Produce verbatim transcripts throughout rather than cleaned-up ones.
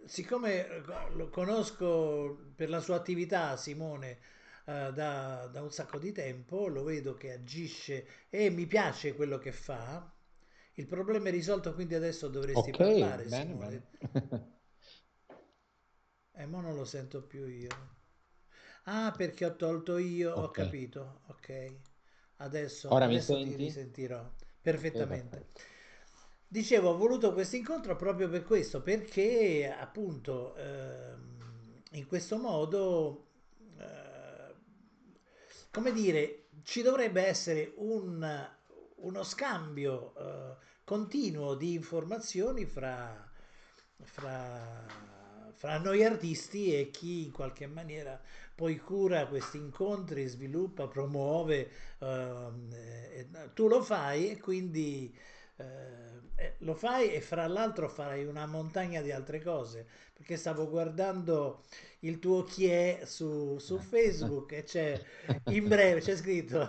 siccome eh, lo conosco per la sua attività, Simone, eh, da, da un sacco di tempo, lo vedo che agisce e mi piace quello che fa. Il problema è risolto, quindi adesso dovresti Ok, parlare, bene, bene. Simone. E mo non lo sento più io. Ah, perché ho tolto io, ho Ok. capito, ok. Adesso, Ora mi adesso ti senti? risentirò Ok, perfettamente. perfetto. Dicevo, ho voluto questo incontro proprio per questo, perché appunto ehm, in questo modo, eh, come dire, ci dovrebbe essere un, uno scambio eh, continuo di informazioni fra, fra, fra noi artisti e chi in qualche maniera poi cura questi incontri, sviluppa, promuove. ehm, eh, tu lo fai e quindi eh, eh, lo fai e fra l'altro farai una montagna di altre cose, perché stavo guardando il tuo chi è su, su Facebook e c'è in breve, c'è scritto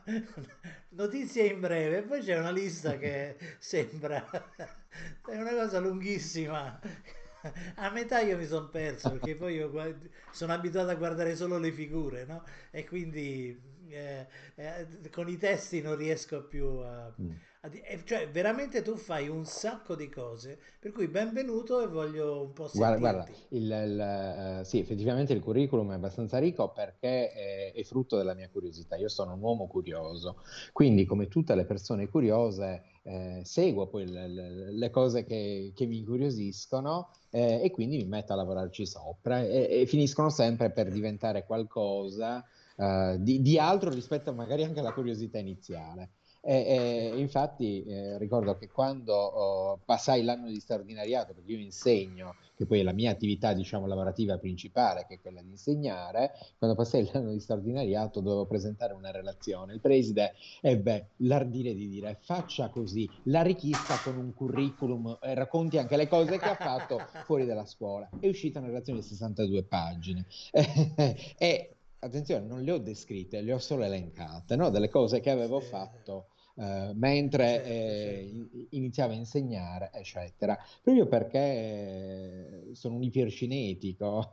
notizie in breve, e poi c'è una lista che sembra è una cosa lunghissima. A metà io mi sono perso perché poi io guard- sono abituato a guardare solo le figure, no? E quindi eh, eh, con i testi non riesco più a, Mm. a di- e cioè veramente tu fai un sacco di cose, per cui benvenuto e voglio un po' Guarda, guarda, sentirti. il, il, eh, sì, effettivamente il curriculum è abbastanza ricco perché è, è frutto della mia curiosità. Io sono un uomo curioso, quindi come tutte le persone curiose eh, seguo poi le, le- le cose che, che mi incuriosiscono eh, e quindi mi metto a lavorarci sopra e, e finiscono sempre per Certo. diventare qualcosa eh, di, di altro rispetto magari anche alla curiosità iniziale. E, e infatti eh, ricordo che quando oh, passai l'anno di straordinariato, perché io insegno, che poi è la mia attività, diciamo, lavorativa principale, che è quella di insegnare, quando passai l'anno di straordinariato dovevo presentare una relazione. Il preside ebbe l'ardire di dire faccia così, l'arricchisca con un curriculum e racconti anche le cose che ha fatto fuori dalla scuola. È uscita una relazione di sessantadue pagine. E attenzione, non le ho descritte, le ho solo elencate, no? Delle cose che avevo Sì, fatto eh, mentre certo, eh, certo. in- iniziavo a insegnare, eccetera. Proprio perché eh, sono un ipercinetico,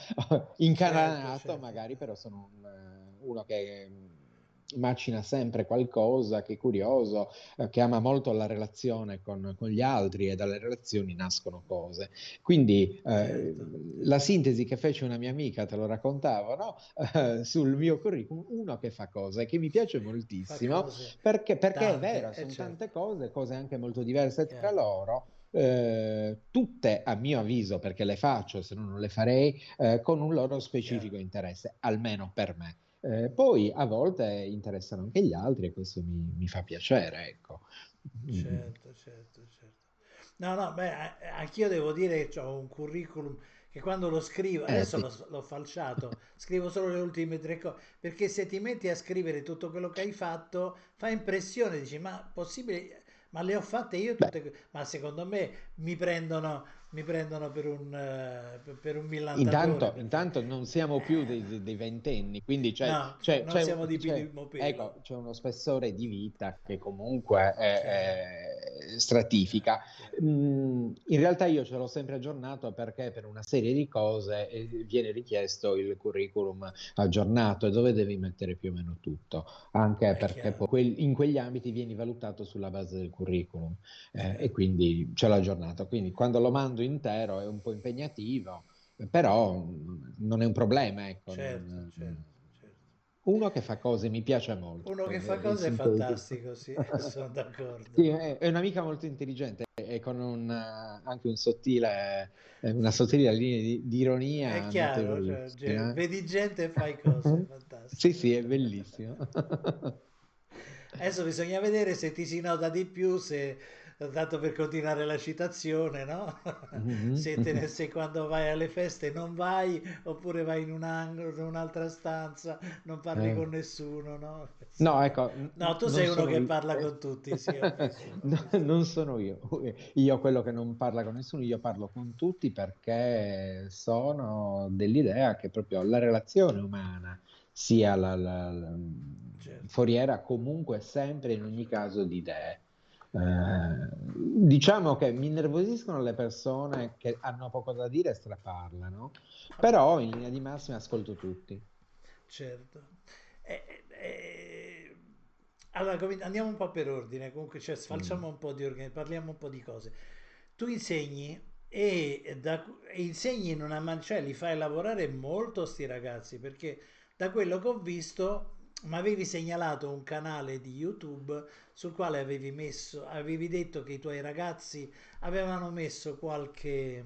Certo, incanalato certo. magari, però sono un, eh, uno che mm, macina sempre qualcosa, che è curioso, eh, che ama molto la relazione con, con gli altri e dalle relazioni nascono cose. Quindi eh, Certo, la sintesi che fece una mia amica, te lo raccontavo, no? Eh, sul mio curriculum, uno che fa cose che mi piace fa moltissimo, cose perché, perché è tante, vero, e sono certo, tante cose, cose anche molto diverse tra chiaro. loro, eh, tutte a mio avviso, perché le faccio, se no non le farei, eh, con un loro Chiaro. specifico interesse, almeno per me. Eh, poi a volte interessano anche gli altri e questo mi, mi fa piacere, ecco. Mm. Certo, certo, certo. No, no, beh, a- anch'io devo dire che ho un curriculum che quando lo scrivo, Eh adesso sì. l'ho l'ho falciato, scrivo solo le ultime tre cose, perché se ti metti a scrivere tutto quello che hai fatto, fa impressione, dici, ma possibile, ma le ho fatte io Beh, tutte, que-" ma secondo me mi prendono, mi prendono per un, eh, per per un millantatore, Intanto, perché intanto non siamo più dei, eh, dei- dei ventenni, quindi c'è, no, c'è- non c'è un- siamo di c'è- primo pelo, ecco, c'è uno spessore di vita che comunque chiaro, è- è- stratifica. chiaro, chiaro. Mm, in realtà io ce l'ho sempre aggiornato perché per una serie di cose eh, viene richiesto il curriculum aggiornato e dove devi mettere più o meno tutto, anche È perché poi chiaro, quel- in quegli ambiti vieni valutato sulla base del curriculum eh, e certo. quindi ce l'ho aggiornato. Quindi quando lo mando intero è un po' impegnativo però mh, non è un problema, ecco. Certo, non- certo, certo. uno che fa cose mi piace molto, Uno è, che fa è cose è sintetico. fantastico, sì, sono d'accordo. Sì, è, è un'amica molto intelligente e con un, eh, anche un sottile, eh, una sottile linea di, di È ironia chiaro, cioè, ge- notevolissima. vedi gente e fai cose, Sì, fantastico. sì, è bellissimo. Adesso bisogna vedere se ti si nota di più, se, dato per continuare la citazione, no? Se, te ne, Mhm. se quando vai alle feste non vai, oppure vai in un angolo, in un'altra stanza, non parli Eh, con nessuno, no? No, Questo- ecco, n- No, tu non sei uno sono che io. parla con tutti, sì, ho visto, ho No, visto. non sono io. Io quello che non parla con nessuno, io parlo con tutti perché sono dell'idea che proprio la relazione umana sia la, la- la- Certo, foriera comunque sempre in ogni caso di idee. Eh, diciamo che mi innervosiscono le persone che hanno poco da dire e straparlano, Vabbè, però in linea di massima ascolto tutti. certo. Eh, eh, allora, come- andiamo un po' per ordine, comunque, cioè, Mm. facciamo un po' di ordine, parliamo un po' di cose. Tu insegni e, da- e insegni in una man- cioè li fai lavorare molto sti ragazzi, perché da quello che ho visto, mi avevi segnalato un canale di YouTube sul quale avevi messo, avevi detto che i tuoi ragazzi avevano messo qualche,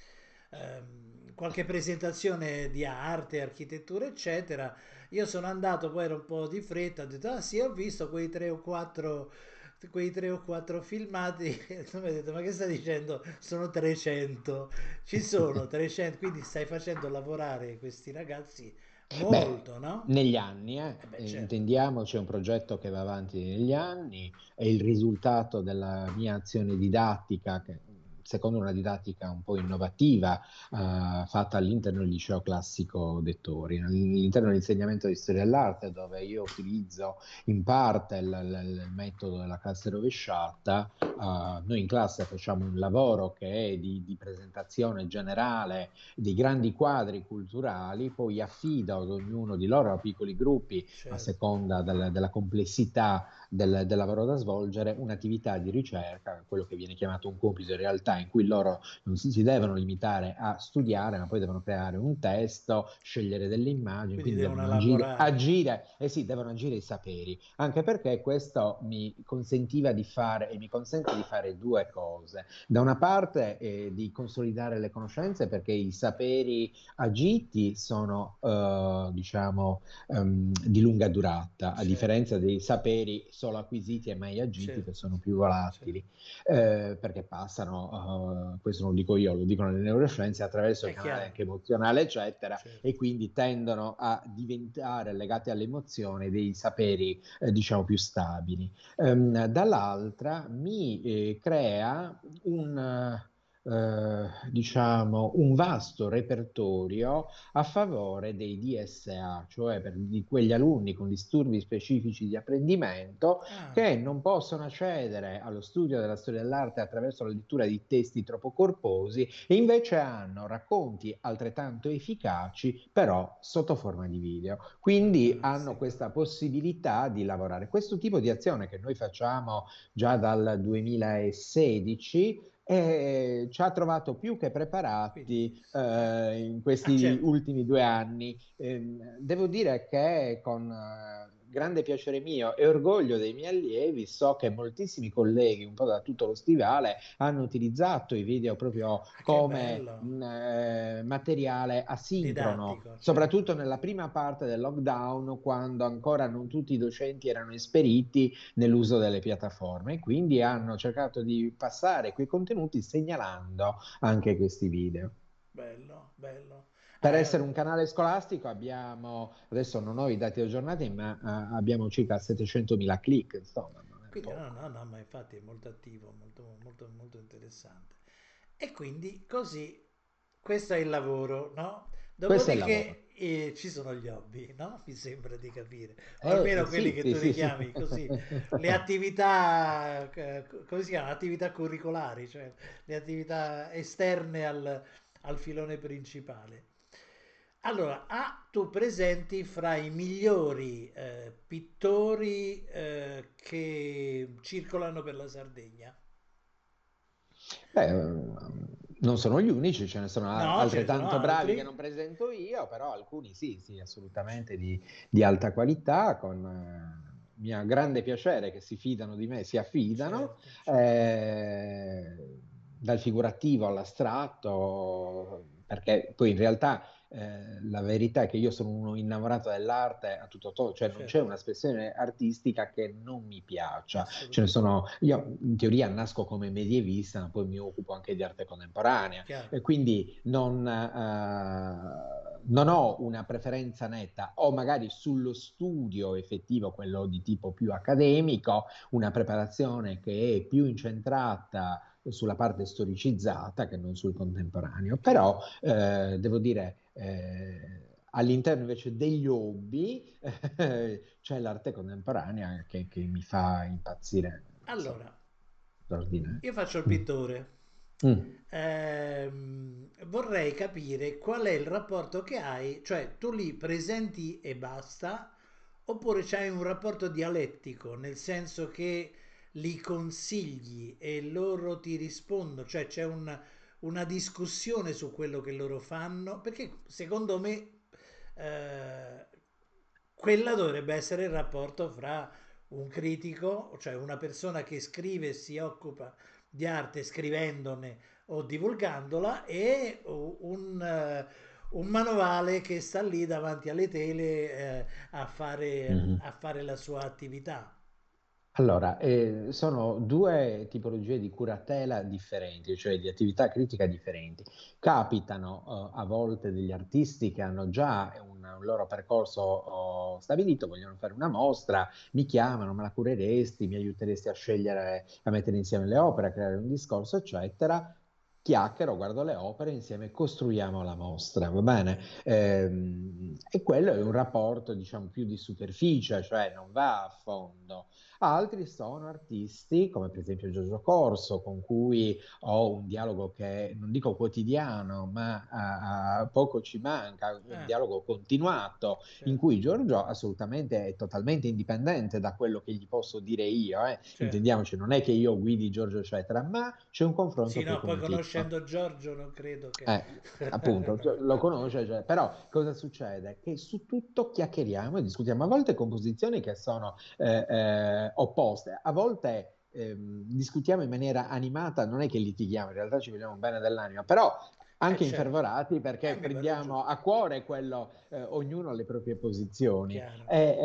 ehm, qualche presentazione di arte, architettura, eccetera. Io sono andato, poi era un po' di fretta, ho detto, ah sì, ho visto quei tre o quattro, quei tre o quattro filmati, e tu mi hai detto, ma che stai dicendo? Sono trecento, ci sono trecento, quindi stai facendo lavorare questi ragazzi Beh, molto, no? negli anni, eh, Eh beh, eh, certo, intendiamoci, è un progetto che va avanti negli anni, è il risultato della mia azione didattica, che, secondo una didattica un po' innovativa, eh, fatta all'interno del liceo classico Dettori, all'interno dell'insegnamento di storia dell'arte, dove io utilizzo in parte il, il- il metodo della classe rovesciata. Eh, noi in classe facciamo un lavoro che è di, di presentazione generale dei grandi quadri culturali, poi affido ad ognuno di loro a piccoli gruppi, a certo. seconda del- della complessità del, del lavoro da svolgere, un'attività di ricerca, quello che viene chiamato un compito in realtà, in cui loro non si, si devono limitare a studiare, ma poi devono creare un testo, scegliere delle immagini, Quindi quindi devono devono agire, elaborare. agire, eh sì, devono agire i saperi, anche perché questo mi consentiva di fare e mi consente di fare due cose. Da una parte eh, di consolidare le conoscenze perché i saperi agiti sono, eh, diciamo, ehm, di lunga durata, a Certo, differenza dei saperi solo acquisiti e mai agiti che certo, sono più certo. volatili, eh, perché passano, eh, questo non lo dico io, lo dicono le neuroscienze, attraverso il È canale chiaro, anche emozionale, eccetera, certo. e quindi tendono a diventare legati alle emozioni dei saperi, eh, diciamo, più stabili. Ehm, dall'altra mi eh, crea un, eh, diciamo, un vasto repertorio a favore dei D S A, cioè per di quegli alunni con disturbi specifici di apprendimento Ah, che non possono accedere allo studio della storia dell'arte attraverso la lettura di testi troppo corposi e invece hanno racconti altrettanto efficaci, però sotto forma di video. Quindi hanno fantastico. questa possibilità di lavorare. Questo tipo di azione che noi facciamo già dal duemilasedici e ci ha trovato più che Quindi, preparati eh, in ah questi certo, ultimi due anni. Ehm, devo dire che con eh, grande piacere mio e orgoglio dei miei allievi so che moltissimi colleghi, un po' da tutto lo stivale, hanno utilizzato i video proprio ah, che come bello, mh, eh, materiale asincrono, didattico, certo. soprattutto nella prima parte del lockdown, quando ancora non tutti i docenti erano esperiti nell'uso delle piattaforme, quindi hanno cercato di passare quei contenuti segnalando anche questi video. Bello, bello. Per Ah, essere eh, un canale scolastico abbiamo, adesso non ho i dati aggiornati, ma eh, abbiamo circa settecentomila click, insomma, non è quindi no, poco. no, no, ma infatti è molto attivo, molto, molto, molto interessante. E quindi così, questo è il lavoro, no? Questo è il lavoro. Dopodiché eh, ci sono gli hobby, no? Mi sembra di capire, o Eh, almeno quelli sì, che sì, tu sì, sì. richiami così, le attività, eh, come si chiama? Attività curricolari, cioè le attività esterne al, al filone principale. Allora, ah, tu presenti fra i migliori eh, pittori eh, che circolano per la Sardegna. Beh, ehm, non sono gli unici, ce ne sono a- No, ce ne sono altrettanto bravi che altri. non presento io, però alcuni sì, sì, assolutamente di, di alta qualità, con eh, mio grande piacere che si fidano di me, si affidano, Certo, certo. eh, dal figurativo all'astratto, perché poi in realtà eh, la verità è che io sono uno innamorato dell'arte a tutto tondo, cioè non c'è Certo, un'espressione artistica che non mi piaccia. Ce ne assolutamente. sono, io in teoria nasco come medievista, ma poi mi occupo anche di arte contemporanea Chiaro. e quindi non, eh, non ho una preferenza netta, ho magari sullo studio effettivo, quello di tipo più accademico, una preparazione che è più incentrata sulla parte storicizzata che non sul contemporaneo, Chiaro. però eh, devo dire eh, all'interno invece degli hobby c'è l'arte contemporanea che, che mi fa impazzire, Allora, insomma. straordinario. Io faccio il Mm. pittore. Mm. Ehm, vorrei capire qual è il rapporto che hai, cioè tu li presenti e basta, oppure c'hai un rapporto dialettico, nel senso che li consigli e loro ti rispondono, cioè c'è un- una discussione su quello che loro fanno, perché secondo me eh, quella dovrebbe essere il rapporto fra un critico, cioè una persona che scrive e si occupa di arte scrivendone o divulgandola, e un, eh, un manovale che sta lì davanti alle tele eh, a fare, Mhm. a fare la sua attività. Allora, eh, sono due tipologie di curatela differenti, cioè di attività critica differenti. Capitano, eh, a volte degli artisti che hanno già un, un loro percorso, oh, stabilito, vogliono fare una mostra, mi chiamano, me la cureresti, mi aiuteresti a scegliere, a mettere insieme le opere, a creare un discorso, eccetera. Chiacchiero, guardo le opere, insieme costruiamo la mostra, va bene? Ehm, e quello è un rapporto, diciamo, più di superficie, cioè non va a fondo. Altri sono artisti, come per esempio Giorgio Corso, con cui ho un dialogo che non dico quotidiano, ma a, a poco ci manca, un Eh, dialogo continuato, in certo, cui Giorgio assolutamente è totalmente indipendente da quello che gli posso dire io. Eh. certo. Intendiamoci, non è che io guidi Giorgio, eccetera, ma c'è un confronto Sì, che no, poi continua. conoscendo Giorgio non credo che... Eh, appunto, cioè, lo conosce, cioè, però cosa succede? Che su tutto chiacchieriamo e discutiamo, a volte con posizioni che sono eh, eh, opposte, a volte ehm, discutiamo in maniera animata, non è che litighiamo, in realtà ci vogliamo bene dell'anima, però Eh, anche certo. infervorati Eh, perché mi pare prendiamo giusto. a cuore quello, eh, ognuno ha le proprie posizioni. Chiaro. E,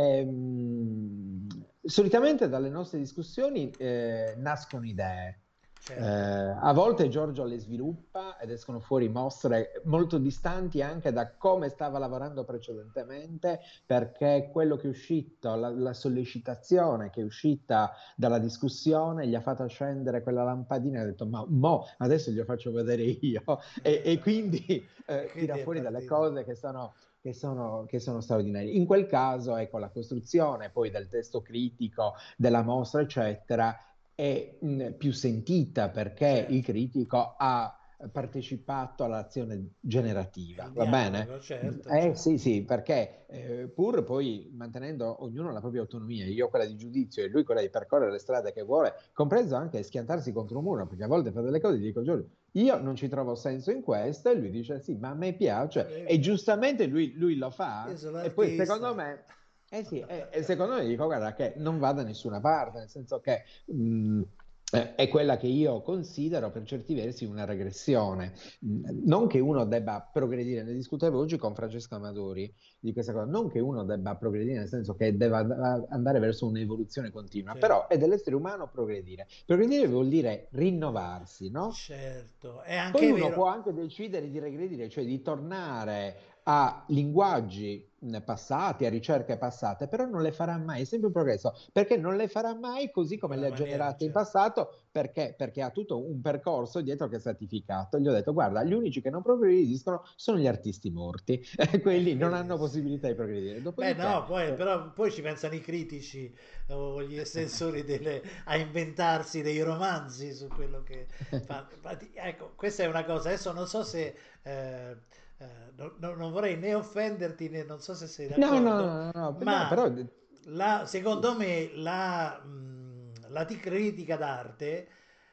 ehm, solitamente dalle nostre discussioni eh, nascono idee. Eh, Certo. a volte Giorgio le sviluppa ed escono fuori mostre molto distanti anche da come stava lavorando precedentemente, perché quello che è uscito, la, la sollecitazione che è uscita dalla discussione gli ha fatto accendere quella lampadina e ha detto ma mo adesso glielo faccio vedere io e, e quindi E eh, tira quindi è fuori delle partito. cose che sono che sono, che sono straordinarie. In quel caso, ecco, la costruzione poi del testo critico, della mostra, eccetera, è mh, più sentita perché il Certo. critico ha partecipato all'azione Il generativa, va bene? dialogo, certo, Eh certo. sì, sì, perché eh, pur poi mantenendo ognuno la propria autonomia, io quella di giudizio e lui quella di percorrere le strade che vuole, compreso anche schiantarsi contro un muro, perché a volte fa delle cose e dico, Giorgio, io non ci trovo senso in questo, e lui dice sì, ma a me A piace, me e piace. giustamente lui, lui lo Io fa, sono e poi artista. secondo me, eh sì, e, e secondo me dico, guarda, che non va da nessuna parte, nel senso che mh, eh, è quella che io considero per certi versi una regressione. Mh, Non che uno debba progredire, ne discutevo oggi con Francesco Amadori di questa cosa, non che uno debba progredire nel senso che debba and- andare verso un'evoluzione continua, Certo. però è dell'essere umano progredire. Progredire vuol dire rinnovarsi, no? Certo, è Poi anche uno può vero. anche decidere di regredire, cioè di tornare a linguaggi mh, passati, a ricerche passate, però non le farà mai, è sempre un progresso, perché non le farà mai così In come quella le ha maniera, generate in certo. passato, perché? Perché ha tutto un percorso dietro che è stratificato. Gli ho detto, guarda, gli unici che non progrediscono sono gli artisti morti, e Eh, quelli non quelli hanno sì. possibilità di progredire. Beh, Dopodiché, no, poi, eh, però poi ci pensano i critici o gli estensori delle, a inventarsi dei romanzi su quello che fanno. Infatti, ecco, questa è una cosa. Adesso non so se eh, eh, no- no- non vorrei né offenderti né non so se sei no, no, d'accordo, no, no, no, no, ma però la- secondo me la, mh, la di critica d'arte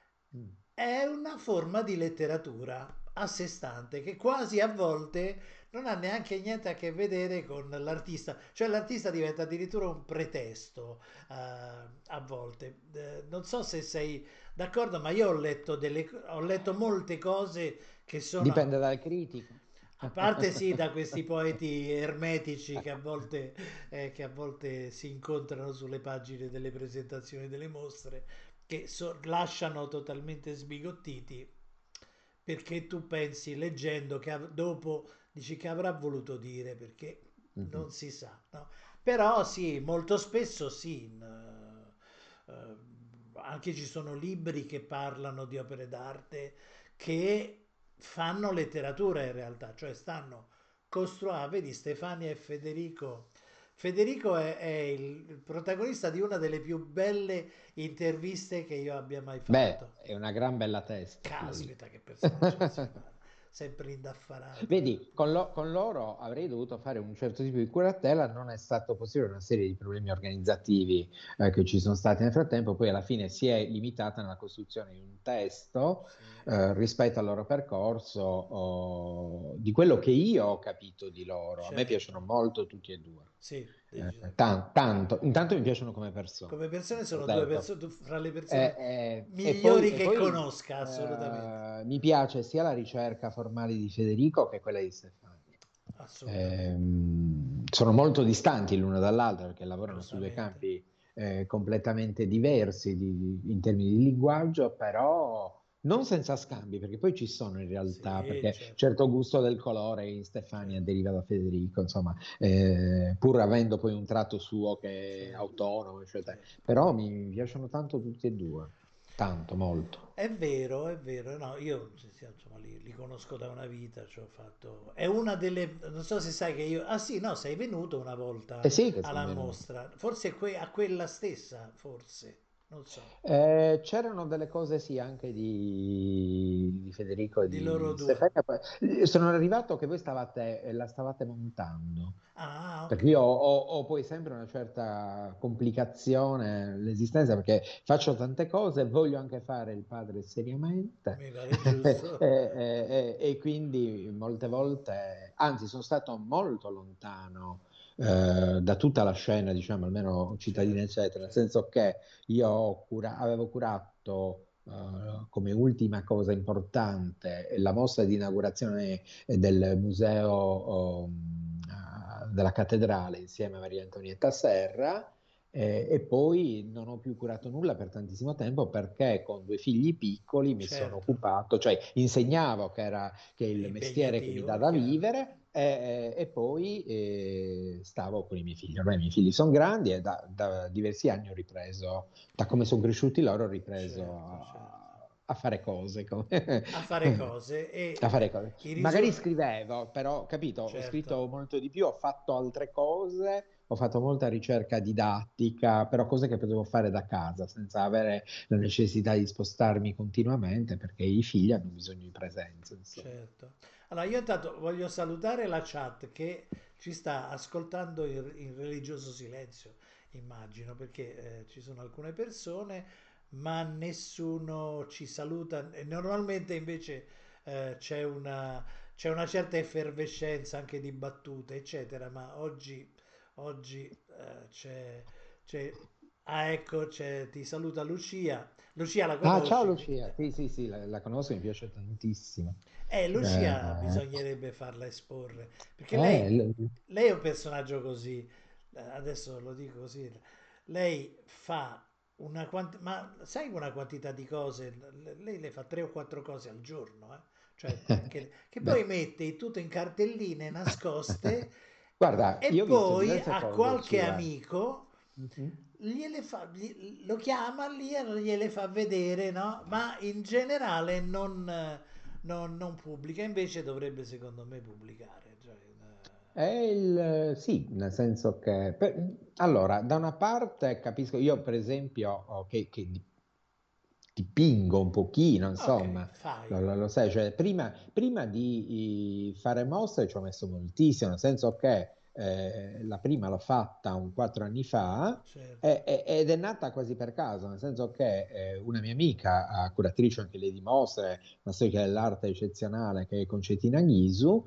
è una forma di letteratura a sé stante che quasi a volte non ha neanche niente a che vedere con l'artista, cioè l'artista diventa addirittura un pretesto eh, a volte. Eh, non so se sei d'accordo, ma io ho letto, delle, ho letto molte cose che sono, dipende dal critico. a parte sì, da questi poeti ermetici che a volte, eh, che a volte si incontrano sulle pagine delle presentazioni delle mostre, che so- lasciano totalmente sbigottiti perché tu pensi leggendo che av- dopo dici che avrà voluto dire perché Mhm. non si sa, no? Però sì, molto spesso sì, in, eh, eh, anche ci sono libri che parlano di opere d'arte che fanno letteratura in realtà, cioè stanno costruendo, vedi Stefania e Federico Federico è, è il il protagonista di una delle più belle interviste che io abbia mai Beh, fatto. è una gran bella testa, Federico. Caspita, che personaggio eccezionale, sempre indaffarato. Vedi, con, lo- con loro avrei dovuto fare un certo tipo di curatela, non è stato possibile, una serie di problemi organizzativi eh, che ci sono stati nel frattempo, poi alla fine si è limitata nella costruzione di un testo Sì, eh, rispetto al loro percorso, oh, di quello che io ho capito di loro. A me piacciono certo, molto tutti e due. sì, Eh, decisamente. tan- tanto, intanto mi piacciono come persone, Come persone l'ho sono due detto. persone, fra le Eh, persone eh, e poi, migliori e che poi, conosca, assolutamente, eh, mi piace sia la ricerca formale di Federico che quella di Stefania. assolutamente, Ehm, sono molto distanti l'una dall'altra perché lavorano su due giustamente. campi eh, completamente diversi di- in termini di linguaggio, però non senza scambi, perché poi ci sono in realtà, Sì, perché certo, certo gusto del colore in Stefania certo, deriva da Federico, insomma, eh, pur avendo poi un tratto suo che è certo, autonomo, eccetera. certo. Però mi piacciono tanto tutti e due, tanto, molto. È vero, è vero, no, io sì, sì, insomma li, li conosco da una vita, ci ho fatto... È una delle... non so se sai che io... Ah sì, no, sei venuto una Eh volta sì che sono alla venuto. mostra, forse que- a quella stessa, forse, non so, Eh, c'erano delle cose sì anche di, di Federico e di loro di due. Stefania. Poi- eh, Sono arrivato che voi stavate, eh, la stavate montando, Ah, ok, perché io ho, ho- ho poi sempre una certa complicazione nell'esistenza perché faccio tante cose, voglio anche fare il padre seriamente mi pare e, giusto. e- e quindi molte volte, anzi sono stato molto lontano eh, da tutta la scena, diciamo, almeno cittadina, Certo, eccetera, nel certo, senso che io ho cura- avevo curato eh, come ultima cosa importante la mostra di inaugurazione del museo oh, eh, della cattedrale insieme a Maria Antonietta Serra. Eh, e poi non ho più curato nulla per tantissimo tempo perché con due figli piccoli mi sono certo, occupato, cioè insegnavo che era che è è il mestiere che mi dà impegnativo, è da chiaro. vivere e, e poi eh, stavo con i miei figli. Ormai i miei figli sono grandi e da, da diversi anni ho ripreso, da come sono cresciuti loro, ho ripreso Certo, certo. a, a fare cose, come- A fare cose a e fare cose. i Magari risultati... scrivevo, però, capito, ho Certo. scritto molto di più, ho fatto altre cose, ho fatto molta ricerca didattica, però cose che potevo fare da casa senza avere la necessità di spostarmi continuamente perché i figli hanno bisogno di presenza, insomma. Certo. Allora, io intanto voglio salutare la chat che ci sta ascoltando in, in religioso silenzio, immagino, perché eh, ci sono alcune persone, ma nessuno ci saluta. E normalmente invece eh, c'è una, c'è una certa effervescenza anche di battute, eccetera, ma oggi, oggi eh, c'è, c'è... Ah, ecco, c'è, ti saluta Lucia. Lucia la Ah, ciao conosci? Quindi... Lucia, sì, sì, sì, la, la conosco, mi piace tantissimo. Eh, Lucia Eh, bisognerebbe farla esporre, perché eh, lei, l- lei è un personaggio così, eh, adesso lo dico così, lei fa una quantità, ma sai una quantità di cose, L- lei le fa tre o quattro cose al giorno, eh? Cioè, che, che poi beh. mette tutto in cartelline nascoste Guarda, e io ho visto poi diverse a cose qualche sue. amico Mhm. gliele fa, gli- lo chiama lì e gliele fa vedere, no? Ma in generale non, eh, non- non pubblica, invece dovrebbe secondo me pubblicare. Cioè, È il, sì, nel senso che, per- allora, da una parte capisco, io per esempio, oh, che, che di- dipingo un pochino, eh, ok, insomma, lo, fai, lo- lo sai, cioè, prima, prima di eh, fare mostre ci ho messo moltissimo, nel senso che eh, la prima l'ho fatta un quattro anni fa certo, e- e- ed è nata quasi per caso, nel senso che eh, una mia amica, eh, curatrice anche lei di mostre, una storica dell'arte eccezionale, che è Concettina Ghisu,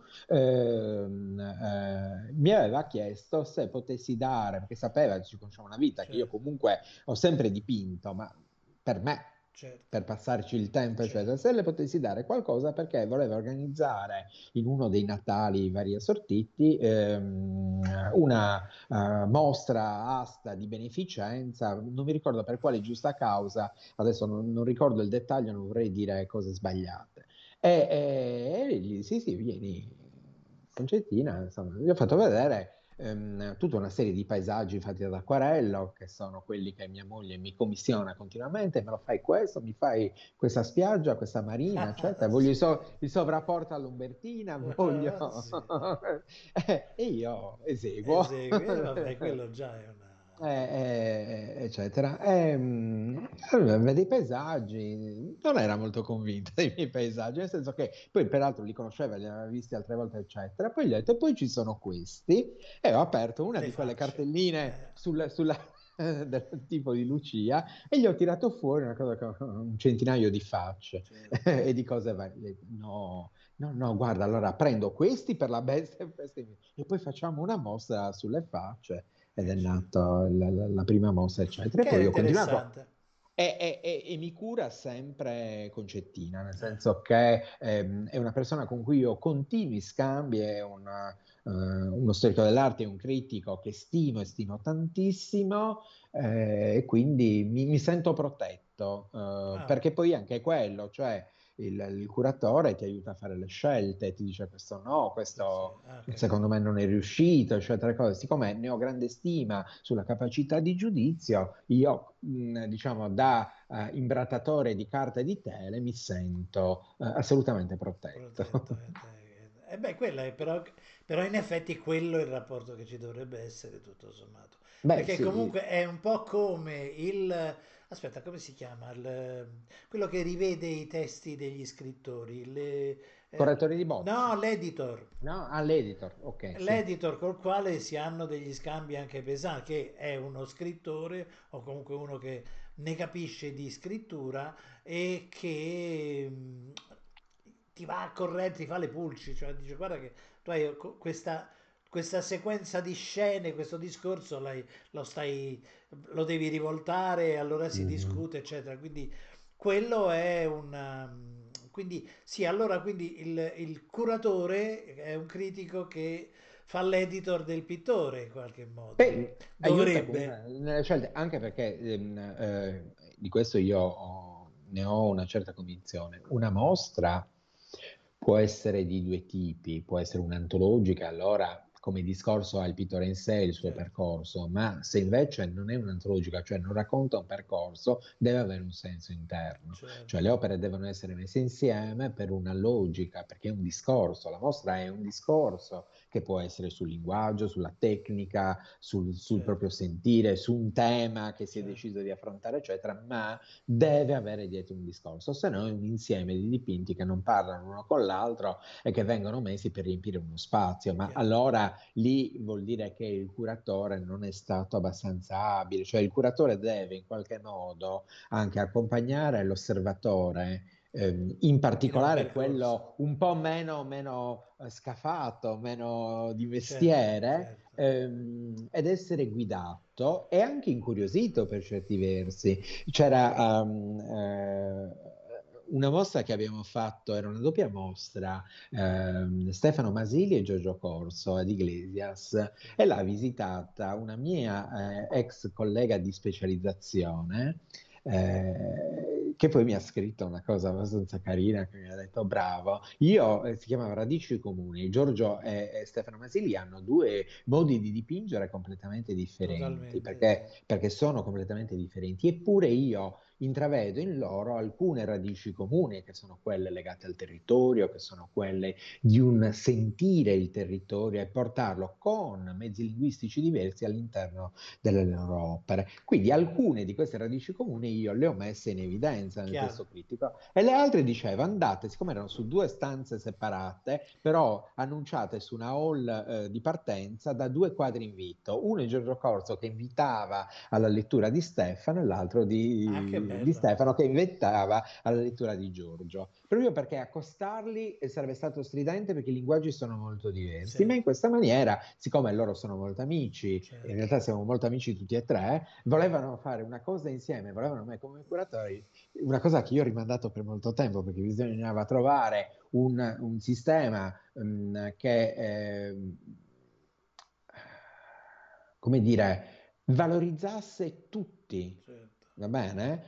ehm, eh, mi aveva chiesto se potessi dare, perché sapeva che ci conosciamo una vita, che io certo, comunque ho sempre dipinto, ma per me, certo, per passarci il tempo, eccetera, certo, se le potessi dare qualcosa perché voleva organizzare in uno dei Natali vari assortiti ehm, una eh, mostra asta di beneficenza, non mi ricordo per quale giusta causa, adesso non, non ricordo il dettaglio, non vorrei dire cose sbagliate. E, e, e gli sì, sì, vieni, Concettina, insomma, gli ho fatto vedere. ehm, tutta una serie di paesaggi fatti ad acquarello, che sono quelli che mia moglie mi commissiona continuamente, me lo fai questo, mi fai questa spiaggia, questa marina, eccetera. Voglio il, Sì. so- il sovrapporto all'Umbertina, voglio... Ah, sì. Eh, e io eseguo. Esegui, e vabbè, quello già è una... Eh, eh, eccetera. E, mm, aveva dei paesaggi, non era molto convinta dei miei paesaggi, nel senso che poi peraltro li conosceva, li aveva visti altre volte, eccetera. Poi gli ho detto, e poi ci sono questi, e ho aperto una Le di quelle facce. cartelline Eh, sul, sulla, del tipo di Lucia e gli ho tirato fuori una cosa che un centinaio di facce certo. e di cose varie. No, no, no, guarda, allora prendo questi per la bestia e questi- e poi facciamo una mostra sulle facce ed Eh, è certo. nata la, la- la prima mossa, eccetera. E Che era poi ho continuato. interessante. E, e- e- e mi cura sempre Concettina, nel Eh, senso che ehm, è una persona con cui io continui scambi, è una, eh, uno storico dell'arte, è un critico che stimo e stimo tantissimo, eh, e quindi mi, mi sento protetto, eh, ah, perché poi anche quello, cioè il, il curatore ti aiuta a fare le scelte, ti dice questo no, sì, sì, questo ah, ho secondo capito. me non è riuscito, eccetera, cose. Siccome ne ho grande stima sulla capacità di giudizio, io, mh, diciamo, da eh, imbrattatore di carta e di tele mi sento eh, assolutamente Protetto. protetto. E te- E beh, quella è però, però in effetti quello è il rapporto che ci dovrebbe essere tutto sommato. Beh, Perché sì, comunque è un po' come il... Aspetta, come si chiama? Il- quello che rivede i testi degli scrittori. Le- eh, correttore di no, bozze, l'editor. no? All'editor, ok, sì. L'editor col quale si hanno degli scambi anche pesanti, che è uno scrittore o comunque uno che ne capisce di scrittura e che mh, ti va a correre, ti fa le pulci, cioè dice guarda che tu hai co- questa, questa sequenza di scene, questo discorso l'hai- lo stai, lo devi rivoltare, allora si Mhm. discute, eccetera. Quindi quello è un... Quindi sì, allora quindi il, il curatore è un critico che fa l'editor del pittore in qualche modo. Beh, aiuta Dovrebbe. comunque nelle scelte, anche perché ehm, eh, di questo io ho- ne ho una certa convinzione. Una mostra può essere di due tipi, può essere un'antologica, allora come discorso ha il pittore in sé il suo Certo, percorso, ma se invece non è un'antologica, cioè non racconta un percorso, deve avere un senso interno. Cioè certo, le opere devono essere messe insieme per una logica, perché è un discorso, la mostra è un discorso che può essere sul linguaggio, sulla tecnica, sul, sul proprio certo, sentire, su un tema che si è certo. deciso di affrontare, eccetera, ma deve avere dietro un discorso, se no è un insieme di dipinti che non parlano uno con l'altro e che vengono messi per riempire uno spazio, ma Chiaro. allora lì vuol dire che il curatore non è stato abbastanza abile, cioè il curatore deve in qualche modo anche accompagnare l'osservatore, ehm, in In un particolare percorso. quello un po' meno, meno eh, scafato, meno di Certo, mestiere, certo. ehm, ed essere guidato e anche incuriosito per certi versi. C'era um, eh, una mostra che abbiamo fatto, era una doppia mostra, ehm, Stefano Masili e Giorgio Corso ad Iglesias, Sì. e l'ha visitata una mia eh, ex collega di specializzazione, eh, che poi mi ha scritto una cosa abbastanza carina, che mi ha detto bravo. Io, eh, si chiamava Radici Comuni, Giorgio e, e Stefano Masili hanno due modi di dipingere completamente differenti, Totalmente, sì. perché, perché sono completamente differenti, eppure io intravedo in loro alcune radici comuni, che sono quelle legate al territorio, che sono quelle di un sentire il territorio e portarlo con mezzi linguistici diversi all'interno delle loro opere. Quindi alcune di queste radici comuni io le ho messe in evidenza nel Chiaro. testo critico e le altre dicevo andate, siccome erano su due stanze separate, però annunciate su una hall eh, di partenza da due quadri invito, uno di Giorgio Corso che invitava alla lettura di Stefano e l'altro Ah, che di, di bello. Stefano che invitava alla lettura di Giorgio, proprio perché accostarli sarebbe stato stridente perché i linguaggi sono molto diversi, ma Sì, in questa maniera, siccome loro sono molto amici, in certo. realtà siamo molto amici tutti e tre, volevano fare una cosa insieme, volevano me come curatore, una cosa che io ho rimandato per molto tempo perché bisognava trovare un, un sistema um, che, eh, come dire, valorizzasse tutti, Certo. va bene?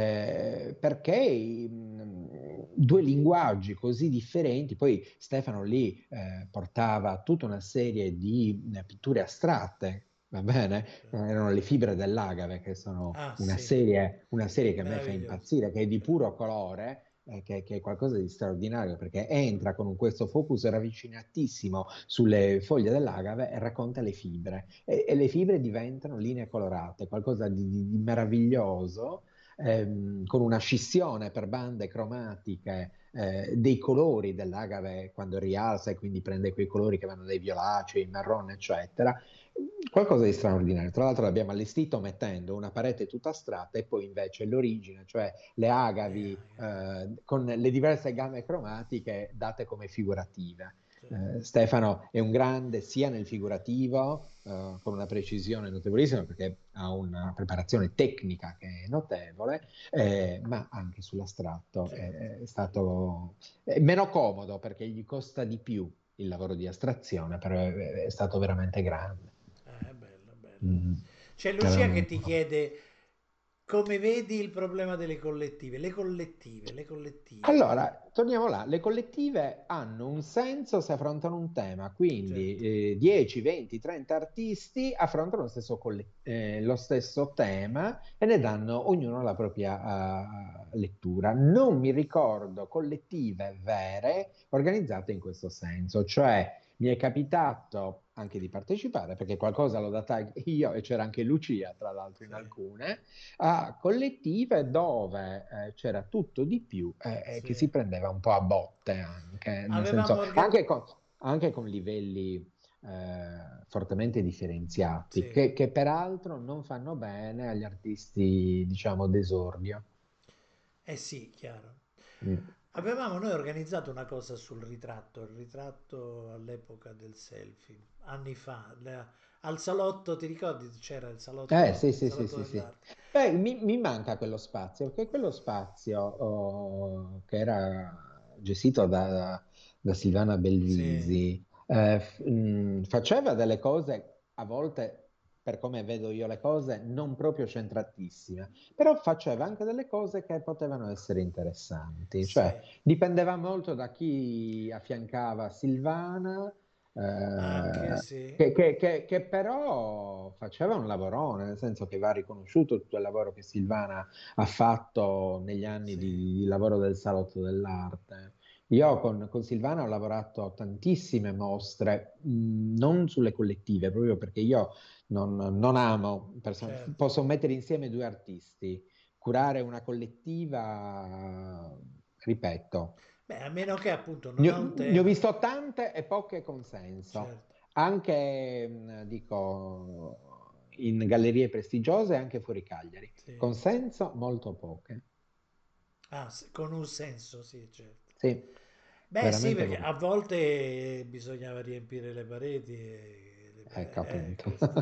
Eh, perché mh, due linguaggi così differenti, poi Stefano lì eh, portava tutta una serie di eh, pitture astratte, va bene? Erano le fibre dell'agave, che sono Ah, una sì, serie, una serie che a me fa meraviglioso. impazzire, che è di puro colore, eh, che, che è qualcosa di straordinario, perché entra con un- questo focus ravvicinatissimo sulle foglie dell'agave e racconta le fibre e, e le fibre diventano linee colorate, qualcosa di, di- di meraviglioso, ehm, con una scissione per bande cromatiche eh, dei colori dell'agave quando rialza e quindi prende quei colori che vanno dai violacei, marrone, eccetera. Qualcosa di straordinario. Tra l'altro l'abbiamo allestito mettendo una parete tutta astratta e poi invece l'origine, cioè le Yeah, agavi yeah, eh, con le diverse gamme cromatiche date come figurative. sì, Eh, Stefano è un grande sia nel figurativo, eh, con una precisione notevolissima perché ha una preparazione tecnica che è notevole, eh, ma anche sull'astratto certo. è, è stato è meno comodo perché gli costa di più il lavoro di astrazione, però è, è stato veramente grande. Eh, bello, bello. Mm. C'è Lucia che Ehm, ti chiede come vedi il problema delle collettive. Le collettive, le collettive. Allora, torniamo là, le collettive hanno un senso se affrontano un tema, quindi Certo, eh, dieci, venti, trenta artisti affrontano lo stesso, colle- eh, lo stesso tema e ne danno ognuno la propria eh, lettura. Non mi ricordo collettive vere organizzate in questo senso, cioè mi è capitato anche di partecipare perché qualcosa l'ho data io e c'era anche Lucia, tra l'altro, in sì, alcune a collettive dove eh, c'era tutto di più e che sì. si prendeva un po' a botte anche, nel senso, Avevamo organizzato... anche con, anche con livelli eh, fortemente differenziati, Sì. che, che peraltro non fanno bene agli artisti, diciamo, d'esordio. Eh sì, chiaro. Mm. Avevamo noi organizzato una cosa sul ritratto, il ritratto all'epoca del selfie, anni fa, le- al salotto, ti ricordi? C'era il Eh salotto, sì, il sì, sì, salotto sì, sì. dell'arte. Beh, mi, mi manca quello spazio, perché quello spazio oh, che era gestito da, da Silvana Sì, Belvisi eh, f- mh, faceva delle cose a volte, per come vedo io le cose, non proprio centratissime, però faceva anche delle cose che potevano essere interessanti, cioè sì, dipendeva molto da chi affiancava Silvana anche eh, sì, che, che- che- che però faceva un lavorone, nel senso che va riconosciuto tutto il lavoro che Silvana ha fatto negli anni sì, di, di lavoro del Salotto dell'Arte. Io con, con Silvana ho lavorato a tantissime mostre, mh, non sulle collettive, proprio perché io non, non amo, perso- certo. posso mettere insieme due artisti, curare una collettiva, ripeto. Beh, a meno che appunto non Ne ha ho, un ne ho tema, visto tante e poche con senso, certo. anche, mh, dico, in gallerie prestigiose e anche fuori Cagliari. Sì. Con senso, molto poche. Ah, s- con un senso, sì, certo. Sì, Beh, sì, veramente perché molto. a volte bisognava riempire le pareti e le Ecco pa- eh, appunto. questo.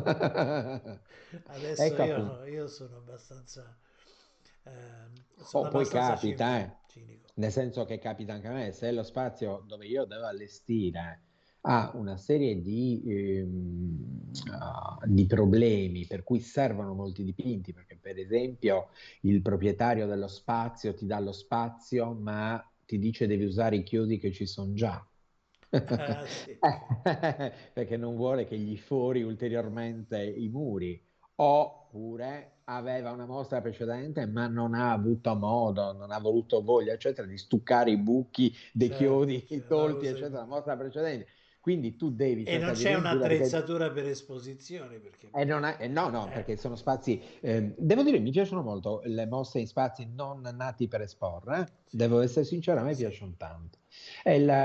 Adesso Ecco appunto. io, io sono abbastanza, ehm, sono Oh, poi abbastanza capita, cinico, eh. cinico. Nel senso che capita anche a me, se lo spazio dove io devo allestire ha una serie di, ehm, ah, di problemi per cui servono molti dipinti, perché per esempio il proprietario dello spazio ti dà lo spazio, ma ti dice devi usare i chiodi che ci sono già. Ah, sì. Perché non vuole che gli fori ulteriormente i muri. Oppure aveva una mostra precedente, ma non ha avuto modo, non ha voluto voglia, eccetera, di stuccare i buchi dei Certo, chiodi cioè, la tolti, usa di eccetera, la buca. mostra precedente. Quindi tu devi E non cercare di c'è riempire perché un'attrezzatura per esposizioni, perché eh, poi... non è- eh, no, no, Eh, perché sono spazi. Eh, devo dire, mi piacciono molto le mostre in spazi non nati per esporre. eh. sì, Devo essere sincero, a me sì, piacciono tanto. E il,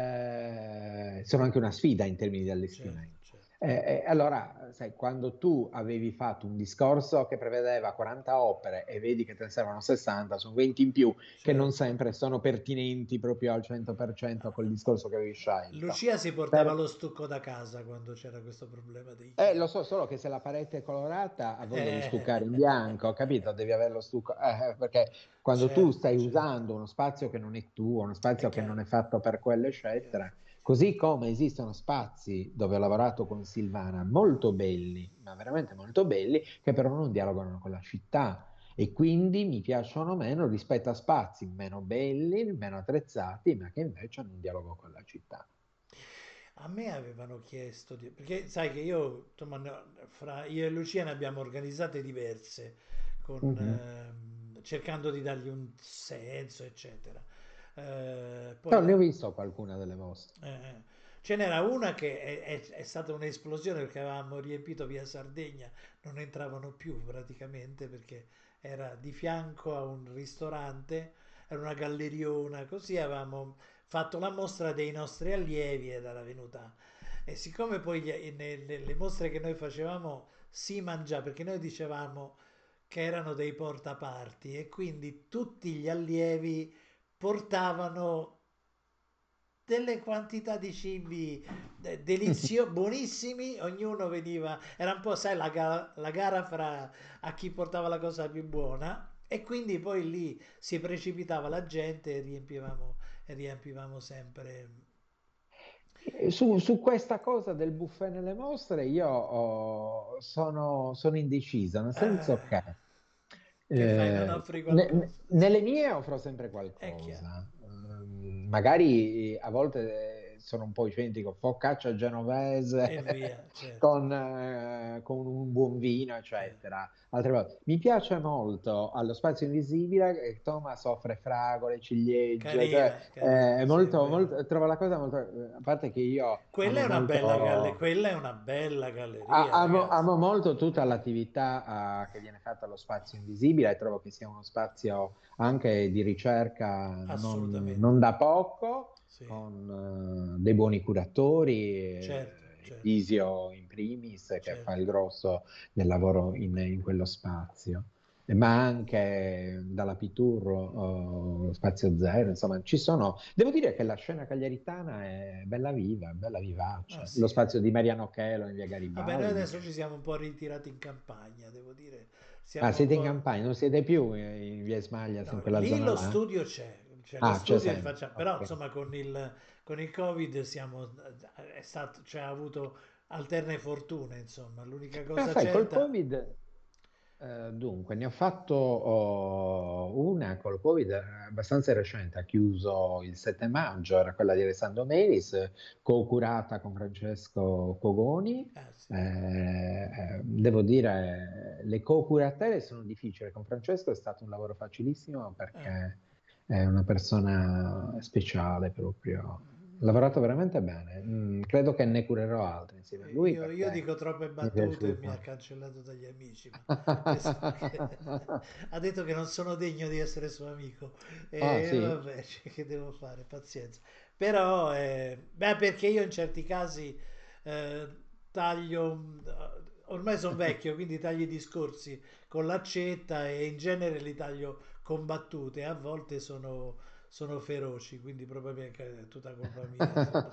eh, sono anche una sfida in termini di certo, allestimento. certo. Eh, eh, allora, sai, quando tu avevi fatto un discorso che prevedeva quaranta opere e vedi che te ne servono sessanta, sono venti in più che non Certo. sempre sono pertinenti proprio al cento per cento col discorso che avevi scelto. Lucia si portava Per- lo stucco da casa quando c'era questo problema dei eh, chiodi. lo so, solo che se la parete è colorata ha voglia di stuccare in bianco, capito? Eh, Devi avere lo stucco, eh, eh, perché quando tu certo, stai certo. usando uno spazio che non è tuo, uno È spazio che non chiaro, è fatto per quello, chiaro. eccetera, così come esistono spazi dove ho lavorato con Silvana molto belli, ma veramente molto belli, che però non dialogano con la città. e quindi mi piacciono meno rispetto a spazi meno belli, meno attrezzati, ma che invece hanno un dialogo con la città. A me avevano chiesto di... perché sai che io, insomma, ne ho- fra io e Lucia ne abbiamo organizzate diverse, con, Mhm. ehm, cercando di dargli un senso, eccetera. Eh, poi Però ne ho la- visto qualcuna delle mostre. eh, Ce n'era una che è, è- è stata un'esplosione perché avevamo riempito via Sardegna, non entravano più praticamente perché era di fianco a un ristorante, era una galleriona, così avevamo fatto la mostra dei nostri allievi ed era venuta. E siccome poi gli- nelle le mostre che noi facevamo si mangiava, perché noi dicevamo che erano dei portaparti e quindi tutti gli allievi portavano delle quantità di cibi deliziosi, buonissimi, ognuno veniva, era un po', sai, la, ga- la gara fra a chi portava la cosa più buona e quindi poi lì si precipitava la gente e riempivamo, e riempivamo sempre. Eh, Su, su questa cosa del buffet nelle mostre io oh, sono, sono indeciso, nel senso Eh, che che fai? Non eh, offri ne- ne- qualcosa? nelle mie offro sempre È chiaro. qualcosa. Ehm, magari a volte eh, sono un po' eccentrico, focaccia genovese E via, certo, con, eh, con un buon vino, certo. eccetera. Altre volte. Mi piace molto allo Spazio Invisibile che Thomas offre fragole, ciliegie, cioè Carina, eh, carina, è sì, è molto, vero. molto, trovo la cosa molto, eh, a parte che io Quella amo è una bella galle- molto, quella è una bella a- galleria, amo, ragazzi. amo molto tutta l'attività eh, che viene fatta allo Spazio Invisibile e trovo che sia uno spazio anche di ricerca non, Assolutamente. non da poco, Sì, con eh, dei buoni curatori, certo, eh, certo, Isio in primis, che fa certo. il grosso del lavoro in, in quello spazio, eh, ma anche dalla Piturro, eh, lo Spazio Zero, insomma, ci sono. Devo dire che la scena cagliaritana è bella viva, è bella Ah vivace. Lo sì, eh. spazio di Mariano Chelo in via Vabbè, noi Garibaldi. adesso ci siamo un po' ritirati in campagna, devo dire. Ah, Siamo un siete in po'... campagna, non siete più in via Ismaglias, in No, quella lì zona lo là? studio c'è, cioè lo Ah, c'è studio sempre. facciamo, però Ok. insomma con il, con il Covid siamo, è stato, cioè, ha avuto alterne fortune, insomma, l'unica Ma cosa sai, col certa... Covid, eh, dunque, ne ho fatto oh, una col Covid eh, abbastanza recente, ha chiuso il sette maggio, era quella di Alessandro Melis, eh, co-curata con Francesco Cogoni. Ah sì, Eh, eh, devo dire, le co-curatele sono difficili, con Francesco è stato un lavoro facilissimo eh. perché è una persona speciale proprio. Ha lavorato veramente bene. Mm, credo che ne curerò altri insieme a lui Io, io perché dico troppe mi è battute e mi ha piaciuto. cancellato dagli amici, ma questo perché ha detto che non sono degno di essere suo amico. Ah, E sì? vabbè, cioè, che devo fare? Pazienza. Però, eh, beh, perché io in certi casi eh, taglio, ormai sono vecchio, quindi taglio i discorsi con l'accetta e in genere li taglio con battute. A volte sono, sono feroci, quindi probabilmente è tutta colpa mia. Insomma.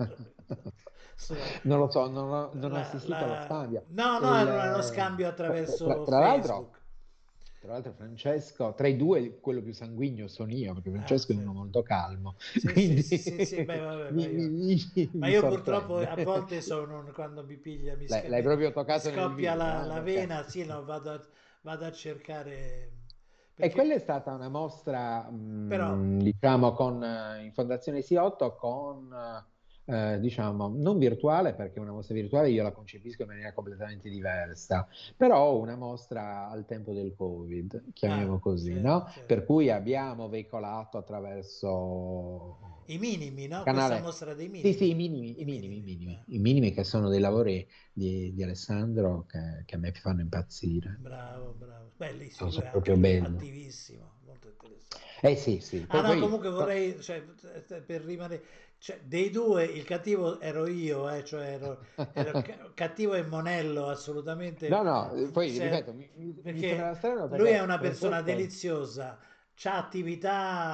So- Non lo so, non ho, non ho la- assistito allo la- scambio. No, no, Il, era uno eh, scambio tra, tra- attraverso tra l'altro, Facebook. tra l'altro, Francesco, tra i due, quello più sanguigno sono io, perché Ah, Francesco è uno certo. molto calmo, Sì, sì, quindi sì, sì, sì, beh, vabbè, ma mi, io, mi- ma mi io purtroppo sorprende. a volte sono, un- quando mi piglia, mi, L'hai sca- l'hai mi- proprio mi toccato nel scoppia vivo, la, eh, la perché... vena, sì, no, vado a, vado a cercare, E perché, quella è stata una mostra, però, mh, diciamo, con, eh, in Fondazione Siotto con, eh, diciamo, non virtuale, perché una mostra virtuale io la concepisco in maniera completamente diversa, però una mostra al tempo del Covid, ah, chiamiamo così, certo, no? certo. Per cui abbiamo veicolato attraverso I minimi, il no? Questa canale... mostra dei Sì, sì, minimi, i minimi, i i minimi, i minimi, minimi, eh. i minimi che sono dei lavori di, di Alessandro che, che a me fanno impazzire. Bravo, bravo. Beh, lì sì, Sono, lui è sono anche proprio lui è bello. attivissimo, molto interessante. Eh sì, sì. Ah Poi, no, poi comunque co- vorrei, cioè, per rimanere, cioè, dei due il cattivo ero io, eh, cioè ero, ero ca- cattivo e monello no, assolutamente, no, eh, poi ripeto, se- mi, mi- mi perché sembrava strano lui è perché una persona Francesco... deliziosa, c'ha attività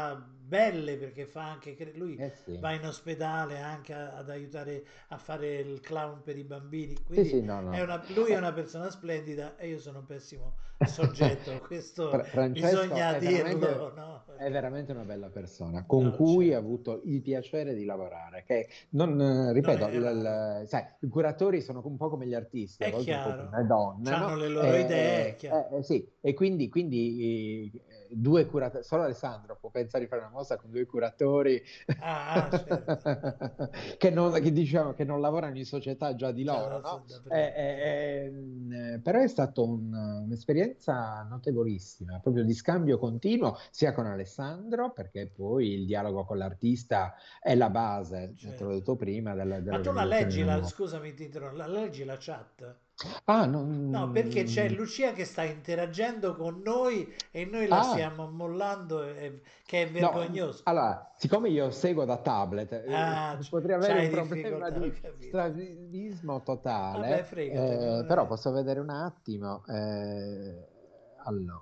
belle perché fa anche, cre- lui Eh sì. va in ospedale anche a- ad aiutare a fare il clown per i bambini, Sì, quindi sì, no, è no. una- lui è Eh, una persona splendida e io sono un pessimo soggetto, questo Fra- Francesco bisogna è dirlo, veramente, no? è Perché- veramente una bella persona con no, cui ho certo, avuto il piacere di lavorare. Che non, eh, non ripeto, è l- raro, l- sai, i curatori sono un po' come gli artisti, a è volte un po' chiaro, come donne, hanno no? le loro idee, è Eh, chiaro. eh, eh, sì, e quindi, quindi eh, due curatori, solo Alessandro può pensare di fare una mossa con due curatori Ah, ah, certo, che non, che, diciamo, che non lavorano in società già di già loro, da, no? da Eh, prima, chiaro. eh, ehm, eh, però è stata un'esperienza notevolissima, proprio di scambio continuo, sia con Alessandro, perché poi il dialogo con l'artista è la base, te l'ho Certo. detto prima, del- Ma tu la dell'organizzazione leggi, della la, mostra. scusami, ti interrompo, la leggi la chat? Ah, No, perché c'è non... Lucia che sta interagendo con noi e noi la ah, stiamo mollando, e- che è no, vergognoso. allora, siccome io seguo da tablet, eh, Ah, c- potrei avere un c'hai problema difficoltà, ho di capito. strabismo Vabbè, totale, fregatene, eh, non però è... posso vedere un attimo. eh, allora.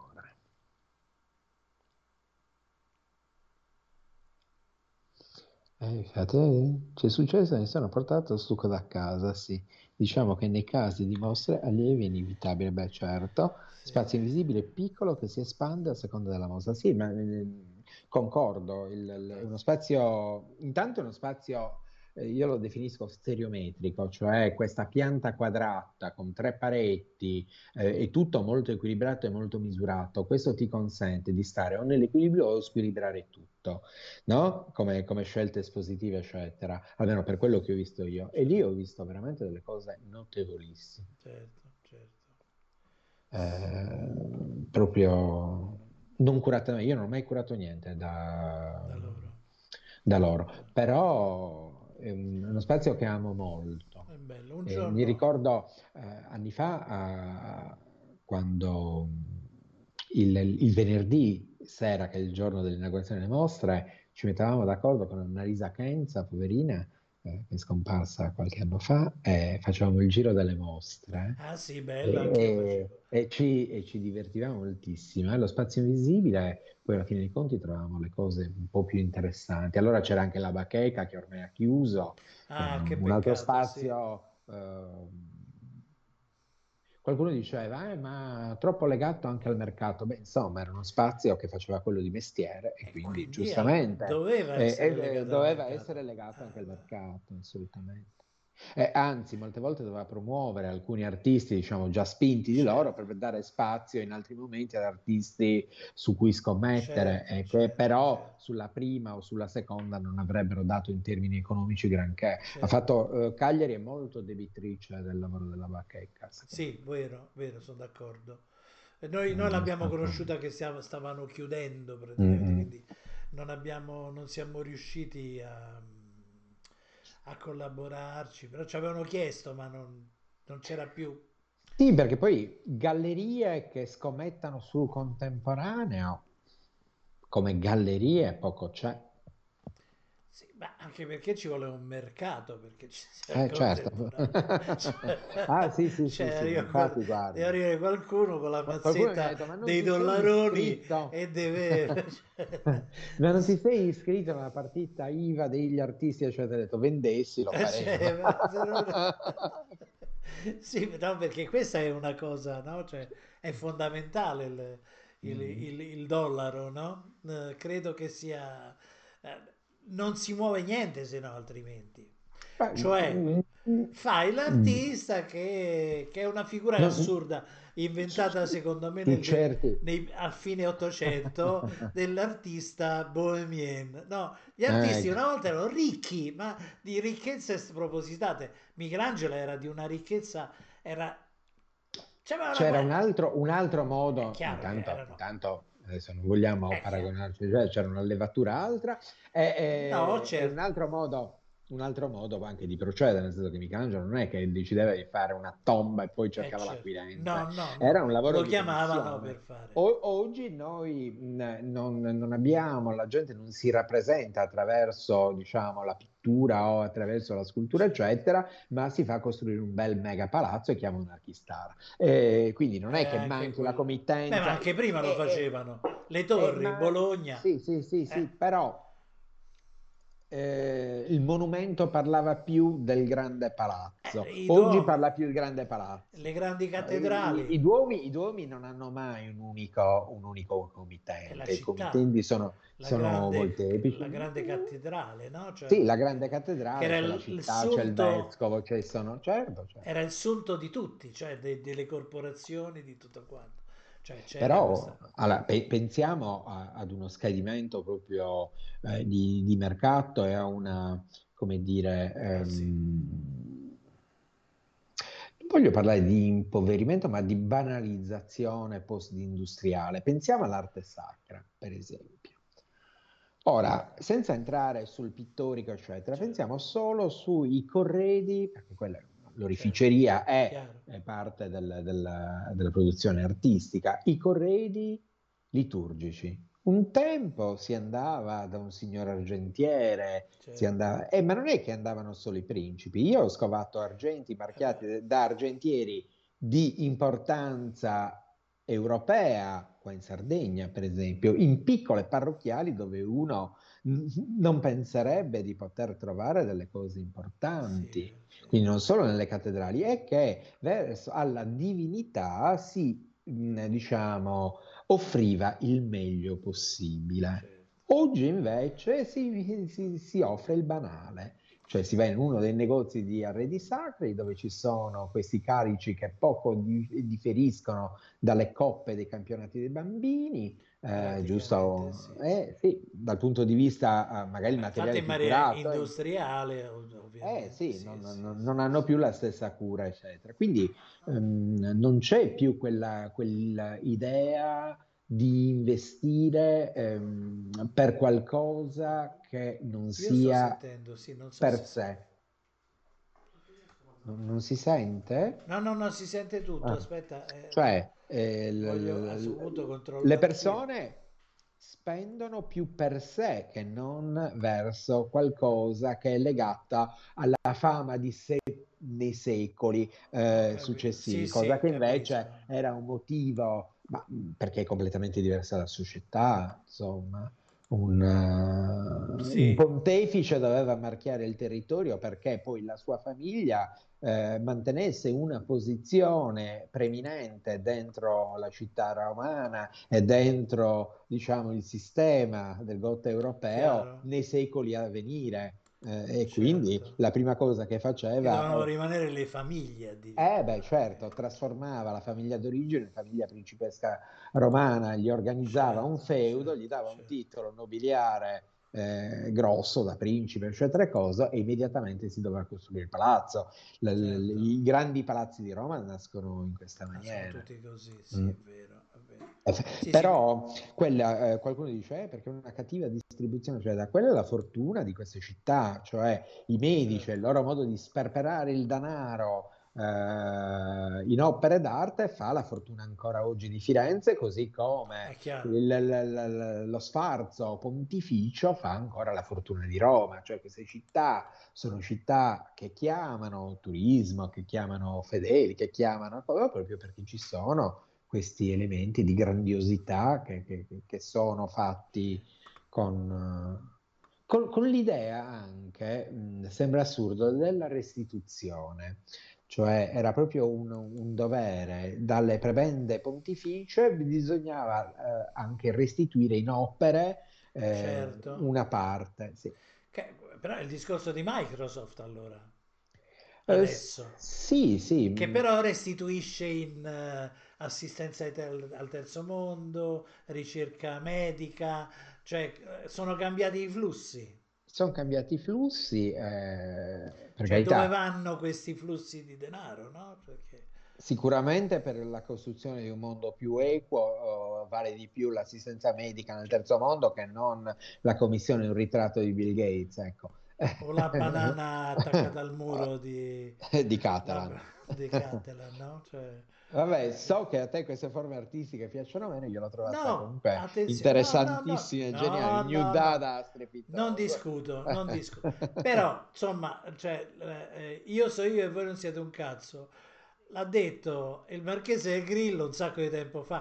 Eh, fate, c'è successo e mi sono portato il succo da casa, sì. Diciamo che nei casi di mostre allievi è inevitabile, beh certo, Sì. spazio invisibile piccolo che si espande a seconda della mostra. Sì, ma eh, concordo, il- il- è uno spazio, intanto è uno spazio, eh, io lo definisco stereometrico, cioè questa pianta quadrata con tre pareti, eh, è tutto molto equilibrato e molto misurato. Questo ti consente di stare o nell'equilibrio o squilibrare tutto, no? Come, come scelte espositive, eccetera, almeno per quello che ho visto io. E lì ho Certo, visto veramente delle cose notevolissime. certo, certo. Eh, proprio non curata, io non ho mai curato niente da, Da loro. da loro, però è un- è uno spazio che amo molto. È bello. Un Eh, mi giorno... ricordo eh, anni fa, eh, quando il, il venerdì sera, che è il giorno dell'inaugurazione delle mostre, ci mettevamo d'accordo con Annalisa Kenza, poverina, eh, che è scomparsa qualche anno fa, e facevamo il giro delle mostre. Ah sì, bello, anch'io E, facevo. e ci, e ci divertivamo moltissimo. E lo spazio invisibile, poi alla fine dei conti trovavamo le cose un po' più interessanti. Allora c'era anche la bacheca che ormai ha chiuso, che era Ah, che un altro peccato, sì. spazio. eh, Qualcuno diceva, eh, ma troppo legato anche al mercato. Beh, insomma, era uno spazio che faceva quello di mestiere e E quindi quindi eh, giustamente doveva eh, essere eh, legato al doveva essere mercato. legato anche Ah, al beh. mercato, assolutamente. Eh, anzi, molte volte doveva promuovere alcuni artisti, diciamo, già spinti di loro Certo, per dare spazio in altri momenti ad artisti su cui scommettere certo, e che certo, però certo, sulla prima o sulla seconda non avrebbero dato in termini economici granché. Ha certo. fatto, eh, Cagliari è molto debitrice del lavoro della bacheca, secondo Sì, vero, vero, sono d'accordo. E Noi, noi me. È l'abbiamo stato... conosciuta che stiamo- stavano chiudendo praticamente, Mm-mm. quindi non abbiamo, non siamo riusciti a, a collaborarci, però ci avevano chiesto, ma non, non c'era più. Sì, perché poi gallerie che scommettano sul contemporaneo, come gallerie, poco c'è. Sì, ma anche perché ci vuole un mercato, perché ci sia il Eh, certo. contemporaneo. Cioè, Ah, sì, sì, cioè, sì, sì, ma arriva, qual- infatti, deve guarda. arrivare qualcuno con la Qual- Qualcuno mi ha mazzetta detto, ma non dei ti sei dollaroni iscritto? e deve... Ma non ti sei iscritto nella partita I V A degli artisti, eccetera? Ho detto, vendessi, lo cioè, faremo. cioè, ma se non- Sì, no, perché questa è una cosa, no? Cioè, è fondamentale il, il- Mm. il- il dollaro, no? Eh, credo che sia... eh, non si muove niente se no altrimenti. Beh, Cioè, mm, mm, fai mm. l'artista che, che è una figura No, assurda, su, inventata su- secondo me su nel de- certi. nei- a fine ottocento, dell'artista bohemien. No, gli artisti Ecco. una volta erano ricchi, ma di ricchezze spropositate. Michelangelo era di una ricchezza, era... C'aveva una... C'era un que- altro, un altro È modo, chiaro che intanto, erano... intanto adesso non vogliamo È chiaro. paragonarci, cioè c'era una levatura altra, e, No, e- e un certo. altro modo, un altro modo anche di procedere, nel senso che Michelangelo non è che decideva di fare una tomba e poi È cercava certo. l'acquirente, No, no, era no. un lavoro Lo di chiamavano per commissione. fare... O- oggi noi mh, non, non abbiamo, la gente non si rappresenta attraverso, diciamo, la pittura o attraverso la scultura, Certo. eccetera, ma si fa costruire un bel mega palazzo e chiama un archistar. Eh, quindi non Eh, è che anche manchi la quello. Beh, ma committenza. anche prima lo Eh, eh, facevano. Le eh, torri, ma Bologna. sì, sì, sì, Eh, sì, però eh, il monumento parlava più del grande Eh, palazzo, i oggi Duomi, parla più il grande palazzo. le grandi No, I, i- i cattedrali, Duomi, i Duomi non hanno mai un unico, un unico è la committente, i città, committenti sono, la sono grande, molteplici. la grande cattedrale, no? Sì, Cioè, la grande che cattedrale, era c'è la il, il città, c'è il sunto, vescovo, c'è sono, certo, certo. era il sunto di tutti, cioè de- delle corporazioni, di tutto quanto. Cioè c'era Però questa... allora, pe- pensiamo a- ad uno scadimento proprio eh, di, di mercato e a una, come dire, Ah sì, ehm, non voglio parlare di impoverimento, ma di banalizzazione post-industriale. Pensiamo all'arte sacra, per esempio. Ora, senza entrare sul pittorico, eccetera, certo, pensiamo solo sui corredi, perché quella certo, l'oreficeria è, chiaro. è parte del- del- della produzione artistica, i corredi liturgici. Un tempo si andava da un signor argentiere, si Certo. andava, eh, ma non è che andavano solo i principi. Io ho scovato argenti Eh beh, marchiati da argentieri di importanza europea, qua in Sardegna, per esempio, in piccole parrocchiali dove uno n- non penserebbe di poter trovare delle cose sì, importanti. sì, Quindi non solo nelle cattedrali, è che verso alla divinità si, mh, diciamo, offriva il meglio possibile. certo. Oggi invece si, si- si offre il banale, cioè si va in uno dei negozi di arredi sacri dove ci sono questi calici che poco di- differiscono dalle coppe dei campionati dei bambini, eh, Praticamente giusto? sì, sì. Eh, sì, dal punto di vista, eh, magari il Beh, fatti materiale in più maniera curato, eh, industriale, ov- eh, ovviamente, sì, sì, non, sì, non- sì, non hanno sì. più la stessa cura, eccetera. Quindi ehm, non c'è più quella, quell'idea di investire ehm, per qualcosa che non Io sto sia sentendo, sì, non so per se si... sé. Non, non si sente? No, no, no, si sente tutto, Ah. aspetta, eh, de- Cioè, eh, l- voglio a questo l- punto le controllare, sì, persone spendono più per sé che non verso qualcosa che è legata alla fama di sé nei secoli ho eh, capito, sì, successivi, cosa sì, che invece capisco, era un motivo, ma, perché è completamente diversa la società, insomma. Un, eh, un sì, pontefice doveva marchiare il territorio perché poi la sua famiglia eh, mantenesse una posizione preminente dentro la città romana e dentro, diciamo, il sistema del Gotha europeo chiaro, nei secoli a venire. Eh, e quindi certo, la prima cosa che che faceva dovevano è rimanere le famiglie eh beh, addirittura, certo, anche. trasformava la famiglia d'origine in famiglia principesca romana, gli organizzava un Certo, feudo, gli certo, dava un certo, titolo nobiliare eh, grosso da principe, eccetera, e cosa, e immediatamente si doveva costruire il palazzo. L- l- certo. I grandi palazzi di Roma nascono in questa Ah, sono maniera. tutti così, sì, Mm. è vero, è vero. Eh, Sì, sì, Però quella, eh, qualcuno dice eh, perché è una cattiva distribuzione, cioè da quella è la fortuna di queste città, cioè i medici, il certo, loro modo di sperperare il denaro eh, in opere d'arte fa la fortuna ancora oggi di Firenze, così come è chiaro, il- l- l- lo sfarzo pontificio fa ancora la fortuna di Roma, cioè queste città sono città che chiamano turismo, che chiamano fedeli, che chiamano proprio perché ci sono questi elementi di grandiosità che, che- che sono fatti con, eh, con- con l'idea anche, mh, sembra assurdo, della restituzione. Cioè era proprio un, un dovere dalle prebende pontificie, bisognava eh, anche restituire in opere eh, certo. una parte. Sì. Che- però è il discorso di Microsoft allora, Eh, adesso, sì, sì, che mh, però restituisce in eh, assistenza ai tel- al terzo mondo, ricerca medica, cioè eh, sono cambiati i flussi. sono cambiati i flussi, eh, per Cioè dove carità. vanno questi flussi di denaro, no? Perché... Sicuramente per la costruzione di un mondo più equo, eh, vale di più l'assistenza medica nel terzo mondo che non la commissione di un ritratto di Bill Gates, ecco. O la banana attaccata al muro di, Di la, Catalan. di Catalan, no? Cioè, Vabbè, so che a te queste forme artistiche piacciono meno, io l'ho trovata no, comunque attenzione, no, no, no, interessantissima e geniale. no, Il New no, no, Dada non strepitoso. discuto, non discuto. Però, insomma, cioè, eh, eh, io so io e voi non siete un cazzo. L'ha detto il Marchese del Grillo un sacco di tempo fa.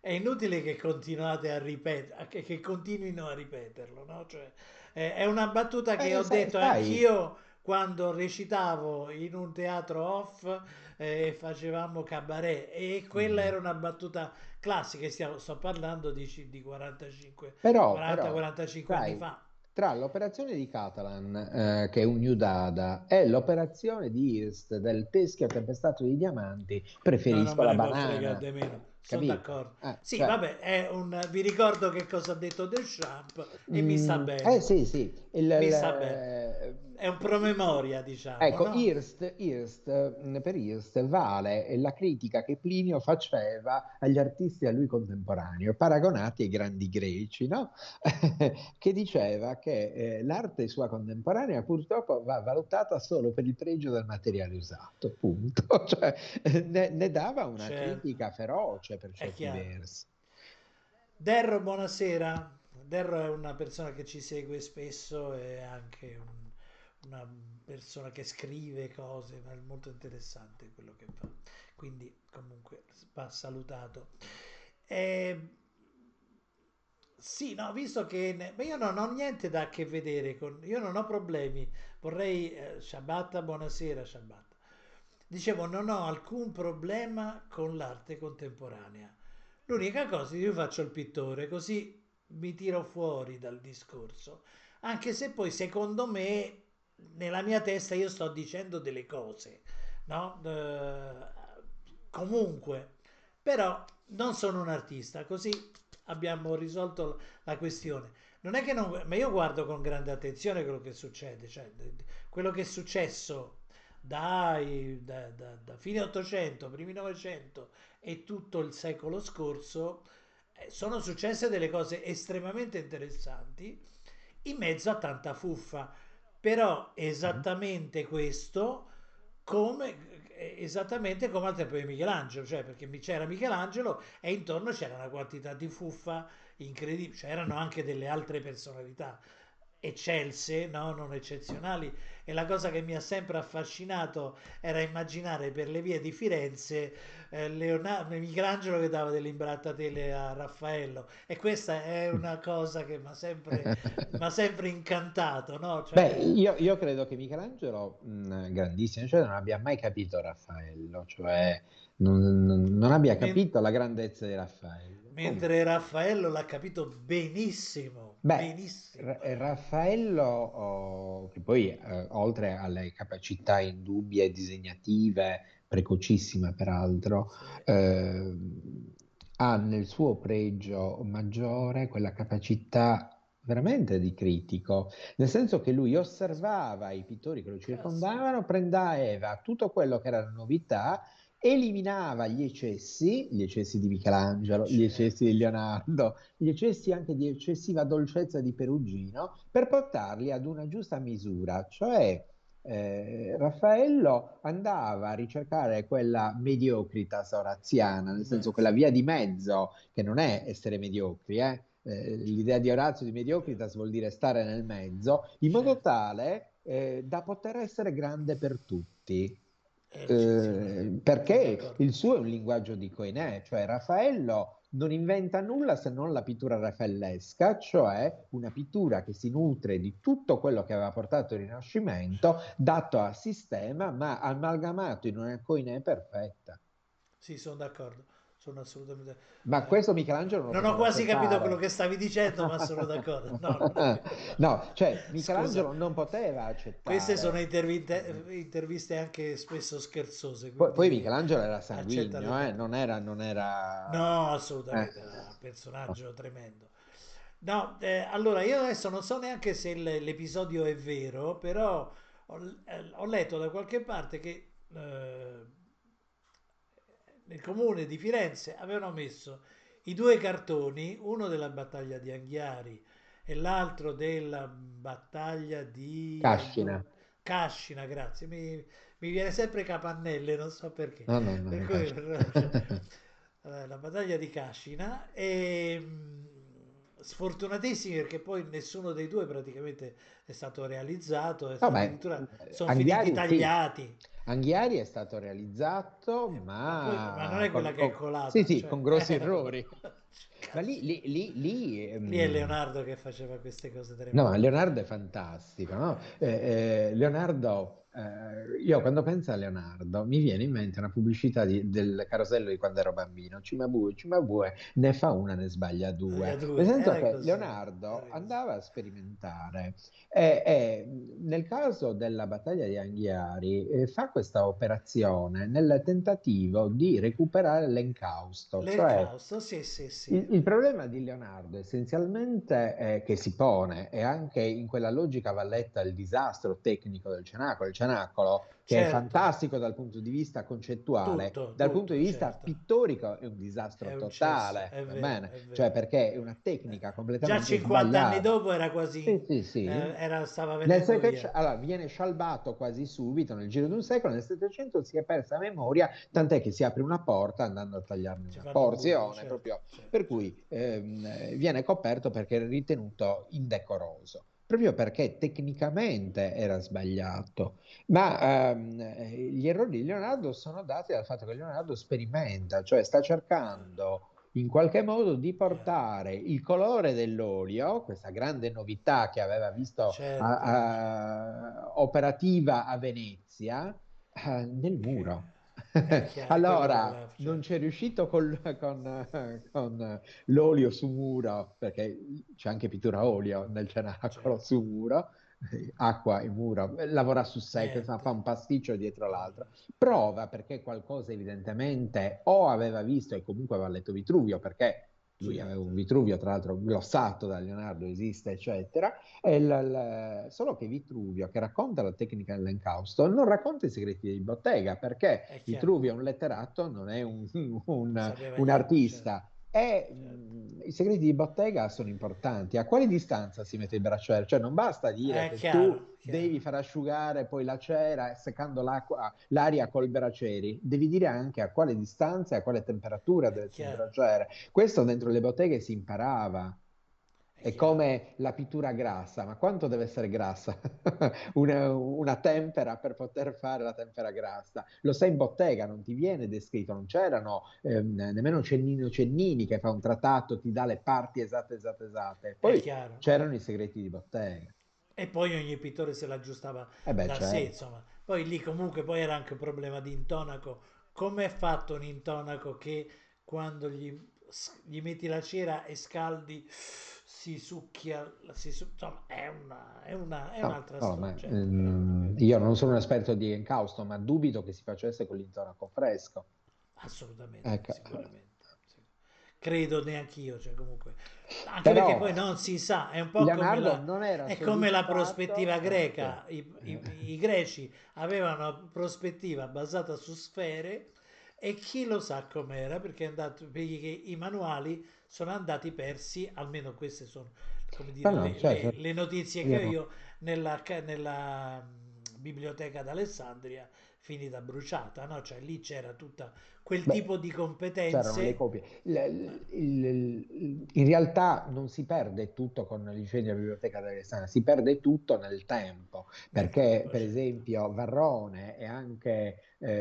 è inutile che continuate a ripetere, che, che continuino a ripeterlo, no? Cioè, è, è una battuta che Eh, ho sai, detto sai, anch'io quando recitavo in un teatro off eh, e facevamo cabaret, e quella mm, era una battuta classica. Stiamo, sto parlando di, ci- di quarantacinque, però, quaranta però, quarantacinque anni sai, fa. tra l'operazione di Catalan, eh, che è un new dada, e l'operazione di Hearst del teschio tempestato di diamanti, No, non preferisco me la ne può fregare banana, di meno, sono capito? d'accordo. Eh, Sì, cioè, vabbè, è un, vi ricordo che cosa ha detto Deschamps e mi sta mm, eh bene, sì, sì, il, mi il, sta bene. eh, È un promemoria, diciamo, ecco, no? Hearst, Hearst, mh, per Hearst vale la critica che Plinio faceva agli artisti a lui contemporaneo, paragonati ai grandi greci, no? Che diceva che eh, l'arte sua contemporanea purtroppo va valutata solo per il pregio del materiale usato, punto. Cioè, ne, ne dava una Certo, critica feroce per è certi chiaro. versi. Derro, buonasera. Derro è una persona che ci segue spesso, è anche un- una persona che scrive cose, ma è molto interessante quello che fa. Quindi comunque va salutato. Eh, sì, no, visto che ne- ma io non ho niente da che vedere con, io non ho problemi. Vorrei, eh, Shabbat, buonasera Shabbat. Dicevo, non ho alcun problema con l'arte contemporanea. L'unica cosa, io faccio il pittore, così mi tiro fuori dal discorso. Anche se poi, secondo me, nella mia testa io sto dicendo delle cose, no? Eh, comunque, però non sono un artista, così abbiamo risolto la questione. Non è che non, ma io guardo con grande attenzione quello che succede, cioè quello che è successo dai, da, da, da fine ottocento, primi novecento e tutto il secolo scorso, eh, sono successe delle cose estremamente interessanti in mezzo a tanta fuffa. Però Mhm. esattamente questo come, esattamente come al tempo di Michelangelo, cioè perché c'era Michelangelo e intorno c'era una quantità di fuffa incredibile, c'erano anche delle altre personalità eccelse, no? Non eccezionali, e la cosa che mi ha sempre affascinato era immaginare per le vie di Firenze eh, Leonardo, Michelangelo che dava delle imbrattatele a Raffaello, e questa è una cosa che mi ha sempre, m'ha sempre incantato, no? Beh, Cioè, io, io credo che Michelangelo, mh, grandissimo, cioè non abbia mai capito Raffaello, cioè non, non- non abbia men- capito la grandezza di Raffaello. Comunque, mentre Raffaello l'ha capito benissimo, beh, benissimo. Ra- Raffaello, oh, che poi eh, oltre alle capacità indubbie disegnative, precocissime peraltro, Sì, eh, ha nel suo pregio maggiore quella capacità veramente di critico, nel senso che lui osservava i pittori che lo caspita. circondavano, prendeva tutto quello che era novità, eliminava gli eccessi, gli eccessi di Eh Michelangelo, gli eccessi certo, di certo. Leonardo, gli eccessi anche di eccessiva dolcezza di Perugino, per portarli ad una giusta misura, cioè eh, Raffaello andava a ricercare quella mediocritas oraziana, nel senso Beh, quella sì, via di mezzo che non è essere mediocri, eh. Eh, l'idea di Orazio di mediocritas vuol dire stare nel mezzo, in modo certo, tale eh, da poter essere grande per tutti. è eccezionale, Eh, sono perché d'accordo. il suo è un linguaggio di Koiné, cioè Raffaello non inventa nulla se non la pittura raffaellesca, cioè una pittura che si nutre di tutto quello che aveva portato il Rinascimento, dato a sistema, ma amalgamato in una Koiné perfetta. Sì, sono d'accordo, sono assolutamente... Ma eh, questo Michelangelo non lo non ho poteva quasi capito quello accettare. che stavi dicendo, ma sono d'accordo. No, non ho capito. No, cioè Scusa, Michelangelo non poteva queste sono accettare. intervinte- interviste anche spesso scherzose, Poi, poi quindi Michelangelo era accetta le sanguigno, eh, battute. non era, non era... No, eh. assolutamente, era un personaggio tremendo. No, eh, allora io adesso non so neanche se il- l'episodio è vero, però ho, eh, ho letto da qualche parte che eh, nel comune di Firenze avevano messo i due cartoni, uno della battaglia di Anghiari e l'altro della battaglia di Cascina. aiuto, Cascina, grazie, mi, mi viene sempre Capannelle, non so perché. No, no, no, Per è cui Cascina. eh, la battaglia di Cascina e mh, sfortunatissimi perché poi nessuno dei due praticamente è stato realizzato, e No, ma addirittura eh, sono finiti Anghiari sì, tagliati. Anghiari è stato realizzato, Eh, ma poi ma non ma è quella con, che è con- sì, colata, sì, con cioè, grossi eh, errori. Ma lì, cazzo. lì, lì, lì, Lì è ehm, Leonardo che faceva queste cose no, ma tremende. Leonardo è fantastico, no? Eh, Eh, eh, Leonardo, eh, io quando penso a Leonardo mi viene in mente una pubblicità di- del carosello di quando ero bambino, Cimabue, Cimabue, ne fa una, ne sbaglia gli due. Nel due, senso era che così, Leonardo era così. andava a sperimentare e, e nel caso della battaglia di Anghiari eh, fa questa operazione nel tentativo di recuperare l'encausto, cioè L'Elcausto, sì, sì, sì. il, il problema di Leonardo essenzialmente è che si pone, e anche in quella logica valletta il disastro tecnico del cenacolo, il cenacolo che è Certo, fantastico dal punto di vista concettuale, tutto, dal punto di tutto, vista certo. pittorico è un È disastro un cesso, totale, è va vero, bene? è Cioè vero. perché è una Eh, tecnica Già completamente cinquanta anni sbagliata. dopo era Sì, quasi, sì, sì. eh, era, stava Nel venendo via. settecento, allora, viene scialbato quasi subito nel giro di un secolo, nel Settecento si è persa memoria, tant'è che si apre una porta andando a tagliarne Ci una fanno un buco, porzione, certo, proprio certo, per cui certo. ehm, eh, viene coperto perché era ritenuto indecoroso, proprio perché tecnicamente era sbagliato. Ma ehm, eh, gli errori di Leonardo sono dati dal fatto che Leonardo sperimenta, cioè sta cercando in qualche modo di Chiaro. portare il colore dell'olio, questa grande novità che aveva visto a- Certo, certo. a- operativa a Venezia, eh, nel Che muro. è chiaro, quello lo Allora, voleva, non certo. c'è riuscito col- con, con l'olio su muro, perché c'è anche pittura a olio nel cenacolo Certo. su muro, acqua e muro, lavora su secco, insomma, fa Niente. un pasticcio dietro Mm. l'altro. Prova perché qualcosa evidentemente o aveva visto e comunque aveva letto Vitruvio, perché lui aveva Certo. un Vitruvio, tra l'altro glossato da Leonardo, esiste, eccetera. E il- il- solo che Vitruvio, che racconta la tecnica dell'encausto, non racconta i segreti di bottega, perché È chiaro. Vitruvio è un letterato, non è un, Non un- sapeva un niente, certo. artista. E Certo. mh, i segreti di bottega sono importanti. A quale distanza si mette il bracciere? Cioè, non basta dire È che tu chiaro, chiaro. devi far asciugare poi la cera seccando l'acqua, l'aria col bracieri. Devi dire anche a quale distanza e a quale temperatura È deve essere il chiaro, braciere. Questo dentro le botteghe si imparava. è È chiaro. come la pittura grassa, ma quanto deve essere grassa? Una, una tempera per poter fare la tempera grassa. Lo sai in bottega, non ti viene descritto, non c'erano ehm, nemmeno Cennino Cennini che fa un trattato, ti dà le parti esatte, esatte, esatte. È Poi chiaro. c'erano i segreti di bottega. E poi ogni pittore se l'aggiustava E beh, da sé, certo. insomma. Poi lì comunque poi era anche un problema di intonaco. Come è fatto un intonaco che quando gli, gli metti la cera e scaldi si succhia, si su- insomma, è una, è una, è No, un'altra no, storia, ma, certo, è una- ehm, io non sono un esperto di encausto, ma dubito che si facesse con l'intonaco fresco. assolutamente, Ecco. sicuramente. Sì. Credo neanch'io, cioè comunque. Anche perché Però poi non si sa, è un po' come Leonardo la, non era è come la soddisfatto, prospettiva ah, sì. greca. I, i- i greci avevano una prospettiva basata su sfere e chi lo sa com'era, perché è andato, perché i manuali sono andati persi, almeno queste sono, come No, dire, no, le, le- certo, le notizie che ho io- io nella, ca- nella mh, biblioteca d'Alessandria finita bruciata, no? Cioè lì c'era tutto quel beh, tipo di c'erano le competenze. copie. Il- eh, il- il- in realtà non si perde tutto con l'incendio della biblioteca d'Alessandria, si perde tutto nel tempo, Nel perché tempo, per certo. esempio Varrone e anche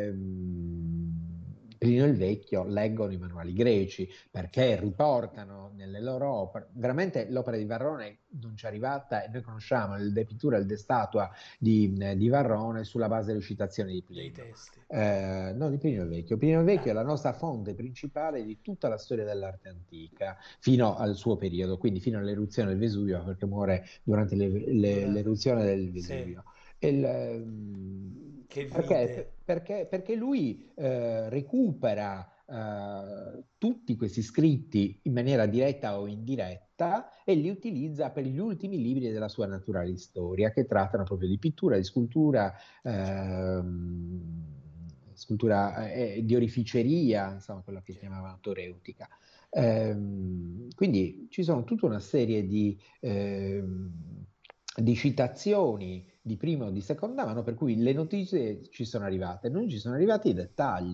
ehm, Plinio il Vecchio leggono i manuali greci, perché Certo, riportano nelle loro opere, veramente l'opera di Varrone non ci è arrivata e noi conosciamo il De Pittura e il De Statua di, di Varrone sulla base delle citazioni di dei Plinio. testi, certo. Eh, no, di Plinio il Vecchio. Plinio il Vecchio Ah, è la nostra fonte principale di tutta la storia dell'arte antica, fino al suo periodo, quindi fino all'eruzione del Vesuvio, perché muore durante le- le- durante... l'eruzione del Sì, Vesuvio. Il, ehm, che perché? vide. Perché, perché lui eh, recupera eh, tutti questi scritti in maniera diretta o indiretta e li utilizza per gli ultimi libri della sua naturale storia, che trattano proprio di pittura, di scultura, Certo, ehm, scultura eh, di orificeria, insomma, quello che certo. chiamavano toreutica. Ehm, quindi ci sono tutta una serie di, ehm, di citazioni di prima o di seconda mano, per cui le notizie ci sono arrivate, non ci sono arrivati i dettagli.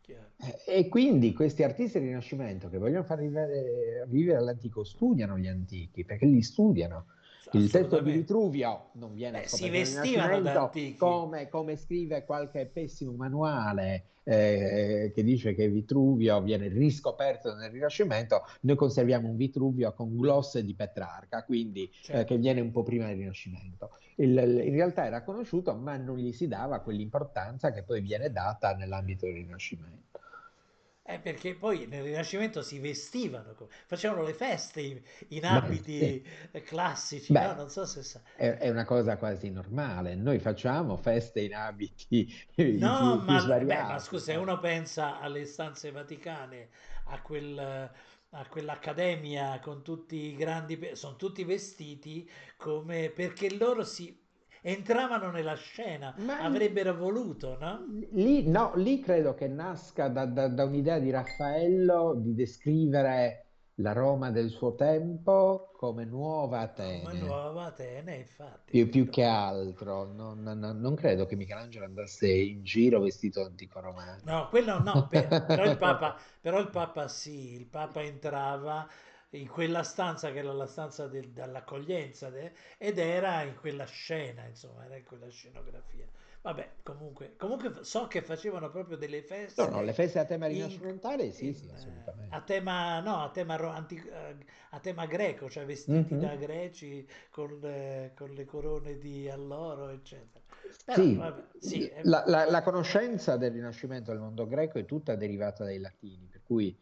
chiaro. Eh, E quindi questi artisti del Rinascimento che vogliono far vivere, vivere l'antico studiano gli antichi, perché li studiano. Il testo di Assolutamente. Vitruvio non viene Beh, si scoperto nel vestivano da Rinascimento, antichi. come, come scrive qualche pessimo manuale eh, che dice che Vitruvio viene riscoperto nel Rinascimento. Noi conserviamo un Vitruvio con glosse di Petrarca, quindi eh, che Certo. viene un po' prima del Rinascimento. Il- in realtà era conosciuto, ma non gli si dava quell'importanza che poi viene Certo. data nell'ambito del Rinascimento. Eh, perché poi nel Rinascimento si vestivano, co- facevano le feste in, in Beh, sì. abiti eh, classici, no? Beh, Non so se sa. è, è una cosa quasi normale. Noi facciamo feste in abiti i No, più, più ma, beh, ma svariati. scusa, se eh. uno pensa alle stanze vaticane, a quel, a quell'accademia con tutti i grandi, pe- sono tutti vestiti come perché loro si entravano nella scena, Ma avrebbero voluto, no? lì, no, lì credo che nasca da, da- da un'idea di Raffaello di descrivere la Roma del suo tempo come nuova Come Atene. nuova Atene, infatti, Più, più capito? che altro, non, non- non credo che Michelangelo andasse in giro vestito antico romano. No, quello no, per- però il Papa, però il Papa sì, il Papa entrava in quella stanza che era la stanza del- dell'accoglienza de- ed era in quella scena, insomma, era in quella scenografia. Vabbè, comunque, comunque so che facevano proprio delle No, no, le feste feste a tema in- rinascimentale, sì, sì, in, eh, a assolutamente. tema, no, a tema, ro- anti- eh, a tema greco, cioè vestiti da Mhm. greci con, le- con le corone di alloro, eccetera. Però, Sì, vabbè, sì, è- la, la- la conoscenza del Rinascimento del mondo greco è tutta derivata dai latini, per cui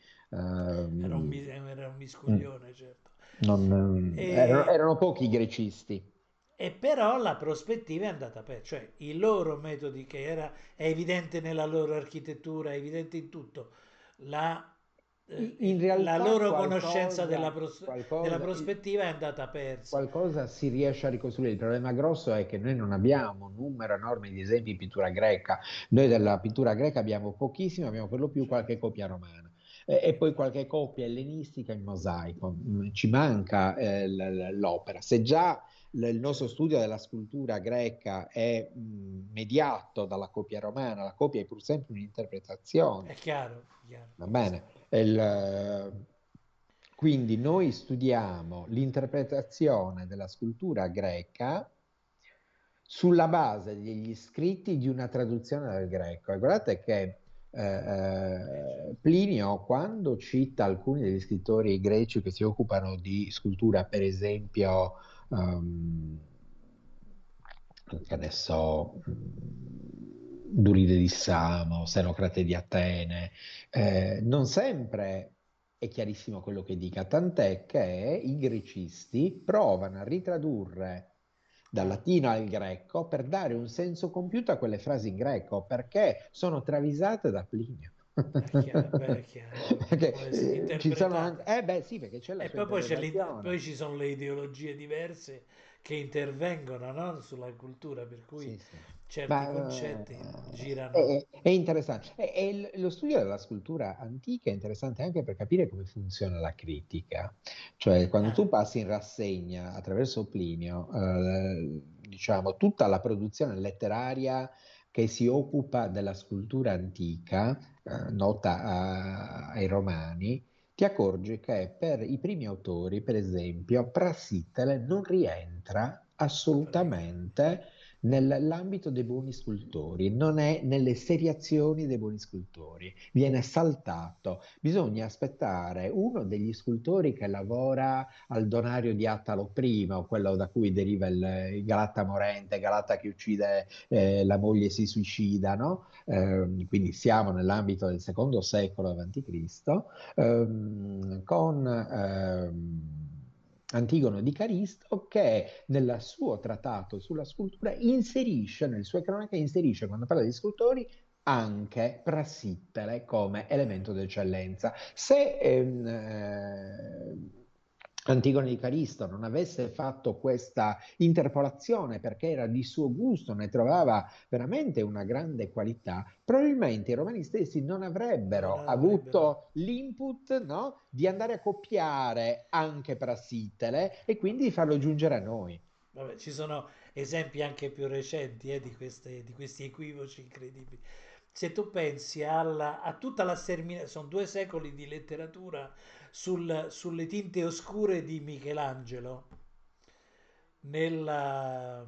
era un, ehm, mis- era un mm, miscuglione, certo. non- erano, E, erano pochi i grecisti. e però la prospettiva è andata per, cioè i loro metodi, che era, è evidente nella loro architettura, è evidente in tutto, la, I- eh, In il- la realtà loro conoscenza della, qualcosa, pros- della qualcosa, il- prospettiva è andata persa. qualcosa si riesce a ricostruire. Il problema grosso è che noi non abbiamo un numero enorme di esempi di pittura greca. Noi della pittura greca abbiamo pochissimo, abbiamo per lo più qualche Certo, copia romana e, e poi qualche copia ellenistica in mosaico. Mm, Ci manca eh, l- l- l'opera. Se già l- il nostro certo, studio della scultura greca è mm, mediato dalla copia romana, la copia è pur sempre un'interpretazione. è chiaro, chiaro. Va bene. Il, eh, quindi noi studiamo l'interpretazione della scultura greca sulla base degli scritti di una traduzione dal greco. E guardate che eh, Eh, eh, certo. Plinio, quando cita alcuni degli scrittori greci che si occupano di scultura, per esempio, ehm, che ne so, Duride di Samo, Senocrate di Atene, eh, non sempre è chiarissimo quello che dica, tant'è che i grecisti provano a ritradurre dal Ah, latino al greco per dare un senso compiuto a quelle frasi in greco, perché sono travisate da Plinio. è chiaro, beh, è chiaro, non Perché possono essere eh, ci sono anche... interpretate. Eh beh sì, perché c'è la E sua poi, poi, c'è l'ide- interpretazione. poi ci sono le ideologie diverse che intervengono, no? Sulla cultura, per cui Sì, sì. certi Ma concetti eh, girano. è, è interessante. E, e il- lo studio della scultura antica è interessante anche per capire come funziona la critica. Cioè, quando tu Ah, passi in rassegna attraverso Plinio, eh, diciamo, tutta la produzione letteraria che si occupa della scultura antica, eh, nota a- ai Romani, ti accorgi che per i primi autori, per esempio, Prassitele non rientra praticamente. assolutamente nell'ambito dei buoni scultori, non è nelle seriazioni dei buoni scultori, viene saltato. Bisogna aspettare uno degli scultori che lavora al donario di Attalo I, o quello da cui deriva il, il Galata morente, Galata che uccide eh, la moglie e si suicida, no? Eh, quindi siamo nell'ambito del secondo secolo avanti Cristo, ehm, con ehm, Antigono di Caristo che nel suo trattato sulla scultura inserisce, nelle sue cronache, inserisce, quando parla di scultori, anche Prassitele come elemento d'eccellenza. Se ehm, eh, Antigone di Caristo non avesse fatto questa interpolazione perché era di suo gusto, ne trovava veramente una grande qualità, probabilmente i romani stessi non Non avrebbero avrebbero. avuto l'input, no, di andare a copiare anche Prassitele e quindi di farlo giungere a noi. Vabbè, ci sono esempi anche più recenti eh, di queste- di questi equivoci incredibili. se tu pensi alla- a tutta la sterminazione, sono due secoli di letteratura sul- sulle tinte oscure di Michelangelo nella,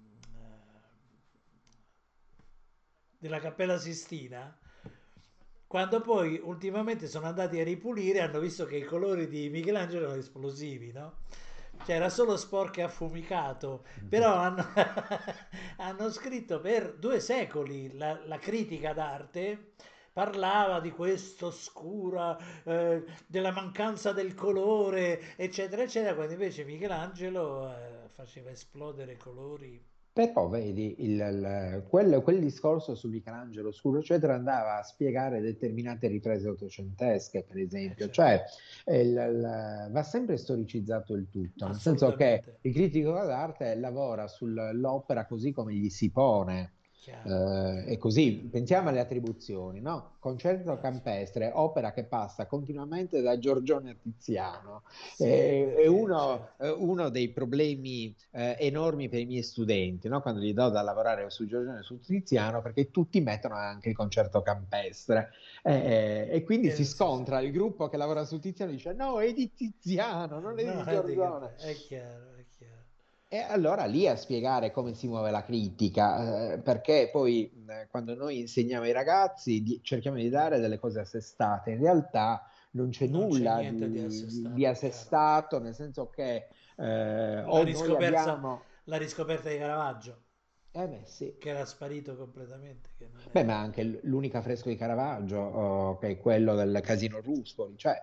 della Cappella Sistina, quando poi ultimamente sono andati a ripulire, hanno visto che i colori di Michelangelo erano esplosivi, no? Cioè era solo sporco e affumicato, però hanno, hanno scritto per due secoli la, la critica d'arte parlava di questo oscura, eh, della mancanza del colore, eccetera, eccetera, quando invece Michelangelo eh, faceva esplodere colori. Però vedi, il, il- quel, quel discorso su Michelangelo Scuro, eccetera, andava a spiegare determinate riprese ottocentesche, per Eh, esempio. certo, Cioè, eh, il- il- va sempre storicizzato il tutto, nel senso che assolutamente, il critico d'arte lavora sull'opera così come gli si pone. chiaro, Eh, e chiaro, così chiaro. pensiamo alle attribuzioni, no? Concerto Ah, sì. campestre, opera che passa continuamente da Giorgione a Tiziano. Sì, Eh, è perché uno, certo, eh, uno dei problemi eh, enormi per i miei studenti, no? Quando gli do da lavorare su Giorgione e su Tiziano, perché tutti mettono anche il concerto campestre. Eh, e quindi si eh, sì, sì. scontra il gruppo che lavora su Tiziano, dice no, è di Tiziano, non è No, di è, di Giorgione. capo- è chiaro, è chiaro. E allora lì a spiegare come si muove la critica, eh, perché poi mh, quando noi insegniamo ai ragazzi di- cerchiamo di dare delle cose assestate, in realtà non c'è Non c'è nulla niente di di, di- di assestato, chiaro. assestato, nel senso che eh, La o noi riscoperta, abbiamo... la riscoperta di Caravaggio, Eh beh sì, che era sparito completamente, che non beh è... ma anche l- l'unica fresco di Caravaggio, oh, che è quello del Casino Ruspoli, cioè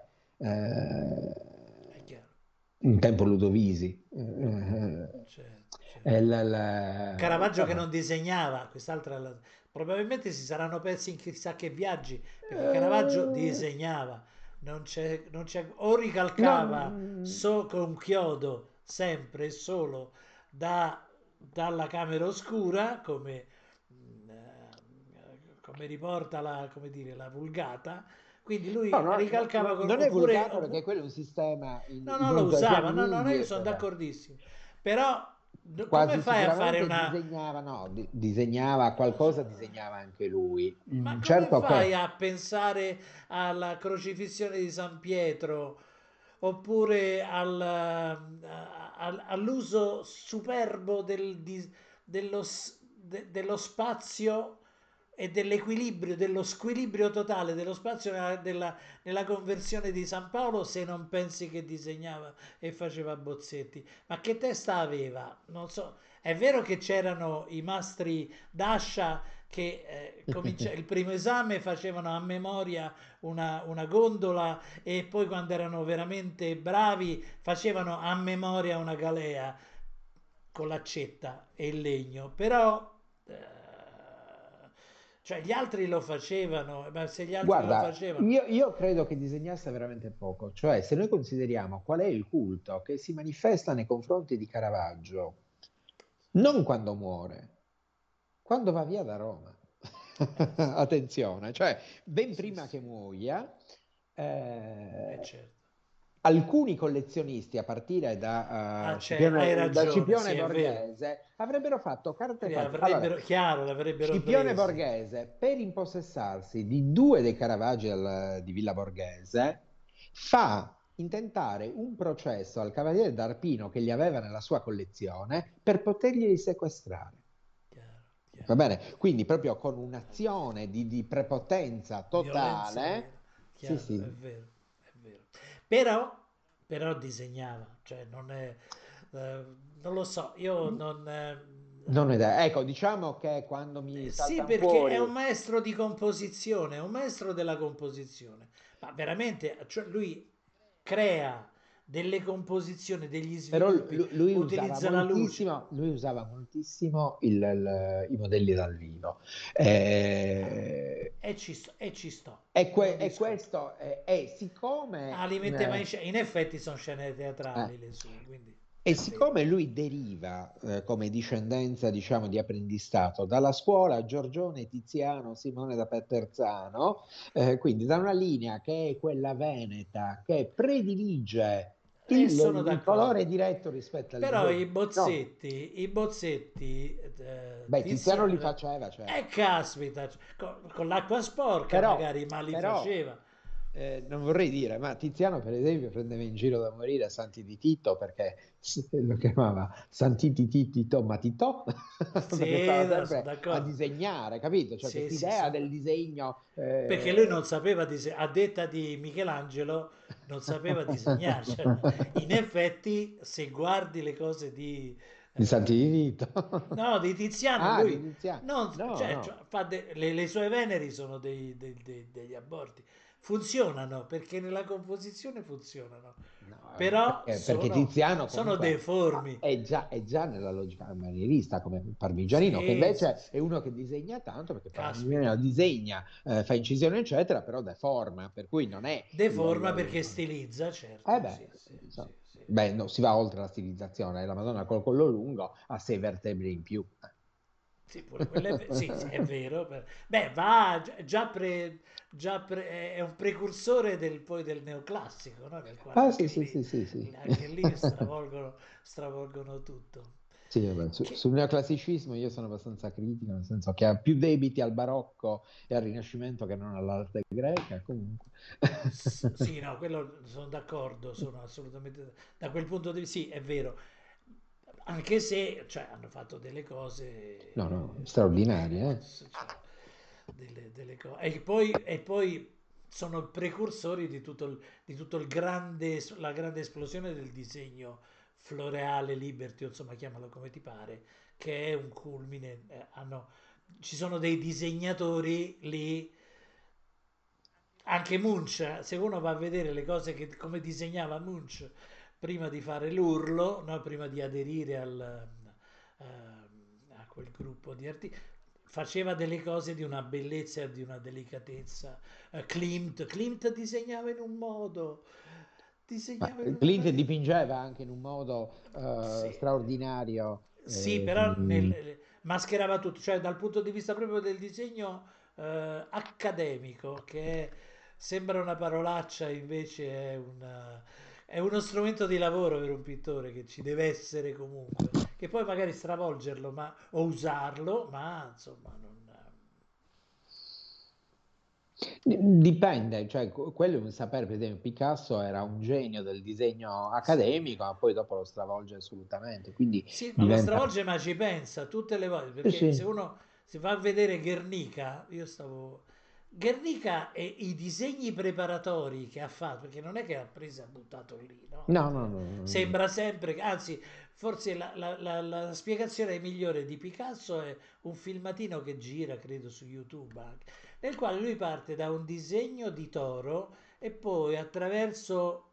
È eh, chiaro, un tempo Ludovisi. eh, eh, certo, eh, certo. l- l- Caravaggio che vabbè. non disegnava, quest'altra... la- Probabilmente si saranno persi in chissà che viaggi, perché Caravaggio Eh, disegnava, non c'è, non c'è, o no, ricalcava mm, so, con chiodo, sempre e solo da- dalla camera oscura, come, mm, eh, come riporta la, come dire, la Vulgata, quindi no, lui no, no, ricalcava, no, con- non è oppure, vulgata oppu- perché quello è un sistema in, no, in no, lo uso ai usava, no, no, no, fiamminghi, io sono eccetera. d'accordissimo, però d- come Quasi fai a fare sicuramente una... disegnava, no, di- disegnava non so, qualcosa, disegnava anche lui. ma Mm, come certo fai che a pensare alla crocifissione di San Pietro oppure al- al- all'uso superbo del- di- dello, s- de- dello spazio e dell'equilibrio, dello squilibrio totale dello spazio nella, della- nella conversione di San Paolo se non pensi che disegnava e faceva bozzetti? Ma che testa aveva? Non so. È vero che c'erano i mastri d'ascia che eh, comincia- il primo esame facevano a memoria una, una gondola e poi quando erano veramente bravi facevano a memoria una galea con l'accetta e il legno, però eh, cioè gli altri lo facevano, ma se gli altri lo Guarda, facevano, io, io credo che disegnasse veramente poco, cioè se noi consideriamo qual è il culto che si manifesta nei confronti di Caravaggio, non quando muore, quando va via da Roma. eh, sì, Attenzione, cioè ben sì, prima che sì, muoia, è eh, certo. alcuni collezionisti, a partire da, Ah, eh, c'è, hai Scipione, da ragione, sì, Scipione è vero. Borghese, avrebbero fatto carte Li fatte. Allora, avrebbero, chiaro, l'avrebbero Scipione presi. Borghese, per impossessarsi di due dei Caravaggi del- di Villa Borghese, fa intentare un processo al cavaliere d'Arpino che li aveva nella sua collezione per poterglieli sequestrare. Chiaro, Va chiaro. bene? Quindi proprio con un'azione di, di prepotenza Violenza totale. vera, Sì, chiaro, è sì. vero, è vero. Però, però disegnava, cioè non è, eh, non lo so, io non... Non ho eh, idea. Ecco, diciamo che quando mi eh, sì, saltano perché è un fuori maestro di composizione, è un maestro della composizione, ma veramente, cioè lui crea delle composizioni, degli però sviluppi, lu- lui usava utilizza la luce. moltissimo, lui usava moltissimo il- il- i modelli dal vivo. Ah, Eh, e ci sto, e ci sto, e, que- non e discuto. questo è, è siccome, Ah, li mette mai in eh, scena. In effetti sono scene eh, teatrali le sue, quindi e è vero. siccome lui deriva eh, come discendenza, diciamo, di apprendistato dalla scuola Giorgione, Tiziano, Simone da Petterzano, eh, quindi da una linea che è quella veneta che predilige e Il, sono il colore è d'accordo. diretto rispetto al Però disegno. i No, bozzetti, i bozzetti, eh, beh, Tiziano li Tiziano, faceva, certo. e caspita, con, con l'acqua sporca Però, magari, ma li però faceva. eh, non vorrei dire, ma Tiziano, per esempio, prendeva in giro da morire Santi di Tito perché s- lo chiamava Santi di Tito Matito, perché Sì, stava no, sono sempre a d'accordo. disegnare, capito? Cioè, Sì, sì, quest'idea sono del d'accordo. disegno. Perché lui eh, non sapeva disegnare, a detta di Michelangelo, non sapeva disegnare. Cioè, in effetti, se guardi le cose di, di eh, Santi di- di Tito. no, di Tiziano, Ah, di lui Tiziano. non, No, cioè, cioè, no. fa de- le, le sue Veneri sono dei- dei- dei- degli aborti. Funzionano perché nella composizione funzionano, No, però perché, perché sono, Tiziano sono comunque ah, deformi. è già, è già nella logica manierista come Parmigianino, che Sì, sì, invece sì. è uno che disegna tanto, perché Parmigianino Caspita. disegna, eh, fa incisione, eccetera, però deforma, per cui non è il... Deforma il- perché stilizza, Eh certo. Sì, beh, sì, insomma, sì, sì. beh, no, si va oltre la stilizzazione, la Madonna col collo lungo ha sei vertebre in più. Sì, pure quello è, ve- sì, sì, è vero. per- Beh, va già, già pre- già pre- è un precursore del, poi del neoclassico, no? Nel quale Ah, anche sì, sì, lì, sì, sì, sì. anche lì stravolgono, stravolgono tutto. Sì, vabbè, su- Che, sul neoclassicismo io sono abbastanza critico, nel senso che ha più debiti al barocco e al Rinascimento che non all'arte greca, comunque. s- sì, no, quello sono d'accordo, sono assolutamente... Da quel punto di vista, sì, è vero. Anche se, cioè, hanno fatto delle No, no, cose... straordinarie, eh? s- cioè, delle, delle cose... E poi, e poi sono precursori di tutto il, di tutto il grande, la grande esplosione del disegno floreale, liberty, o insomma, chiamalo come ti pare, che è un culmine. eh, hanno, ci sono dei disegnatori lì, anche Munch, se uno va a vedere le cose che, come disegnava Munch prima di fare l'urlo, no? Prima di aderire al, eh, a quel gruppo di artisti, faceva delle cose di una bellezza e di una delicatezza. Eh, Klimt, Klimt disegnava in un modo, Ma disegnava in eh, una Clint maniera... dipingeva anche in un modo Sì, eh, straordinario. sì, eh, però mm, nel- mascherava tutto, cioè dal punto di vista proprio del disegno eh, accademico, che è- sembra una parolaccia, invece è, una- è uno strumento di lavoro per un pittore che ci deve essere comunque, che poi magari stravolgerlo ma, o usarlo, ma insomma non... Dipende, cioè que- quello è un sapere, per esempio Picasso era un genio del disegno Sì. accademico, ma poi dopo lo stravolge assolutamente, quindi Sì, ma lo diventa... stravolge, ma ci pensa tutte le volte, Sì, perché se sì. uno si va a vedere Guernica, io stavo... Guernica e i disegni preparatori che ha fatto, perché non è che ha preso e ha buttato lì, no? No, no, no, no, no. Sembra sempre, che- anzi, forse la, la- la- la spiegazione migliore di Picasso è un filmatino che gira, credo, su YouTube anche, nel quale lui parte da un disegno di toro e poi attraverso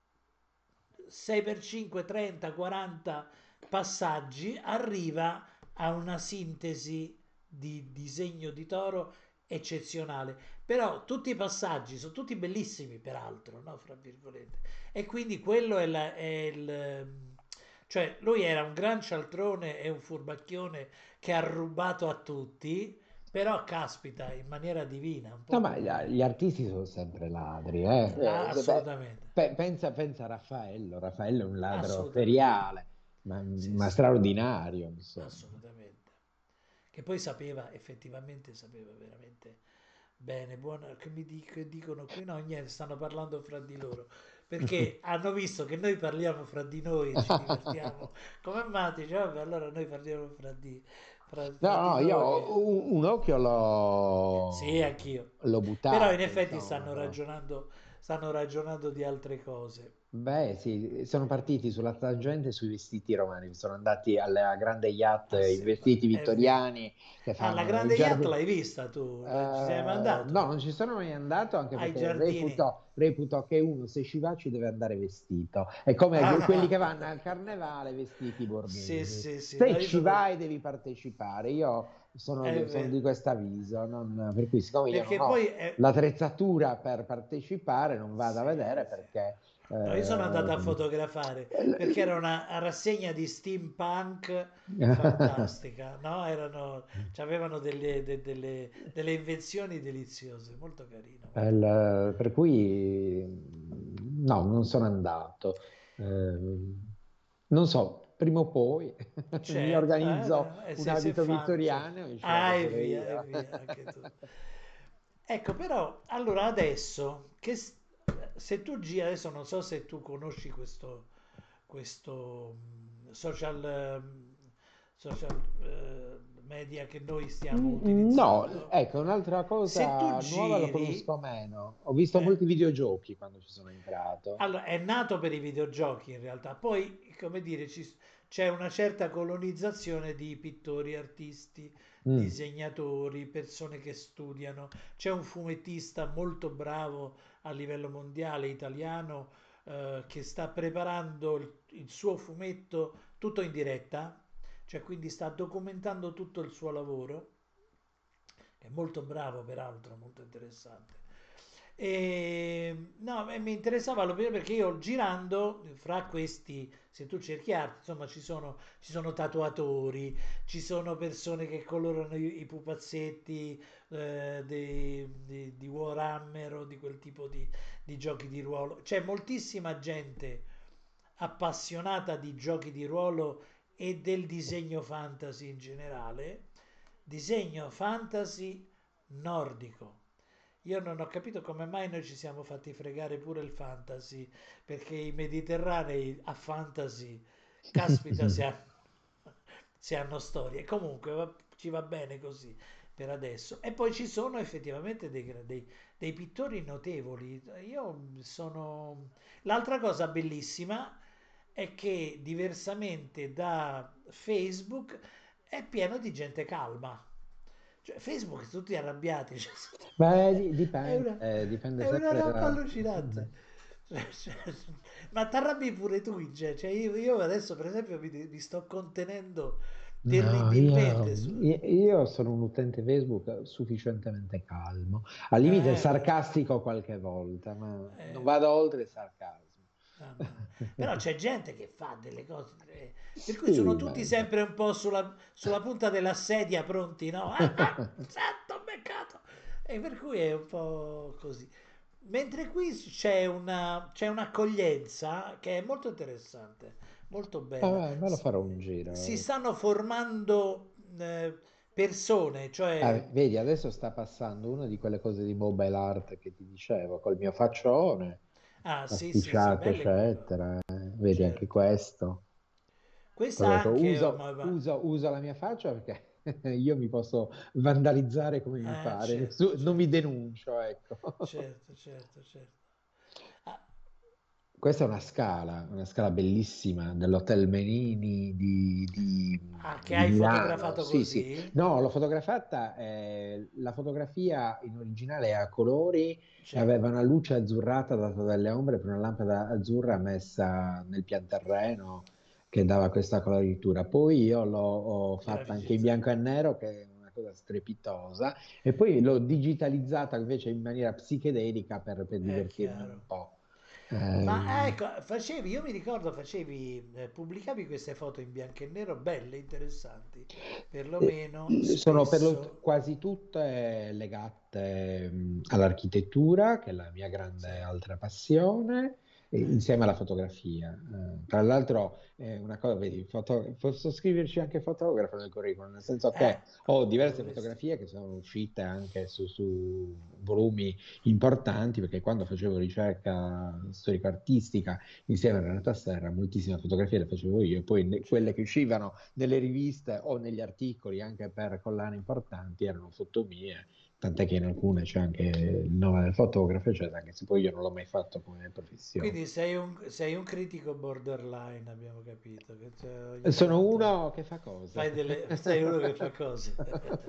sei per cinque, trenta, quaranta passaggi arriva a una sintesi di disegno di toro eccezionale. Però tutti i passaggi sono tutti bellissimi, peraltro, no? Fra virgolette. E quindi quello è, la- è il... Cioè, lui era un gran cialtrone e un furbacchione che ha rubato a tutti, però caspita, in maniera divina, un No, po' ma gli, come... gli artisti sono sempre ladri, eh. La, Eh, se- beh, assolutamente, pe- pensa, pensa a Raffaello, Raffaello è un ladro assolutamente. seriale, ma, Sì, ma sì. straordinario, insomma. Assolutamente. Che poi sapeva, effettivamente sapeva veramente bene. Buona, che mi dic- che dicono qui? No, niente, stanno parlando fra di loro. Perché hanno visto che noi parliamo fra di noi e ci divertiamo come matti. Dice, vabbè, allora noi parliamo fra di, fra, No, fra di no, io noi. un, un occhio Sì, l'ho anch'io. l'ho Però in buttato, effetti insomma, stanno però. ragionando, stanno ragionando di altre cose. Beh, sì, sono partiti sulla tangente sui vestiti romani, sono andati alla grande yacht, Ah, i sì, ma vestiti è vero. vittoriani che Ah, la fanno i grande yacht giardini. l'hai vista tu? La- Ci sei Eh, no, mandato? non ci sono mai andato anche Ai perché giardini. reputo, reputo che uno se ci va ci deve andare vestito. È come quelli che Ah, vanno al carnevale vestiti sì, borghesi. sì, sì, no, Se io ci sono... vai devi partecipare. Io È sono, sono vero. di questo avviso, non- per cui siccome io non Perché ho poi è... l'attrezzatura per partecipare, non vado a Sì, vedere sì. perché... No, io sono andato a eh, fotografare perché era una rassegna di steampunk eh, fantastica, no? Erano, avevano delle, de- delle, delle invenzioni deliziose, molto carino, molto carino. il- per cui no, non sono andato. Eh, non so, prima o poi mi Certo, organizzo eh, eh, un se, se abito fanno, cioè. vittoriano e ci vado Ah, e pure via, e io. via, anche tu. Ecco, però, allora adesso, che s- se tu giri, adesso non so se tu conosci questo, questo mm, social, ehm, social eh, media che noi stiamo Mm, No, utilizzando. ecco, un'altra Se tu cosa nuova lo giri, conosco meno. Ho visto eh, molti videogiochi quando ci sono entrato. allora, è nato per i videogiochi in realtà, poi, come dire, ci- c'è una certa colonizzazione di pittori, artisti, Mm. disegnatori, persone che studiano. C'è un fumettista molto bravo a livello mondiale, italiano, eh, che sta preparando il, il suo fumetto tutto in diretta, cioè quindi sta documentando tutto il suo lavoro, che è molto bravo peraltro, molto interessante. E, no, e mi interessava l'opinione perché io girando fra questi, se tu cerchi arte, insomma, ci sono, ci sono tatuatori, ci sono persone che colorano i, i pupazzetti eh, di, di- di Warhammer o di quel tipo di, di giochi di ruolo. C'è moltissima gente appassionata di giochi di ruolo e del disegno fantasy in generale, disegno fantasy nordico. Io non ho capito come mai noi ci siamo fatti fregare pure il fantasy, perché i mediterranei a fantasy, caspita, se hanno, se hanno storie. Comunque va- ci va bene così per adesso. E poi ci sono effettivamente dei, gra- dei- dei pittori notevoli. Io sono... L'altra cosa bellissima è che diversamente da Facebook è pieno di gente calma. Cioè, Facebook tutti arrabbiati, cioè, Beh, è, di- è dipende, una, eh, dipende è una sempre roba da... dipende. allucinante. Cioè, cioè, ma t'arrabbi pure tu, in genere. Cioè, io, io adesso per esempio mi, mi sto contenendo No, terribilmente io, su... io sono un utente Facebook sufficientemente calmo, al limite Eh, ma- sarcastico qualche volta, ma non eh, vado oltre il sarcasmo. mamma mia. Però c'è gente che fa delle cose, eh, per cui sono Sì, tutti beh. sempre un po' sulla, sulla punta della sedia, pronti, no? Ah, ah, santo beccato! E per cui è un po' così. Mentre qui c'è una, c'è un'accoglienza che è molto interessante, molto bella. Ah, me lo S- farò un Si giro. stanno formando eh, persone, Ah, cioè... vedi, adesso sta passando una di quelle cose di mobile art che ti dicevo, col mio faccione, Ah, sì, sì, sì, pasticciato, belle quelle cose. eccetera. Eh, Vedi anche Certo. questo. Questa Poi ho detto, anche... uso, ma- ma- uso, uso la mia faccia perché io mi posso vandalizzare come mi eh, pare, certo, Nessu- non mi certo, denuncio, ecco. certo, certo, certo. Ah, Questa è una scala, una scala bellissima dell'Hotel Menini di, di- ah, che di hai Milano. fotografato Sì, sì. così? No, l'ho fotografata, eh, la fotografia in originale è a colori e Sì, aveva una luce azzurrata data dalle ombre per una lampada azzurra messa nel pianterreno che dava questa coloritura. Poi io l'ho ho fatta anche in bianco e meravigliosa. nero, che è una cosa strepitosa, e poi l'ho digitalizzata invece in maniera psichedelica per per È divertirmi un chiaro. po'. Ma Ehm, ecco, facevi, io mi ricordo, facevi, eh, pubblicavi queste foto in bianco e nero, belle, interessanti, eh, perlomeno sono per lo- spesso. quasi tutte legate mh, all'architettura, che è la mia Sì, grande altra passione, e eh, insieme alla fotografia. Eh, tra l'altro, è una cosa, vedi, foto- posso scriverci anche fotografo nel curriculum, nel senso eh, che ho diverse dovresti. fotografie che sono uscite anche su, su volumi importanti, perché quando facevo ricerca storico-artistica insieme a Renata Serra, moltissime fotografie le facevo io, poi ne- quelle che Certo. uscivano nelle riviste o negli articoli anche per collane importanti erano foto mie, tant'è che in alcune c'è anche il nome del fotografo, eccetera, anche se poi io non l'ho mai fatto come professione. Quindi sei un, sei un critico borderline, abbiamo capito, che cioè, ogni Sono tanto uno che fa cose. fai delle... sei uno che fa cose.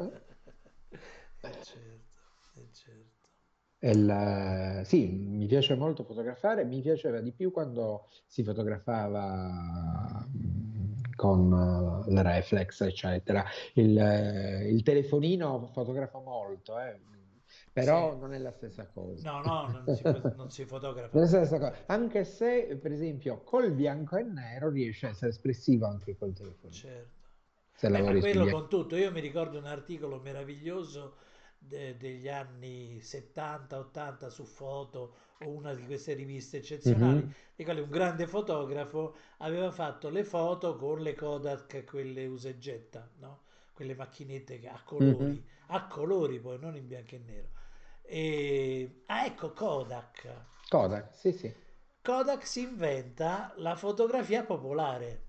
E certo, e certo. E il- sì, mi piace molto fotografare, mi piaceva di più quando si fotografava mh, con eh, le reflex, eccetera. Il, eh, il telefonino fotografa molto, eh, Sì. però non è la stessa cosa. No, no, non si, fa- non si fotografa Non è la bene, stessa cosa. infatti. Anche se, per esempio, col bianco e nero riesce a essere espressivo anche col telefonino, Certo. se Beh, ma lavori sul quello bianco. con tutto. Io mi ricordo un articolo meraviglioso de- degli anni settanta ottanta su Foto o una di queste riviste eccezionali, Mhm, di quale un grande fotografo aveva fatto le foto con le Kodak, quelle usa e getta, no? Quelle macchinette che- a mhm. colori, a colori poi, non in bianco e nero. E... Ah, ecco Kodak. Kodak, sì, sì. Kodak si inventa la fotografia popolare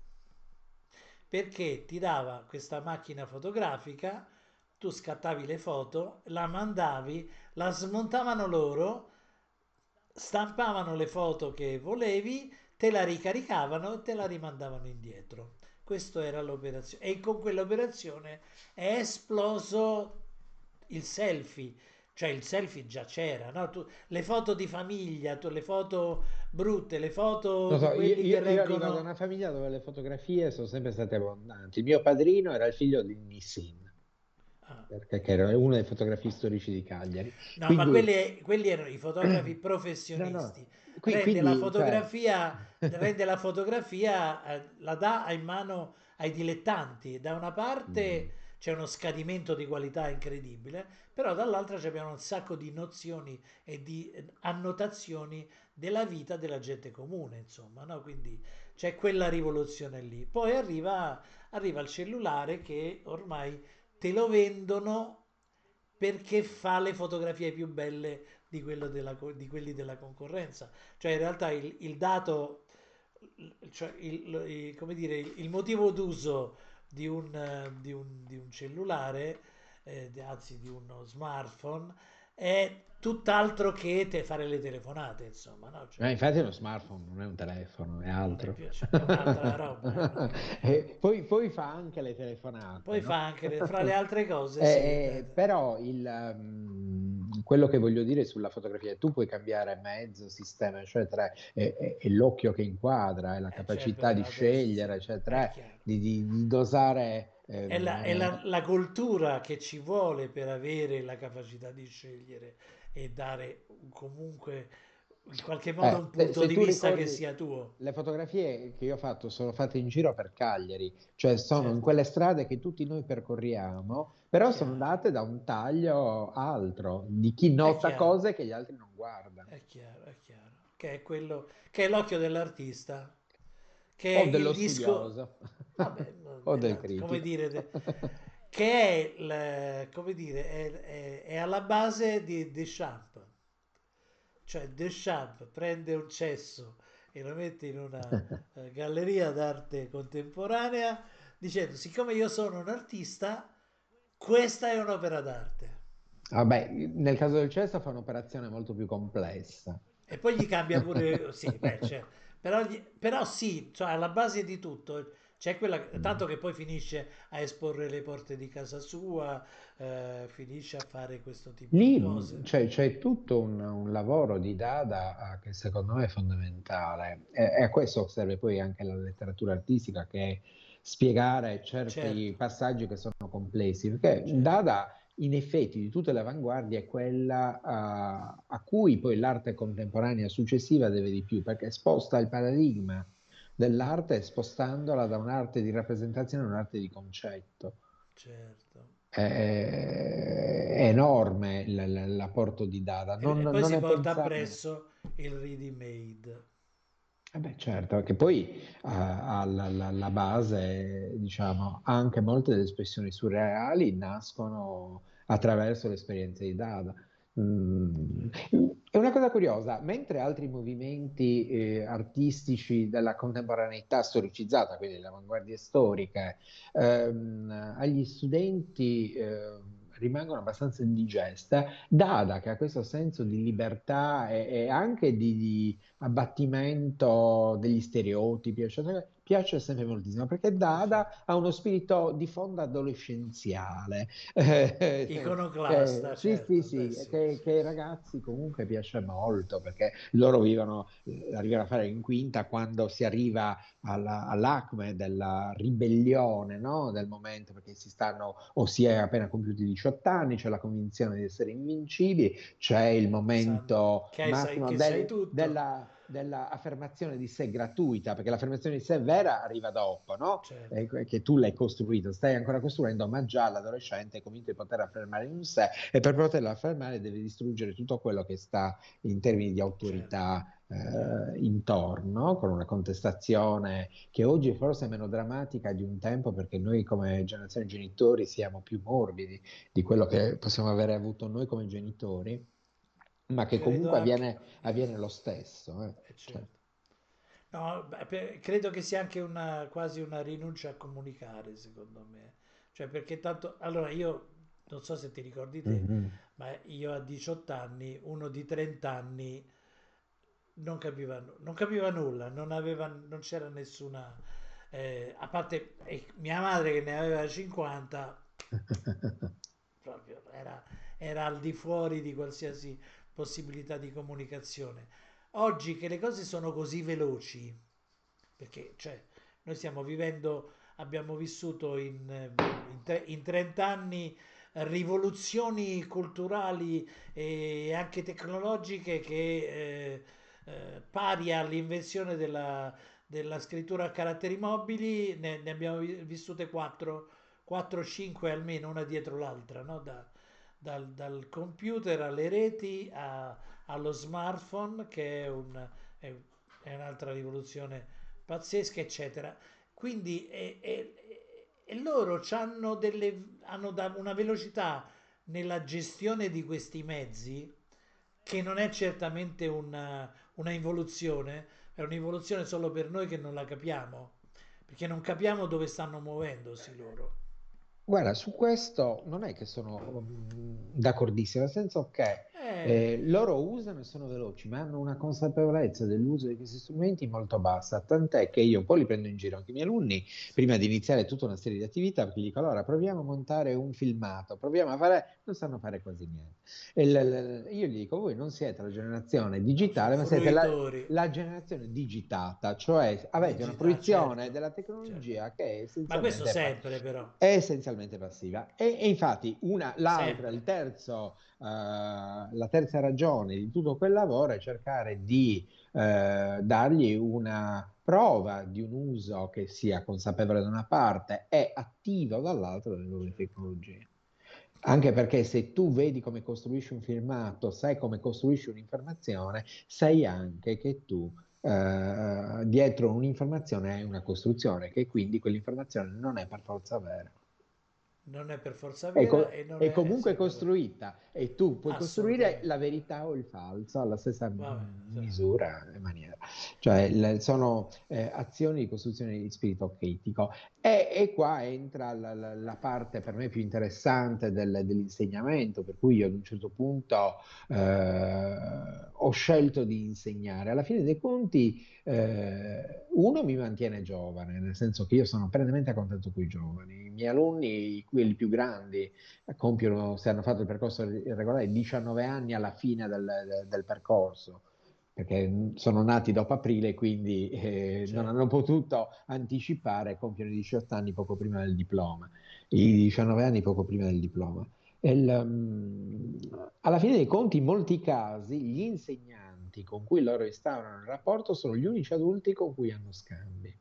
perché ti dava questa macchina fotografica, tu scattavi le foto, la mandavi, la smontavano loro, stampavano le foto che volevi, te la ricaricavano e te la rimandavano indietro. Questa era l'operazione. E con quell'operazione è esploso il selfie. Cioè il selfie già c'era, no? Tu- le foto di famiglia, tu- le foto brutte, le foto Non di so, io, quelli che io- io arrivo da reggono... una famiglia dove le fotografie sono sempre state abbondanti. Il mio padrino era il figlio di Nissin, Ah. perché che era uno dei fotografi storici di Cagliari. No, ma Quindi, quelli, quelli erano i fotografi no, professionisti. no, qui- Rende la quindi, cioè, fotografia, rende la fotografia, eh, la dà in mano ai dilettanti. Da una mm, parte c'è uno scadimento di qualità incredibile, però dall'altra abbiamo un sacco di nozioni e di eh, annotazioni della vita della gente comune, insomma, no? Quindi c'è quella rivoluzione lì. Poi arriva, arriva il cellulare che ormai te lo vendono perché fa le fotografie più belle di, quello della co- di quelli della concorrenza. Cioè in realtà il, il dato, cioè il, il- come dire, il, il motivo d'uso di un, eh, di un, di un cellulare, eh, di- anzi di uno smartphone, è tutt'altro che te fare le telefonate, insomma, no? Cioè, eh, infatti è uno smartphone, non è un telefono, è non è altro. più, cioè, è un'altra roba, eh, no? E poi, poi fa anche le telefonate, Poi no? fa anche, le- fra le altre cose, Eh, sì. eh, però il, ehm, quello che voglio dire sulla fotografia, tu puoi cambiare mezzo, sistema, eccetera, è, è- è l'occhio che inquadra, è la Eh, c'è capacità per di la testa, sì, scegliere, è eccetera, chiaro. di, di- di dosare. È la, è la- ehm, la cultura che ci vuole per avere la capacità di scegliere e dare un- comunque in qualche modo Eh, un se, punto se di tu vista che ricordi, sia tuo. le fotografie che io ho fatto sono fatte in giro per Cagliari, cioè sono in Certo, quelle strade che tutti noi percorriamo, è però sono chiaro, date da un taglio altro, di chi è nota chiaro, cose che gli altri non guardano. è chiaro, è chiaro. Che è quello che è l'occhio dell'artista, che è O il dello disco, studioso, vabbè, no, o del della- come critico. dire, de- che è, il- come dire, è, è- è alla base di Deschamps. Cioè Deschamps prende un cesso e lo mette in una eh, galleria d'arte contemporanea dicendo siccome io sono un artista, questa è un'opera d'arte. Vabbè, nel caso del Cesta fa un'operazione molto più complessa. E poi gli cambia pure, sì, beh, cioè, però, gli- però sì, cioè alla base di tutto c'è quella, tanto che poi finisce a esporre le porte di casa sua, eh, finisce a fare questo tipo di Lì mh, cose. c'è c'è tutto un, un lavoro di Dada eh, che secondo me è fondamentale e, e a questo serve poi anche la letteratura artistica che è spiegare certi Certo, passaggi che sono complessi, perché certo, Dada in effetti di tutte le avanguardie è quella eh, a cui poi l'arte contemporanea successiva deve di più, perché sposta il paradigma dell'arte spostandola da un'arte di rappresentazione a un'arte di concetto. certo. È, è enorme l- l- l'apporto di Dada, E, non, e poi non si è porta pensabile. appresso il ready made. Eh beh, certo, che poi eh, alla, alla- alla base, diciamo, anche molte delle espressioni surreali nascono attraverso l'esperienza di Dada. Mm. È una cosa curiosa, mentre altri movimenti eh, artistici della contemporaneità storicizzata, quindi le avanguardie storiche, ehm, agli studenti eh, rimangono abbastanza indigeste, Dada, che ha questo senso di libertà e, e anche di, di abbattimento degli stereotipi, eccetera, piace sempre moltissimo perché Sì. Dada ha uno spirito di fondo adolescenziale. Eh, che- Iconoclasta, sì, sì, certo, beh sì, sì, che, sì. che ai ragazzi comunque piace molto perché loro vivono, eh, arrivano a fare in quinta quando si arriva alla- all'acme della ribellione, no? Del momento perché si stanno o si è appena compiuti diciotto anni, c'è la convinzione di essere invincibili, c'è il Sanno momento che, sai, massimo che sai del- tutto. della, dell'affermazione di sé gratuita, perché l'affermazione di sé vera arriva dopo, no? certo, Eh, che tu l'hai costruito, stai ancora costruendo, ma già l'adolescente è convinto di poter affermare in un sé e per poterlo affermare deve distruggere tutto quello che sta in termini di certo, autorità certo. eh, intorno, con una contestazione che oggi forse è meno drammatica di un tempo, perché noi come generazione genitori siamo più morbidi di quello che possiamo avere avuto noi come genitori, ma che Credo comunque anche, avviene, avviene lo stesso. eh. eh, Cioè, certo. No, beh, per- credo che sia anche una, quasi una rinuncia a comunicare, secondo me. Cioè, perché tanto, allora io non so se ti ricordi te, mhm. ma io a diciotto anni, uno di trenta anni non capiva, nu- non capiva nulla, non aveva, non c'era nessuna, eh, a parte eh, mia madre che ne aveva cinquanta, proprio era, era al di fuori di qualsiasi possibilità di comunicazione. Oggi che le cose sono così veloci, perché cioè, noi stiamo vivendo, abbiamo vissuto in, eh, in, tre- in trenta anni rivoluzioni culturali e anche tecnologiche che eh, eh, pari all'invenzione della, della scrittura a caratteri mobili, ne, ne abbiamo vi- vissute quattro, quattro o cinque almeno, una dietro l'altra, no? Da- dal, dal computer alle reti a- allo smartphone, che è, un, è, è un'altra rivoluzione pazzesca, eccetera. Quindi e, e- e loro c'hanno delle, hanno da- una velocità nella gestione di questi mezzi che non è certamente una, una involuzione, è un'involuzione solo per noi che non la capiamo, perché non capiamo dove stanno muovendosi loro. Guarda, su questo non è che sono mm, d'accordissimo, nel senso che Eh, eh, loro usano e sono veloci, ma hanno una consapevolezza dell'uso di questi strumenti molto bassa, tant'è che io un po' li prendo in giro anche i miei alunni prima di iniziare tutta una serie di attività, perché gli dico allora proviamo a montare un filmato, proviamo a fare, non sanno fare quasi niente. E l- l- io gli dico, voi non siete la generazione no, sono digitale, ma siete la, fruitori. la generazione digitata, cioè avete una Digitale, fruizione certo, della certo. tecnologia che è Ma questo essenzialmente passiva. sempre però, È essenzialmente passiva. E, e infatti una, l'altra, il sempre. terzo, eh, la terza ragione di tutto quel lavoro è cercare di eh, dargli una prova di un uso che sia consapevole da una parte e attivo dall'altra delle nuove Certo. tecnologie. Anche perché se tu vedi come costruisci un filmato, sai come costruisci un'informazione, sai anche che tu eh, dietro un'informazione hai una costruzione, che quindi quell'informazione non è per forza vera. Non è per forza È, vera co- e non è è... eh, comunque sì, vabbè, costruita e tu puoi costruire la assolutamente. verità o il falso alla stessa Vabbè, mm, sì. misura e maniera. Cioè le- sono eh, azioni di costruzione di spirito critico. E, e qua entra la, la- la parte per me più interessante del- dell'insegnamento, per cui io ad un certo punto eh, ho scelto di insegnare. Alla fine dei conti, eh, uno mi mantiene giovane, nel senso che io sono perennemente a contatto con i giovani. I miei alunni, quelli più grandi, compiono, se hanno fatto il percorso regolare, diciannove anni alla fine del, del- del percorso, perché sono nati dopo aprile, quindi eh, non Certo. hanno potuto anticipare, compiono i diciotto anni poco prima del diploma, i diciannove anni poco prima del diploma. E il, um, alla fine dei conti, in molti casi, gli insegnanti con cui loro instaurano il rapporto sono gli unici adulti con cui hanno scambi.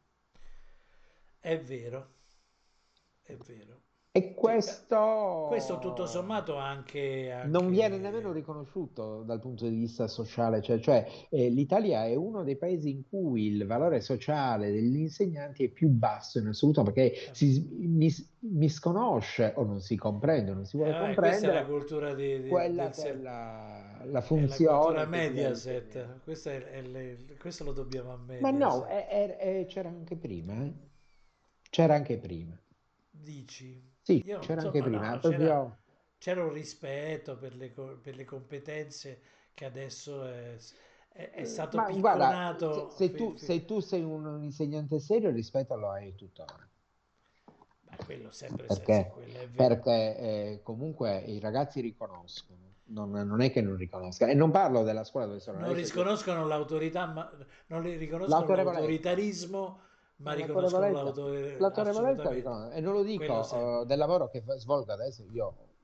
È vero, è vero. E Sì, beh, questo tutto questo sommato anche, non viene nemmeno anche... riconosciuto dal punto di vista sociale, cioè, cioè, eh, l'Italia è uno dei paesi in cui il valore sociale degli insegnanti è più basso in assoluto, perché eh, si mis- misconosce o non si comprende o non si eh, vuole vabbè, questa è la comprendere cultura di- di- quella del che è ser- la, la è la cultura funzione che tu hai insegnato. Mediaset. Questa è, è le- questo lo dobbiamo a Ma no, Mediaset. è- è- è- c'era anche prima, eh? C'era anche prima. Dici? Sì, Io, c'era anche insomma, prima, no, è c'era proprio... c'era un rispetto per le, co- per le competenze che adesso è, è- è Eh, stato Ma guarda, se, picconato. se fi- tu, fi- se tu sei un, un insegnante serio, il rispetto lo hai tuttora. Beh, quello sempre, se- sì, Perché, quello è vero. perché eh, comunque i ragazzi riconoscono, non, non è che non riconoscano. E non parlo della scuola dove sono Non adesso, io, riconoscono l'autorità, ma non li riconoscono l'autorevolezza. l'autoritarismo, ma No, riconoscono l'autorevolezza, l'autorità l'autorevolezza assolutamente. riconosco. E non lo Quello dico sempre. eh, del lavoro che fa- svolgo adesso, io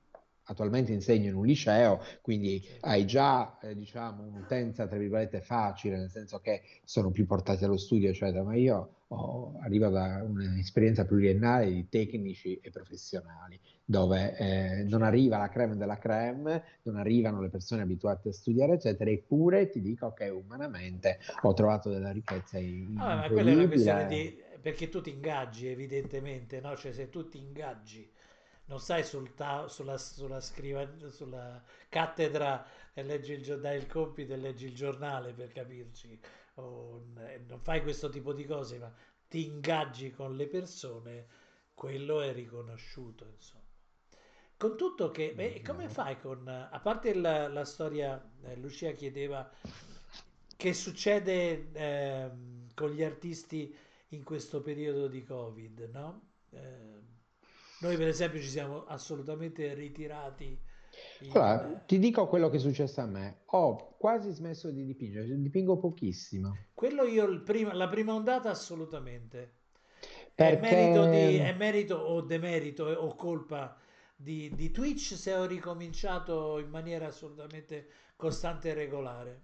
attualmente insegno in un liceo, quindi certo. hai già, eh, diciamo, un'utenza, tra virgolette, facile, nel senso che sono più portati allo studio, eccetera, ma io ho- arrivo da un'esperienza pluriennale di tecnici e professionali, dove eh, non arriva la creme della creme, non arrivano le persone abituate a studiare, eccetera, eppure ti dico che umanamente ho trovato della ricchezza in- Ah, ma quella è una questione incredibile. di... perché tu ti ingaggi evidentemente, no? Cioè se tu ti ingaggi, non stai sul ta- sulla, sulla scriva, sulla cattedra e leggi il, gio- dai il compito e leggi il giornale per capirci, o n- non fai questo tipo di cose, ma ti ingaggi con le persone, quello è riconosciuto, insomma. Con tutto che, beh, come Vero. fai con, a parte la, la storia, eh, Lucia chiedeva che succede ehm, con gli artisti in questo periodo di Covid, no? Eh, noi per esempio ci siamo assolutamente ritirati in... Allora, ti dico quello che è successo a me. Ho quasi smesso di dipingere, dipingo pochissimo. Quello io, il prima- la prima ondata assolutamente. È merito di, Perché, è merito o demerito eh, o colpa di, di Twitch se ho ricominciato in maniera assolutamente costante e regolare.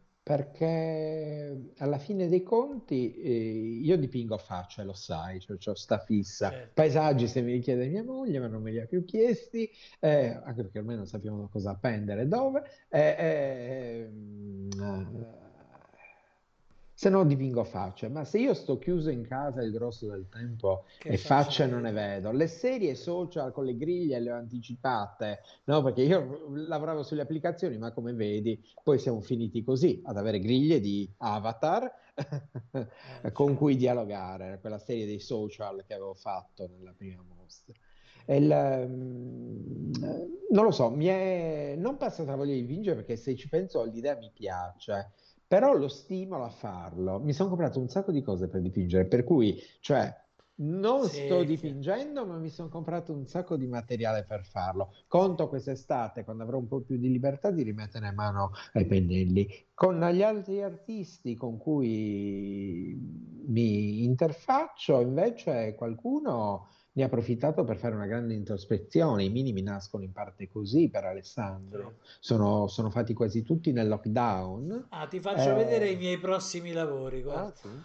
perché alla fine dei conti eh, io dipingo facce, lo sai, cioè, c'ho sta fissa. Certo. Paesaggi se mi li chiede mia moglie, ma non me li ha più chiesti, eh, anche perché ormai non sappiamo da cosa appendere, dove. eh, eh, mm, Se no dipingo facce, ma se io sto chiuso in casa il grosso del tempo Che e facce facce non ne vedi? vedo, le serie Sì. social con le griglie le ho anticipate, no? Perché io lavoravo sulle applicazioni, ma come vedi, poi siamo finiti così, ad avere griglie di avatar Eh, con certo, cui dialogare, quella serie dei social che avevo fatto nella prima mostra. E certo. il, ehm, non lo so, mi è non passata la voglia di dipingere perché se ci penso l'idea mi piace, però lo stimolo a farlo. Mi sono comprato un sacco di cose per dipingere, per cui, cioè, non sto Sì, chi- dipingendo, ma mi sono comprato un sacco di materiale per farlo. sì. Conto quest'estate, quando avrò un po' più di libertà, di rimettere mano ai pennelli. Con gli altri artisti con cui mi interfaccio, invece, qualcuno ne ha approfittato per fare una grande introspezione. I minimi nascono in parte così per Alessandro. Certo. Sono, sono fatti quasi tutti nel lockdown. Ah, ti faccio vedere i Eh, miei prossimi lavori, ah, guarda. sì?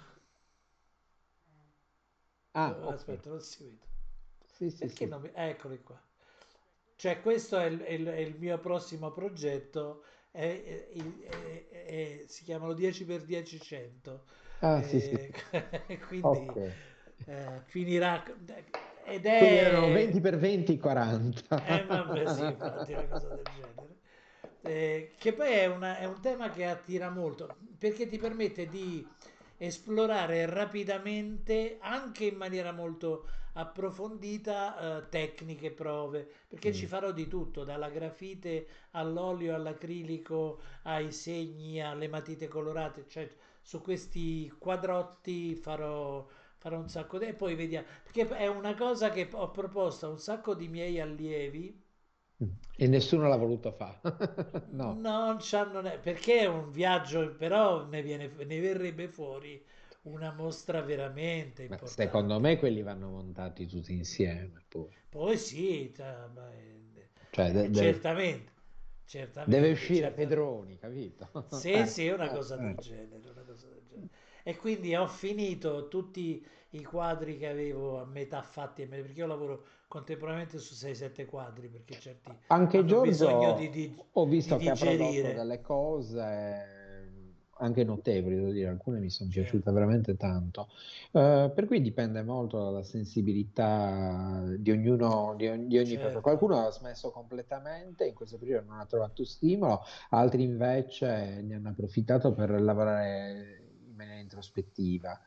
Ah, Oh, ok. aspetta, non si vede. Sì, sì, Perché sì. non mi... Eccoli qua. Cioè, questo è il, è il- è il mio prossimo progetto. è- è- il- è- è- si chiamano dieci per dieci cento. Ah, sì, sì. Eh, quindi Ok. eh, finirà. Ed Quindi erano è. venti per venti, Eh, vabbè, sì, quaranta. infatti, una cosa del genere. Eh, che poi è, una- è un tema che attira molto, perché ti permette di esplorare rapidamente, anche in maniera molto approfondita, eh, tecniche, prove, perché ci Mm. farò di tutto, dalla grafite all'olio, all'acrilico, ai segni, alle matite colorate, cioè su questi quadrotti farò, farò un sacco di... E poi vediamo, perché è una cosa che ho proposto a un sacco di miei allievi. Mm. E nessuno l'ha voluto fare. No. Non c'hanno ne- perché è un viaggio, però ne viene, ne verrebbe fuori una mostra veramente Ma secondo importante. me quelli vanno montati tutti insieme, poi. Poi sì, cioè, ma Cioè, è- de- è de- certamente, deve certamente, uscire certamente. Pedroni, capito? Sì, Eh, sì, è una eh, cosa del eh. genere, una cosa del genere. E quindi ho finito tutti i quadri che avevo a metà fatti, a me- perché io lavoro contemporaneamente su sei sette quadri, perché certi Anche hanno bisogno di, Giorgio di ho di visto che ha prodotto digerire. delle cose anche notevoli, devo dire, alcune mi sono Cioè, piaciute veramente tanto. Eh, per cui dipende molto dalla sensibilità di ognuno, di, ogni di ogni persona. certo. Qualcuno ha smesso completamente, in questo periodo non ha trovato stimolo, altri invece ne hanno approfittato per lavorare in maniera introspettiva.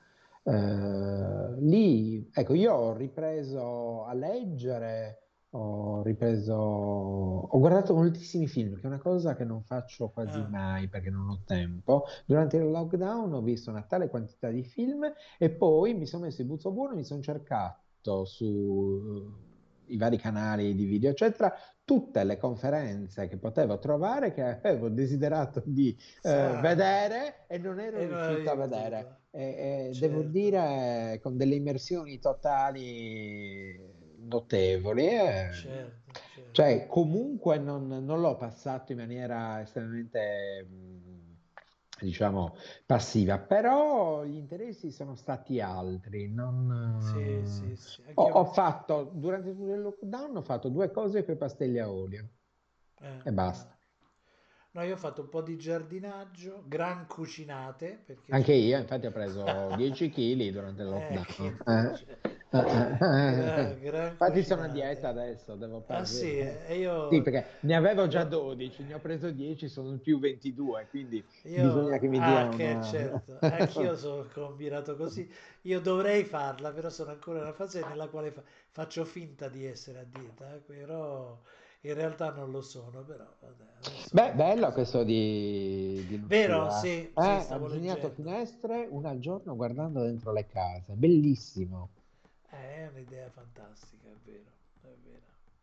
Eh, lì, ecco, io ho ripreso a leggere, ho ripreso, ho guardato moltissimi film, che è una cosa che non faccio quasi Ah, mai perché non ho tempo. Durante il lockdown ho visto una tale quantità di film e poi mi sono messo in buzzo buono, mi sono cercato su i vari canali di video, eccetera, tutte le conferenze che potevo trovare, che avevo desiderato di eh, sa, vedere e non ero e non riuscito avevi a vedere. potuto. E, e devo Certo. dire con delle immersioni totali notevoli. eh. certo, certo. Cioè, comunque non, non l'ho passato in maniera estremamente, mh, diciamo, passiva, però gli interessi sono stati altri. Sì, non, sì, eh, sì, ho, anche io ho me- fatto, durante tutto il lockdown, ho fatto due cose con i pastelli a olio eh, e eh. basta. No, io ho fatto un po' di giardinaggio, gran cucinate, perché Anche io, cerco... infatti, ho preso dieci chili durante il Eh, che lockdown. dice? Eh, eh, eh, Gra- eh. gran Infatti sono a dieta cucinate. adesso, devo Ah sì, perdere. e Sì, io... perché ne avevo già do- dodici, ne ho preso dieci, sono più ventidue, quindi bisogna Io, che mi dia ah, che una... certo, anch'io sono combinato così. Io dovrei farla, però sono ancora in una fase nella quale fa- faccio finta di essere a dieta, eh, però in realtà non lo sono, però vabbè, adesso Beh, vediamo bello cosa. questo di, di Vero? Lucia. Sì, Eh, sì, ha stavo disegnato leggendo. finestre una al giorno guardando dentro le case, bellissimo. Eh, è un'idea fantastica, è vero, è vero.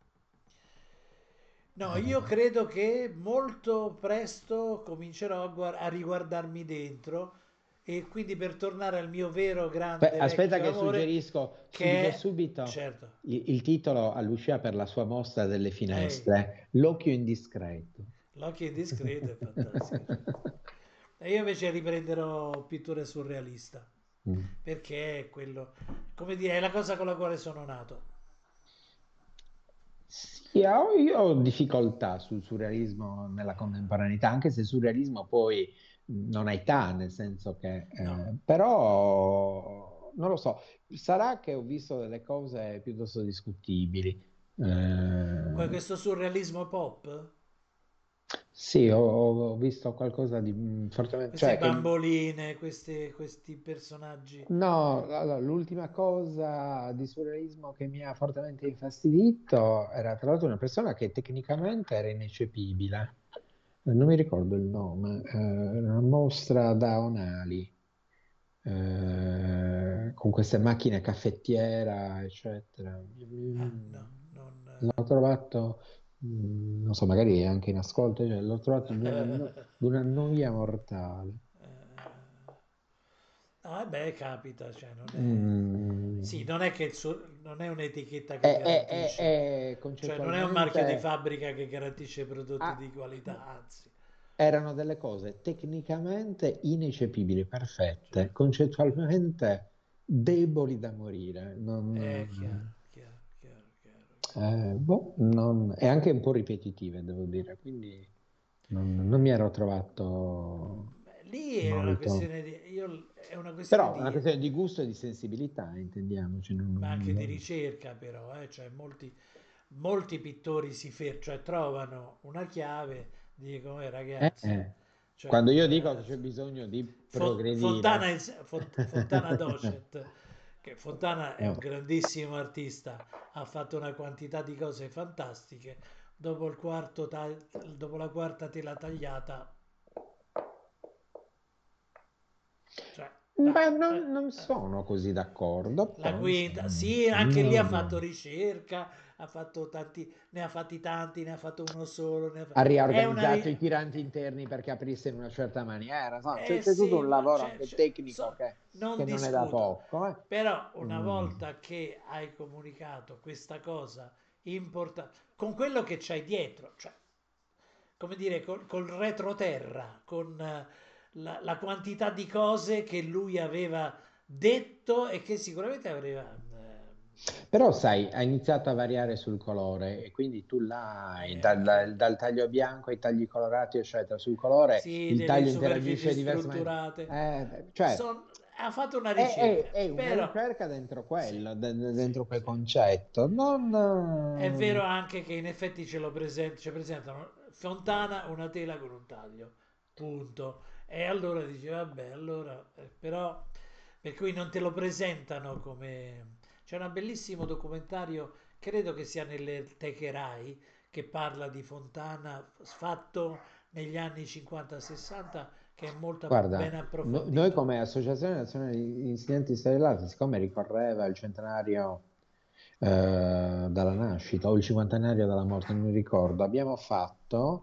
No, io Eh. credo che molto presto comincerò a, guar- a riguardarmi dentro e quindi per tornare al mio vero Beh, grande aspetta vecchio che amore, suggerisco che subito è, subito certo, il, il titolo a Lucia per la sua mostra delle ehi, finestre, L'occhio indiscreto. l'occhio indiscreto è fantastico, certo. E io invece riprenderò pittura surrealista, Mm. perché è quello, come dire, è la cosa con la quale sono nato. Sì, ho- io ho difficoltà sul surrealismo nella contemporaneità, anche se il surrealismo poi mh, non ha età, nel senso che, No, eh, però non lo so, sarà che ho visto delle cose piuttosto discutibili. poi Eh, questo surrealismo pop, sì, ho, ho visto qualcosa di mh, fortemente, queste cioè che bamboline, queste- questi personaggi. no, allora, l'ultima cosa di surrealismo che mi ha fortemente infastidito era tra l'altro una persona che tecnicamente era ineccepibile. Eh, Non mi ricordo il nome, eh, era una mostra da Onali, eh, con queste macchine caffettiera, eccetera. Ah, no, Mm, non... L'ho trovato, mm, non so, magari è anche in ascolto, cioè, l'ho trovato di una, no- eh, di una noia mortale. no, eh beh, capita, cioè non è... Sì, Mm. non è che il suo- non è un'etichetta che È, è- è- garantisce, è cioè non è un marchio di concettualmente fabbrica che garantisce prodotti di ah, qualità, anzi. erano delle cose tecnicamente ineccepibili, Cioè, perfette, concettualmente deboli da morire. è chiaro, Non, chiaro, chiaro, chiaro, chiaro. eh, boh, non- e anche un po' ripetitive, devo dire, quindi non, non mi ero trovato Beh, lì è una molto. questione di... Io, è una questione Però è una di... questione di gusto e di sensibilità, intendiamoci. non- ma anche di non- ricerca però, eh, cioè molti, molti pittori si fermano, cioè trovano una chiave, dicono, eh, eh, ragazzi, eh. cioè, Quando io dico che c'è ragazzi, bisogno di Fo- Fontana, progredire. il- Font- Fontana Docet, che Fontana è un Eh. grandissimo artista, ha fatto una quantità di cose fantastiche, dopo il quarto ta- dopo la quarta tela tagliata, cioè, dai, Beh, eh, non, non eh. sono così d'accordo, La però quinta, insomma, sì, anche lì ha fatto non- ricerca, ha fatto tanti, ne ha fatti tanti, ne ha fatto uno solo, ne ha fa- ha è una... riorganizzato i ri- tiranti interni perché aprisse in una certa maniera. Insomma, c'è, eh c'è tutto sì, un ma lavoro c'è- anche c'è- tecnico so- che, non che non è da discuto, poco. eh. però una Mm. volta che hai comunicato questa cosa importante, con quello che c'hai dietro, cioè, come dire, col, col retroterra, con eh, la, la quantità di cose che lui aveva detto e che sicuramente aveva... Però sai, ha iniziato a variare sul colore e quindi tu là eh, hai e dal, anche... dal taglio bianco ai tagli colorati, eccetera. Sul colore Sì, il delle taglio superfici interagisce diversamente. strutturate. Eh, cioè, Son- ha fatto una è, è- ricerca, è una però ricerca dentro sì, quello, de- de- sì, dentro quel sì, concetto. è Non, vero anche che in effetti ce lo present- ci presentano Fontana una tela con un taglio, punto. E allora dici, vabbè, allora, eh, però, per cui non te lo presentano come... C'è un bellissimo documentario, credo che sia nelle Teche Rai, che parla di Fontana fatto negli anni cinquanta sessanta, che è molto ben Guarda, no- noi approfondito. come Associazione Nazionale di Incidenti di Storia dell'Arte, siccome ricorreva il centenario eh, dalla nascita o il cinquantenario dalla morte, non mi ricordo, abbiamo fatto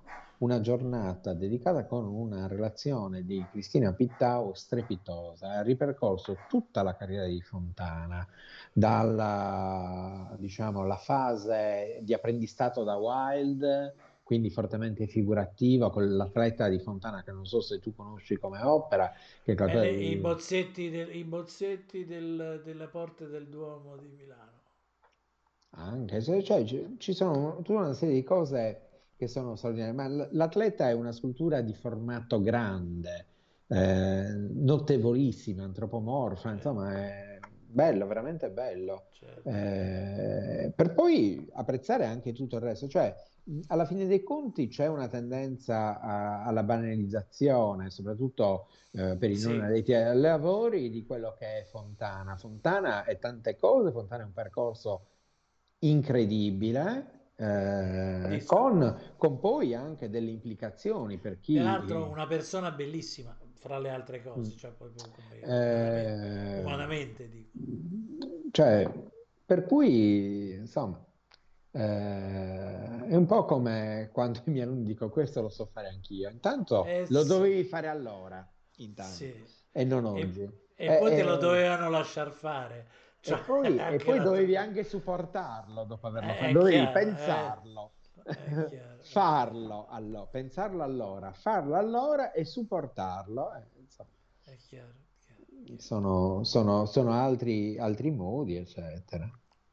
una giornata dedicata con una relazione di Cristina Pittau strepitosa, ha ripercorso tutta la carriera di Fontana, dalla, diciamo, la fase di apprendistato da Wilde, quindi fortemente figurativa, con l'atleta di Fontana che non so se tu conosci come opera, che è E le- qualcosa i di... bozzetti, del- i bozzetti del- delle porte del Duomo di Milano. Anche se cioè, ci ci sono tutta una serie di cose che sono straordinarie, ma l- l'atleta è una scultura di formato grande, eh, notevolissima, antropomorfa, Certo, insomma, è bello, veramente bello. certo. Eh, per poi apprezzare anche tutto il resto, cioè mh, alla fine dei conti c'è una tendenza a- alla banalizzazione, soprattutto eh, per i non Sì, addetti ai lavori, di quello che è Fontana. Fontana è tante cose, Fontana è un percorso incredibile, eh, capisco. con, con poi anche delle implicazioni per Peraltro chi... una persona bellissima, fra le altre mm, cose, cioè proprio come umanamente, eh, umanamente dico. cioè, per cui, insomma, eh, è un po' come quando i miei alunni dicono questo lo so fare anch'io. Intanto Eh lo sì, dovevi fare allora, intanto, sì. e non E, oggi. e E, poi te lo e- dovevano lasciar fare, e cioè poi, e anche poi l'altra dovevi cosa. anche supportarlo dopo averlo È, fatto, è dovevi chiaro, eh, pensarlo, è chiaro, è chiaro, farlo allora, pensarlo allora, farlo allora e supportarlo. Eh, insomma, è chiaro, chiaro, chiaro. sono, sono- sono altri, altri modi, eccetera.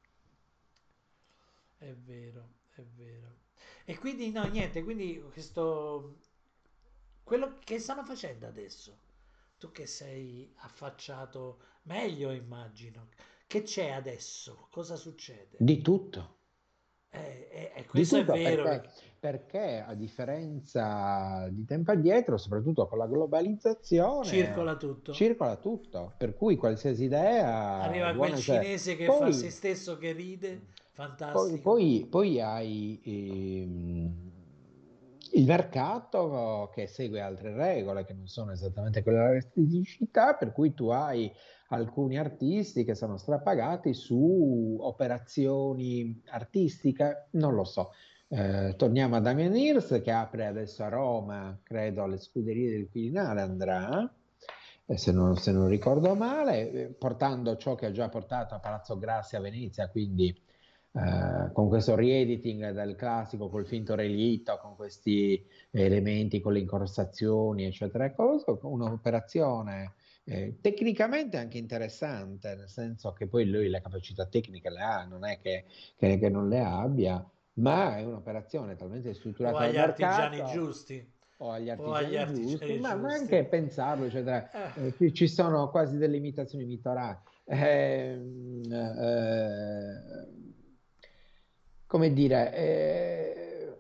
È vero, è vero. E quindi no, niente, quindi questo, quello che stanno facendo adesso, tu che sei affacciato meglio, immagino, che c'è adesso? Cosa succede? Di tutto. Eh, eh, e Di questo è tutto vero perché, perché perché a differenza di tempo addietro, soprattutto con la globalizzazione, circola tutto. circola tutto, per cui qualsiasi idea è Arriva quel buona. Cioè, cinese che fa se poi, stesso che ride, poi, fantastico. poi- poi hai ehm, il mercato che segue altre regole che non sono esattamente quelle della restituicità, per cui tu hai alcuni artisti che sono strapagati su operazioni artistiche, non lo so. Eh, torniamo a Damien Hirst che apre adesso a Roma, credo alle scuderie del Quirinale andrà, eh, se non, se non ricordo male, eh, portando ciò che ha già portato a Palazzo Grassi a Venezia, quindi eh, con questo riediting del classico, col finto relitto, con questi elementi, con le incrostazioni, eccetera, e cose, un'operazione eh, tecnicamente anche interessante, nel senso che poi lui le capacità tecniche le ha, non è che, che- che non le abbia, ma è un'operazione talmente O strutturata dal agli artigiani mercato giusti, o agli o agli artigiani giusti, artigiani ma, ma giusti. anche pensarlo, eccetera. Eh, Eh, qui ci sono quasi delle imitazioni mittorali. Ehm, eh, come dire, eh,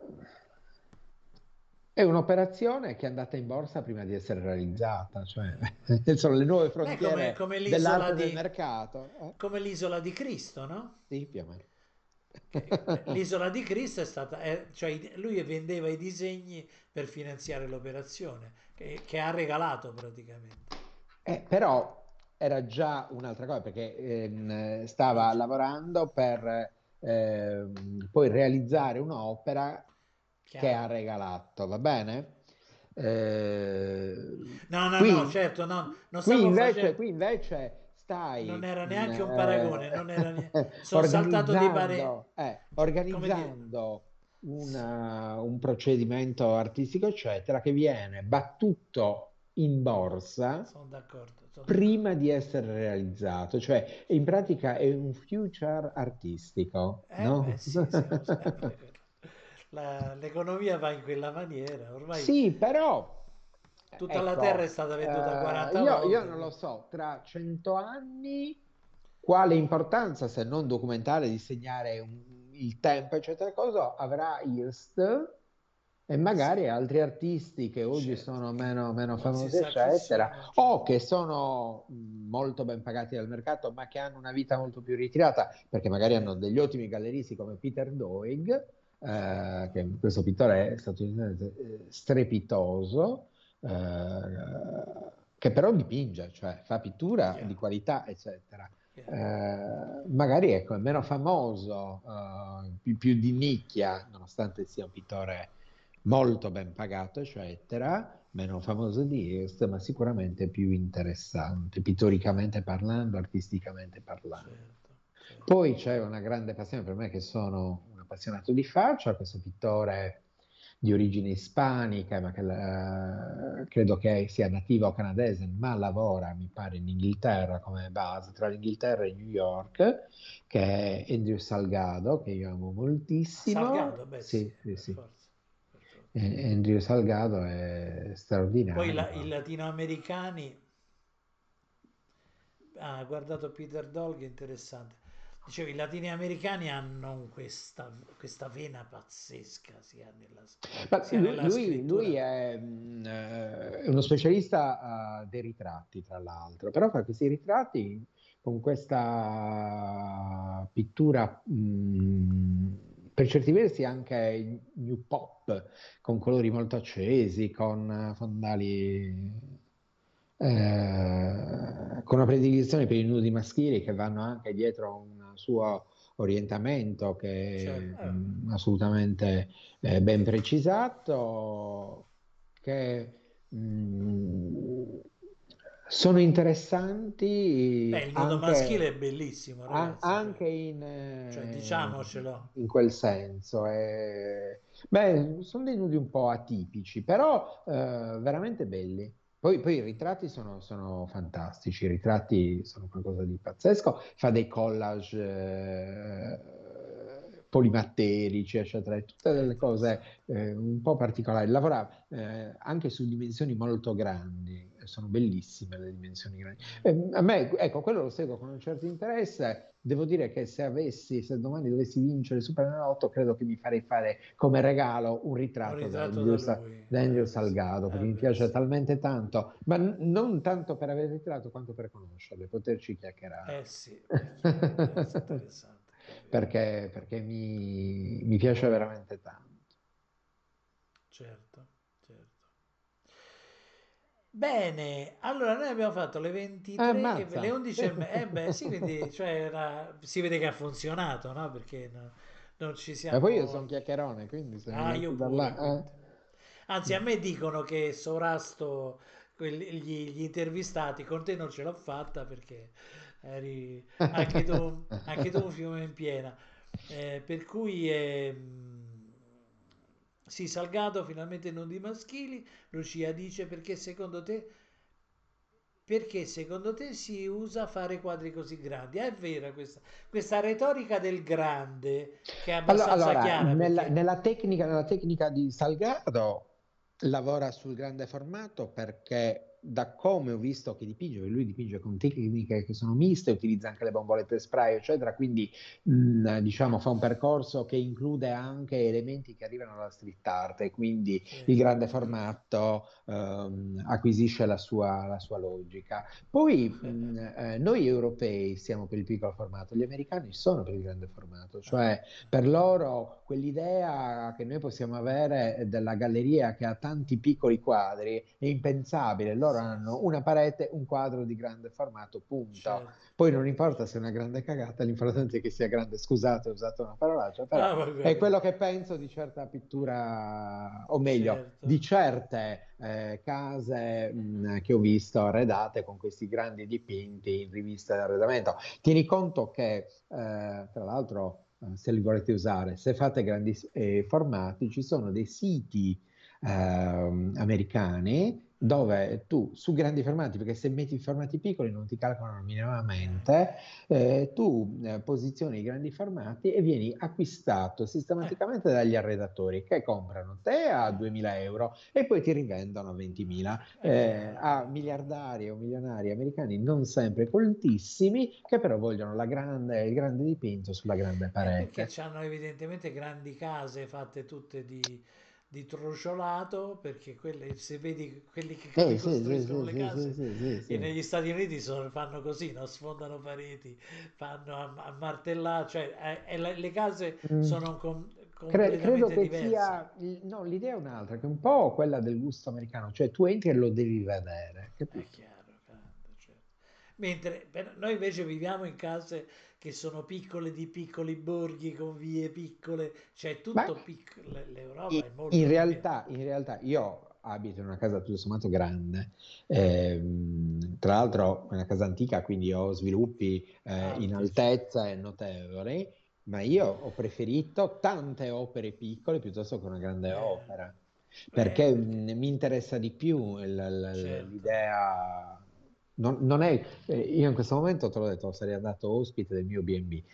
è un'operazione che è andata in borsa prima di essere realizzata, cioè sono le nuove beh, come, frontiere come l'isola dell'arte del di, mercato. Eh? come l'isola di Cristo, no? Sì, più o meno. Che l'isola di Cristo è stata, è- cioè lui vendeva i disegni per finanziare l'operazione, che, che ha regalato praticamente. Eh, però era già un'altra cosa perché ehm, stava Dice, lavorando per ehm, poi realizzare un'opera che ha chiaro. regalato, va bene? Eh, No, no, no, qui, certo, no, non qui stavo invece, facendo, qui invece non stai era mh, neanche un paragone, non era eh, neanche, sono saltato di pare, organizzando, eh, come dire, organizzando sì, una- un procedimento artistico, eccetera, che viene battuto in borsa sono d'accordo, sono prima d'accordo. di essere realizzato, cioè in pratica è un future artistico, Eh beh, no? sì, siamo sempre... la- l'economia va in quella maniera, ormai Sì, però, tutta la terra è ecco, stata venduta eh, quaranta io, io volte, non lo quindi... so, tra cento anni, quale importanza, se non documentare, di segnare un- il tempo, eccetera, cosa avrà Hearst e Sì, magari altri artisti che oggi certo. sono meno, meno Non si famosi, sa chi eccetera, sono, o certo. che sono mh, molto ben pagati dal mercato, ma che hanno una vita molto più ritirata, perché magari hanno Certo, degli ottimi galleristi come Peter Doig, eh, certo. che questo pittore statunitense eh, strepitoso, eh, che però dipinge, cioè fa pittura di Chiaro, qualità, eccetera. chiaro. Eh, magari ecco, è meno famoso, eh, più, più di nicchia, nonostante sia un pittore molto ben pagato, eccetera, meno famoso di Hearst, ma sicuramente più interessante, pittoricamente parlando, artisticamente parlando. Certo, certo. Poi c'è una grande passione per me, che sono un appassionato di faccia, questo pittore di origine ispanica, ma che eh, credo che sia nativo canadese, ma lavora, mi pare, in Inghilterra come base, tra l'Inghilterra e New York, che è Andrew Salgado, che io amo moltissimo. Salgado, beh sì, Sì, sì, per sì. forza, per forza. Eh, Andrew Salgado è Poi la- i straordinario. latinoamericani, ah, guardato Peter Dolg, interessante. Dicevo, i latinoamericani hanno questa, questa vena pazzesca, sia nella, Ma sia lui, nella lui- lui scrittura. è, mm, eh, è uno specialista, eh, dei ritratti, tra l'altro, però fa questi ritratti con questa pittura, mm, per certi versi anche new pop, con colori molto accesi, con eh, fondali, eh, con una prediligenza per i nudi maschili che vanno anche dietro un suo orientamento che Cioè, è eh, mm, assolutamente eh, ben precisato, che mh, sono beh, interessanti il nudo maschile è anche, bellissimo, a- ragazzi, cioè, anche in, cioè, eh, diciamocelo. in quel senso. eh. Beh, sono dei nudi un po' atipici, però eh, veramente belli. Poi, poi i ritratti sono, sono fantastici, i ritratti sono qualcosa di pazzesco, fa dei collage eh, polimatterici, eccetera, e tutte È delle cose interessante. eh, un po' particolari. Lavora eh, anche su dimensioni molto grandi, e sono bellissime le dimensioni grandi. Mm. Eh, a me, ecco, quello lo seguo con un certo interesse. Devo dire che se avessi, se domani dovessi vincere il Superenalotto, credo che mi farei fare come regalo un Un ritratto da ritratto da Andrew, Sa- lui. da Andrew Eh beh sì, Salgado, perché eh mi beh piace sì. talmente tanto, ma n- non tanto per aver ritratto quanto per conoscerlo e poterci Eh chiacchierare. sì, è chiaro, deve essere interessante, è vero. Perché, perché mi, mi piace veramente tanto. Certo, certo. Bene, allora noi abbiamo fatto le Ah, ventitré e le ammazza! undici e me- eh beh sì, quindi cioè era- si vede che ha funzionato, no? Perché no- non ci E poi io sono siamo... chiacchierone, quindi se mi Ah, io lanci da pure, là... quindi. Anzi, a eh. me dicono che sovrasto quelli- gli, gli intervistati, con te non ce l'ho fatta perché eri anche tu, anche tu un fiume in piena. Eh, per cui ehm, sì, Salgado finalmente non di maschili. Lucia dice perché secondo te, perché secondo te si usa fare quadri così grandi? Ah, è vera questa, questa retorica del grande che è Allora, abbastanza allora, chiara nella, perché nella tecnica, nella tecnica di Salgado lavora sul grande formato perché da come ho visto che dipinge, perché lui dipinge con tecniche che sono miste, utilizza anche le bombolette spray, eccetera, quindi mh, diciamo fa un percorso che include anche elementi che arrivano dalla street art e quindi sì, il grande formato ehm, acquisisce la sua, la sua logica. Poi mh, eh, noi europei siamo per il piccolo formato, gli americani sono per il grande formato, ah, cioè per loro quell'idea che noi possiamo avere della galleria che ha tanti piccoli quadri è impensabile, loro sì, hanno sì, una parete, un quadro di grande formato, punto. certo, Poi non certo, importa se è una grande cagata, l'importante è che sia grande. Scusate, ho usato una parolaccia, però ah, va è bene, quello che penso di certa pittura, o meglio, di certo, certe eh, case mh, che ho visto arredate con questi grandi dipinti in riviste d'arredamento. Tieni conto che, eh, tra l'altro, eh, se li volete usare, se fate grandi eh, formati, ci sono dei siti ehm, americani dove tu su grandi formati, perché se metti formati piccoli non ti calcolano eh, minimamente, eh, tu eh, posizioni i grandi formati e vieni acquistato eh, sistematicamente dagli arredatori che comprano te a eh, duemila euro e poi ti rivendono a ventimila, è eh, chiaro, a miliardari o milionari americani non sempre coltissimi che però vogliono la grande, il grande dipinto sulla grande è perché parete. hanno evidentemente grandi case fatte tutte di, di trociolato, perché quelle, se vedi quelli che Eh sì, sì, ricostruiscono sì, le sì, sì, case sì, sì, e sì. negli Stati Uniti sono- fanno così, no? Sfondano pareti, fanno a, a martellare, cioè eh, e le, le case Mm. sono com- Cre- credo completamente che diverse. sia, il- no, l'idea è un'altra, che è un po' quella del gusto americano, cioè tu entri e lo devi vedere, È capito? chiaro, grande, certo. Mentre per- noi invece viviamo in case che sono piccole di piccoli borghi con vie piccole, cioè Ma tutto piccolo. L'Europa in è in molto più. realtà, in realtà io abito in una casa tutto sommato grande, ehm, tra l'altro è una casa antica, quindi ho sviluppi eh, in Alti, eccetera. altezza e notevoli, ma io ho preferito tante opere piccole piuttosto che una grande Eh, opera, eh, perché perché, mh, mi interessa di più il- il- certo. l'idea. Non, non è, eh, io in questo momento te l'ho detto, sarei andato ospite del mio B and B.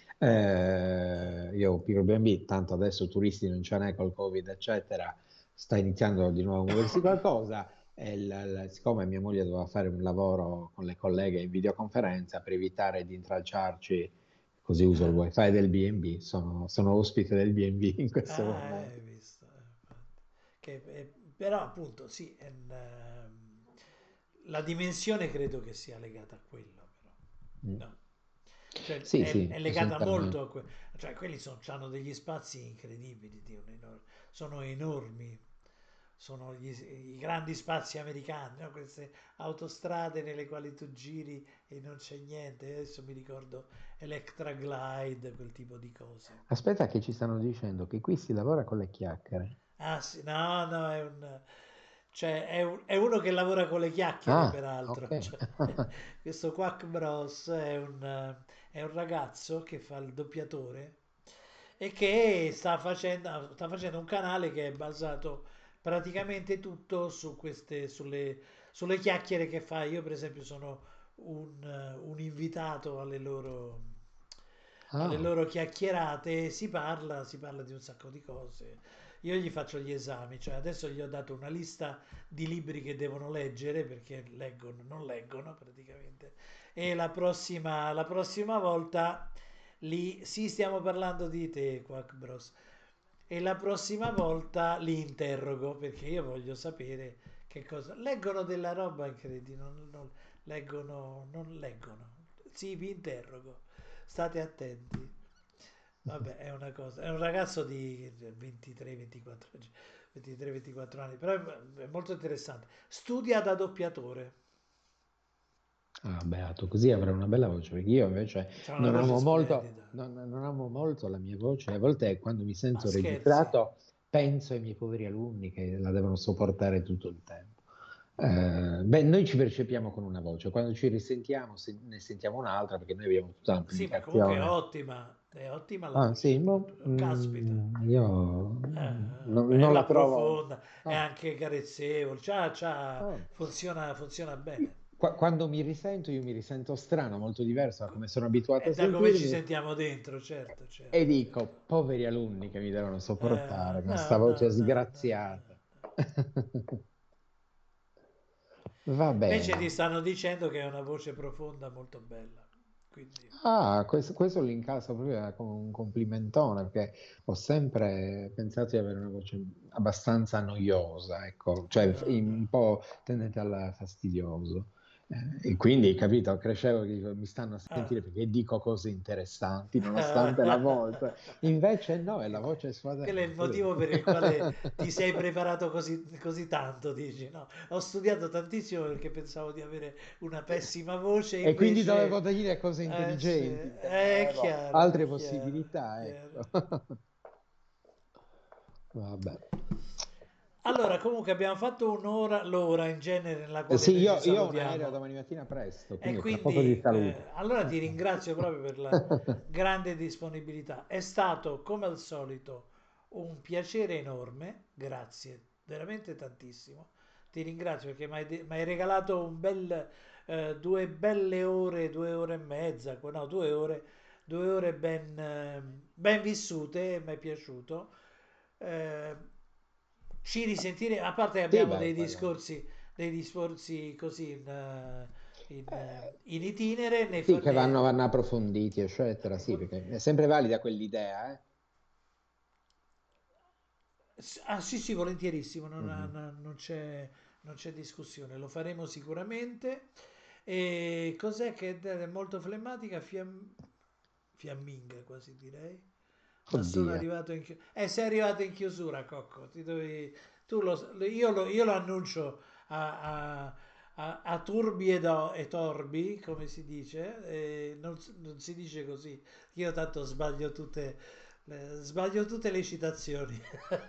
Eh, io ho un piccolo B and B, tanto adesso turisti non ce n'è col Covid, eccetera, sta iniziando di nuovo a muoversi qualcosa. E il- il- siccome mia moglie doveva fare un lavoro con le colleghe in videoconferenza per evitare di intralciarci, così uso il Ah, wifi del B and B, sono, sono ospite del B and B in questo ah, eh, hai momento. visto. eh, infatti. Che, eh, però appunto sì, è un, ehm, la dimensione credo che sia legata a quello, però. Mm. No. Cioè Sì, è, sì, è legata molto assolutamente. a quello. Cioè quelli sono, hanno degli spazi incredibili, di un enor- sono enormi. Sono gli- i grandi spazi americani, no? Queste autostrade nelle quali tu giri e non c'è niente. Adesso mi ricordo Electra Glide, quel tipo di cose. Aspetta che ci stanno dicendo che qui si lavora con le chiacchiere. Ah sì, no, no, è un, cioè, è un- è uno che lavora con le chiacchiere, Ah, ok. peraltro. Cioè, questo Quack Bros è un, eh, è un ragazzo che fa il doppiatore e che sta facendo, sta facendo un canale che è basato praticamente tutto su queste, sulle, sulle chiacchiere che fa. Io, per esempio, sono un, eh, un invitato alle loro, alle Ah, loro chiacchierate. Si parla, si parla di un sacco di cose. Io gli faccio gli esami, cioè adesso gli ho dato una lista di libri che devono leggere perché leggono, non leggono praticamente. E la prossima, la prossima volta li, sì, stiamo parlando di te, Quack Bros. E la prossima volta li interrogo perché io voglio sapere che cosa. Leggono della roba incredibile, non, non leggono, non leggono. Sì, vi interrogo. State attenti. Vabbè, è una cosa. È un ragazzo di ventitré ventiquattro, ventitré ventiquattro anni, però è è molto interessante. Studia da doppiatore. ah, beato, così avrei una bella voce, perché io invece C'ha una non voce amo molto, splendida. non, non amo molto la mia voce, a volte quando mi Ma sento scherzi. registrato penso ai miei poveri alunni che la devono sopportare tutto il tempo. Eh, beh, noi ci percepiamo con una voce, quando ci risentiamo se- ne sentiamo un'altra perché noi abbiamo tutta Sì, ma comunque è l'amplificazione. ottima. È ottima la Ah, voce. sì, boh, Caspita. mm, io Eh, non, non la bella, trovo. profonda, è Ah, anche carezzevole. C'ha, c'ha- ah. funziona, funziona bene. Qua- Quando mi risento, io mi risento strano, molto diverso da come sono abituato È a da come ci sentirmi, sentiamo dentro, certo, e certo, dico, certo. poveri alunni che mi devono Eh, sopportare con no, sta no, voce no, no, no, sgraziata. no. Va Invece bene. ti stanno dicendo che è una voce profonda molto bella. Quindi, Ah, questo, questo lo incastro proprio come un complimentone, perché ho sempre pensato di avere una voce abbastanza noiosa, ecco, cioè no, no. un po' tendente al fastidioso. Eh, e quindi, capito, crescevo e dico, mi stanno a Ah. sentire perché dico cose interessanti, nonostante la voce. Invece no, è la Quello voce quello è il sfadente, vedi? motivo per il quale ti sei preparato così, così tanto, dici, no? Ho studiato tantissimo perché pensavo di avere una pessima voce, E quindi dovevo invece... dire cose Eh sì, intelligenti, perché non è avevo chiaro, altre è chiaro, possibilità, chiaro. ecco. Vabbè. Allora, comunque abbiamo fatto un'ora, l'ora in genere nella Eh quale sì, noi ci io, io ho un aereo salutiamo. domani mattina presto, E quindi tra poco ti quindi, saluto. eh, allora ti ringrazio proprio per la grande disponibilità. È stato, come al solito, un piacere enorme. Grazie, veramente tantissimo. Ti ringrazio perché mi hai de- mi hai regalato un bel, eh, due belle ore, due ore e mezza, no, due ore, due ore ben, eh, ben vissute, mi è piaciuto. Eh, ci risentire, a parte che Sì, abbiamo beh, dei quello. discorsi, dei discorsi così in, eh, in, eh, Eh, in itinere, ne, sì, fa- che vanno, ne- vanno approfonditi, eccetera, sì, approfond- perché è sempre valida quell'idea, eh? Ah sì, sì, volentierissimo, non, ha- Mhm. non- non c'è, non c'è discussione, lo faremo sicuramente. E cos'è che è molto flemmatica? Fiam- fiamminga quasi direi. Ma sono Oddio. arrivato in chiusura. Eh, sei arrivato in chiusura, Cocco. Ti dovevi- tu lo, io, lo, io lo annuncio a, a- a, a turbi e, do- e torbi, come si dice, e non, s- non si dice così. Io tanto sbaglio tutte, le, sbaglio tutte le citazioni.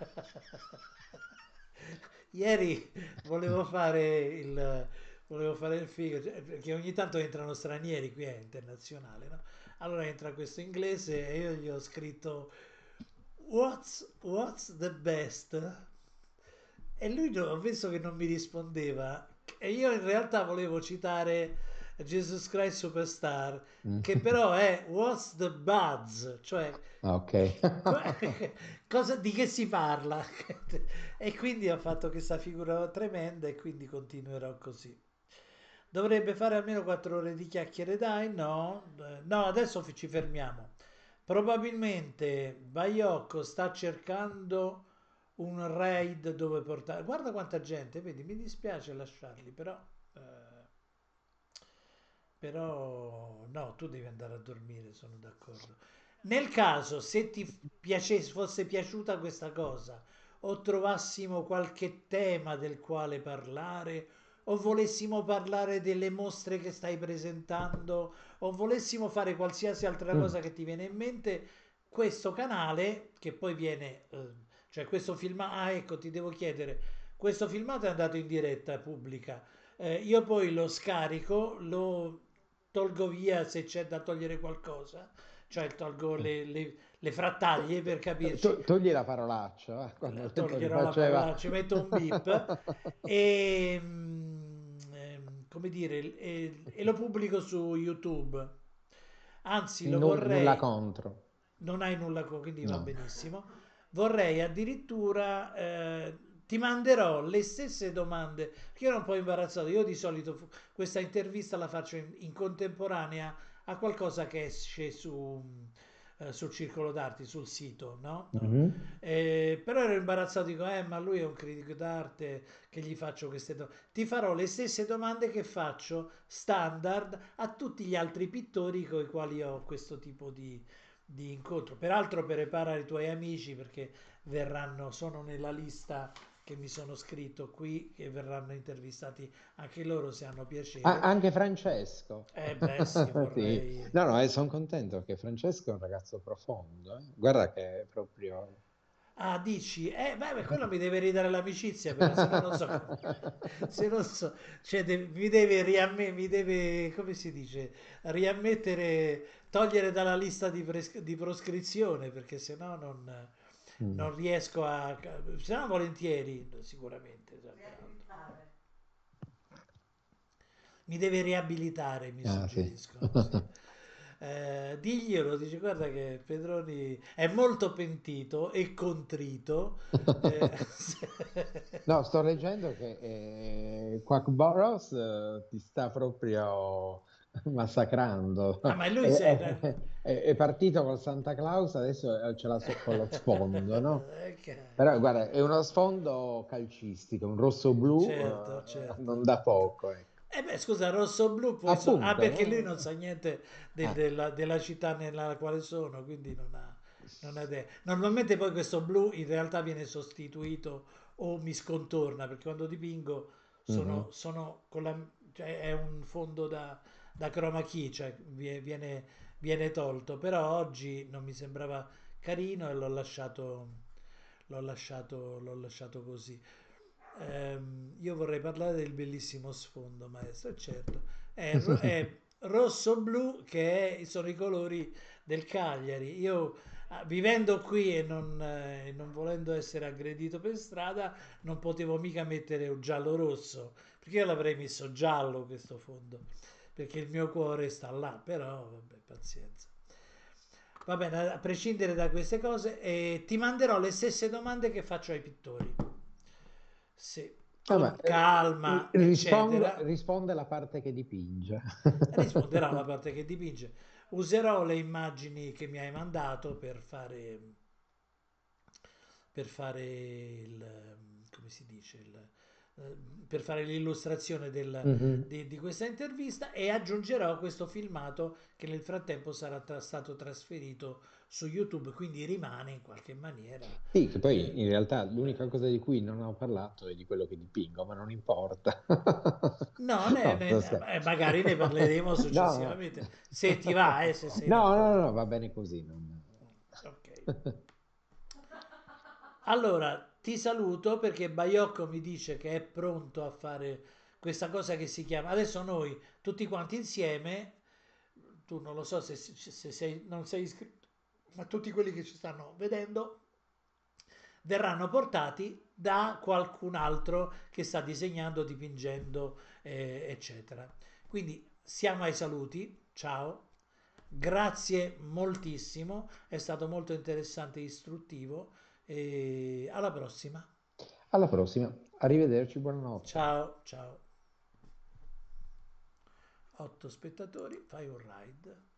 Ieri volevo fare il, volevo fare il figo, cioè, perché ogni tanto entrano stranieri qui, è internazionale, no? Allora entra questo inglese e io gli ho scritto What's, what's the best? E lui no- ho visto che non mi rispondeva e io in realtà volevo citare Jesus Christ Superstar, Mm. che però è What's the buzz? Cioè Ah, ok. co- cosa, di che si parla? E quindi ho fatto questa figura tremenda e quindi continuerò così. Dovrebbe fare almeno quattro ore di chiacchiere, dai? No, Eh, no, adesso fi- ci fermiamo. Probabilmente Baiocco sta cercando un raid dove portare. Guarda quanta gente, vedi, mi dispiace lasciarli, però. eh, però no, tu devi andare a dormire, sono d'accordo. Nel caso, se ti piacesse, fosse piaciuta questa cosa, o trovassimo qualche tema del quale parlare, o volessimo parlare delle mostre che stai presentando, o volessimo fare qualsiasi altra Mm. cosa che ti viene in mente, questo canale, che poi viene, eh, cioè questo filmato, ah ecco, ti devo chiedere, questo filmato è andato in diretta pubblica, eh, io poi lo scarico, lo tolgo via se c'è da togliere qualcosa, cioè tolgo le, le- le frattaglie per To- capirci, to- Togli la parolaccia, eh, quando ho detto che toglierò la faceva. parola, ci metto un bip e, mm, ehm, come dire, e, e lo pubblico su YouTube. Anzi, lo Nu- nulla vorrei, contro. non hai nulla, co- quindi va No. benissimo. Vorrei addirittura, eh, ti manderò le stesse domande, perché io ero un po' imbarazzato. Io di solito fu- questa intervista la faccio in, in contemporanea a qualcosa che esce su, eh, sul Circolo d'Arti, sul sito, no? No. Mhm. Eh, però ero imbarazzato, dico, eh, ma lui è un critico d'arte, che gli faccio queste domande. Ti farò le stesse domande che faccio standard a tutti gli altri pittori con i quali ho questo tipo di, di incontro. Peraltro prepara i tuoi amici perché verranno, sono nella lista che mi sono scritto qui e verranno intervistati anche loro se hanno A- piacere. anche Francesco. Eh beh sì, Sì. vorrei... No, no, sono contento che Francesco è un ragazzo profondo. Eh. Guarda che è proprio. Ah, dici? Eh, beh, beh, quello mi deve ridare l'amicizia, però se no non so come... Se non so, cioè de- mi deve riamme, mi deve, come si dice, riammettere, togliere dalla lista di, pres- di proscrizione, perché se no non, Mm. non riesco a... Se no volentieri, sicuramente. Cioè, peraltro. Mi deve riabilitare, mi Ah, sì. suggeriscono, sì. Eh, diglielo, dice, guarda che Pedroni è molto pentito e contrito. eh, No, sto leggendo che eh, Quack Boros eh, ti sta proprio massacrando. ah, ma lui È, sei... è- è- è partito col Santa Claus, adesso eh, ce l'ha so- con lo sfondo, no? Però guarda, è uno sfondo calcistico, un rosso-blu Certo, eh, non certo. da poco, ecco. Eh beh, scusa, rosso-blu poi so... Ah, Appunto, perché lui non no? sa niente del- Ah, della, della città nella quale sono, quindi non ha, non ha idea. Normalmente poi questo blu in realtà viene sostituito o mi scontorna, perché quando dipingo sono, mhm. sono con la... cioè è un fondo da, da chroma key, cioè vie- viene, viene tolto, però oggi non mi sembrava carino e l'ho lasciato, l'ho lasciato, l'ho lasciato così. Ehm, io vorrei parlare del bellissimo sfondo, maestro, e certo, è, ro- è rosso-blu che è- sono i colori del Cagliari. Io, ah, vivendo qui e non, eh, non volendo essere aggredito per strada, non potevo mica mettere un giallo-rosso, perché io l'avrei messo giallo questo fondo, perché il mio cuore sta là, però vabbè, pazienza. Va bene, a prescindere da queste cose, eh, ti manderò le stesse domande che faccio ai pittori. Sì, Vabbè, con eh, calma, rispondo- eccetera. risponde la parte che dipinge. Risponderà alla parte che dipinge. Userò le immagini che mi hai mandato per fare, per fare il, come si dice, il, eh, per fare l'illustrazione del- Mhm. di, di questa intervista, e aggiungerò questo filmato che nel frattempo sarà tra- stato trasferito su YouTube, quindi rimane in qualche maniera. Sì, che poi eh, in realtà l'unica cosa di cui non ho parlato è di quello che dipingo, ma non importa. No, ne- No, non ne- scherzo. eh, magari ne parleremo No, successivamente, se ti va, eh, se sei no, no, d'accordo. no, va bene così. non- Ok. Allora, ti saluto perché Baiocco mi dice che è pronto a fare questa cosa che si chiama. Adesso noi tutti quanti insieme, tu non lo so se, se sei, non sei iscritto, ma tutti quelli che ci stanno vedendo verranno portati da qualcun altro che sta disegnando, dipingendo, eh, eccetera. Quindi siamo ai saluti, ciao, grazie moltissimo, è stato molto interessante e istruttivo, e alla prossima. Alla prossima, arrivederci, buonanotte. Ciao, ciao. otto spettatori, fai un ride.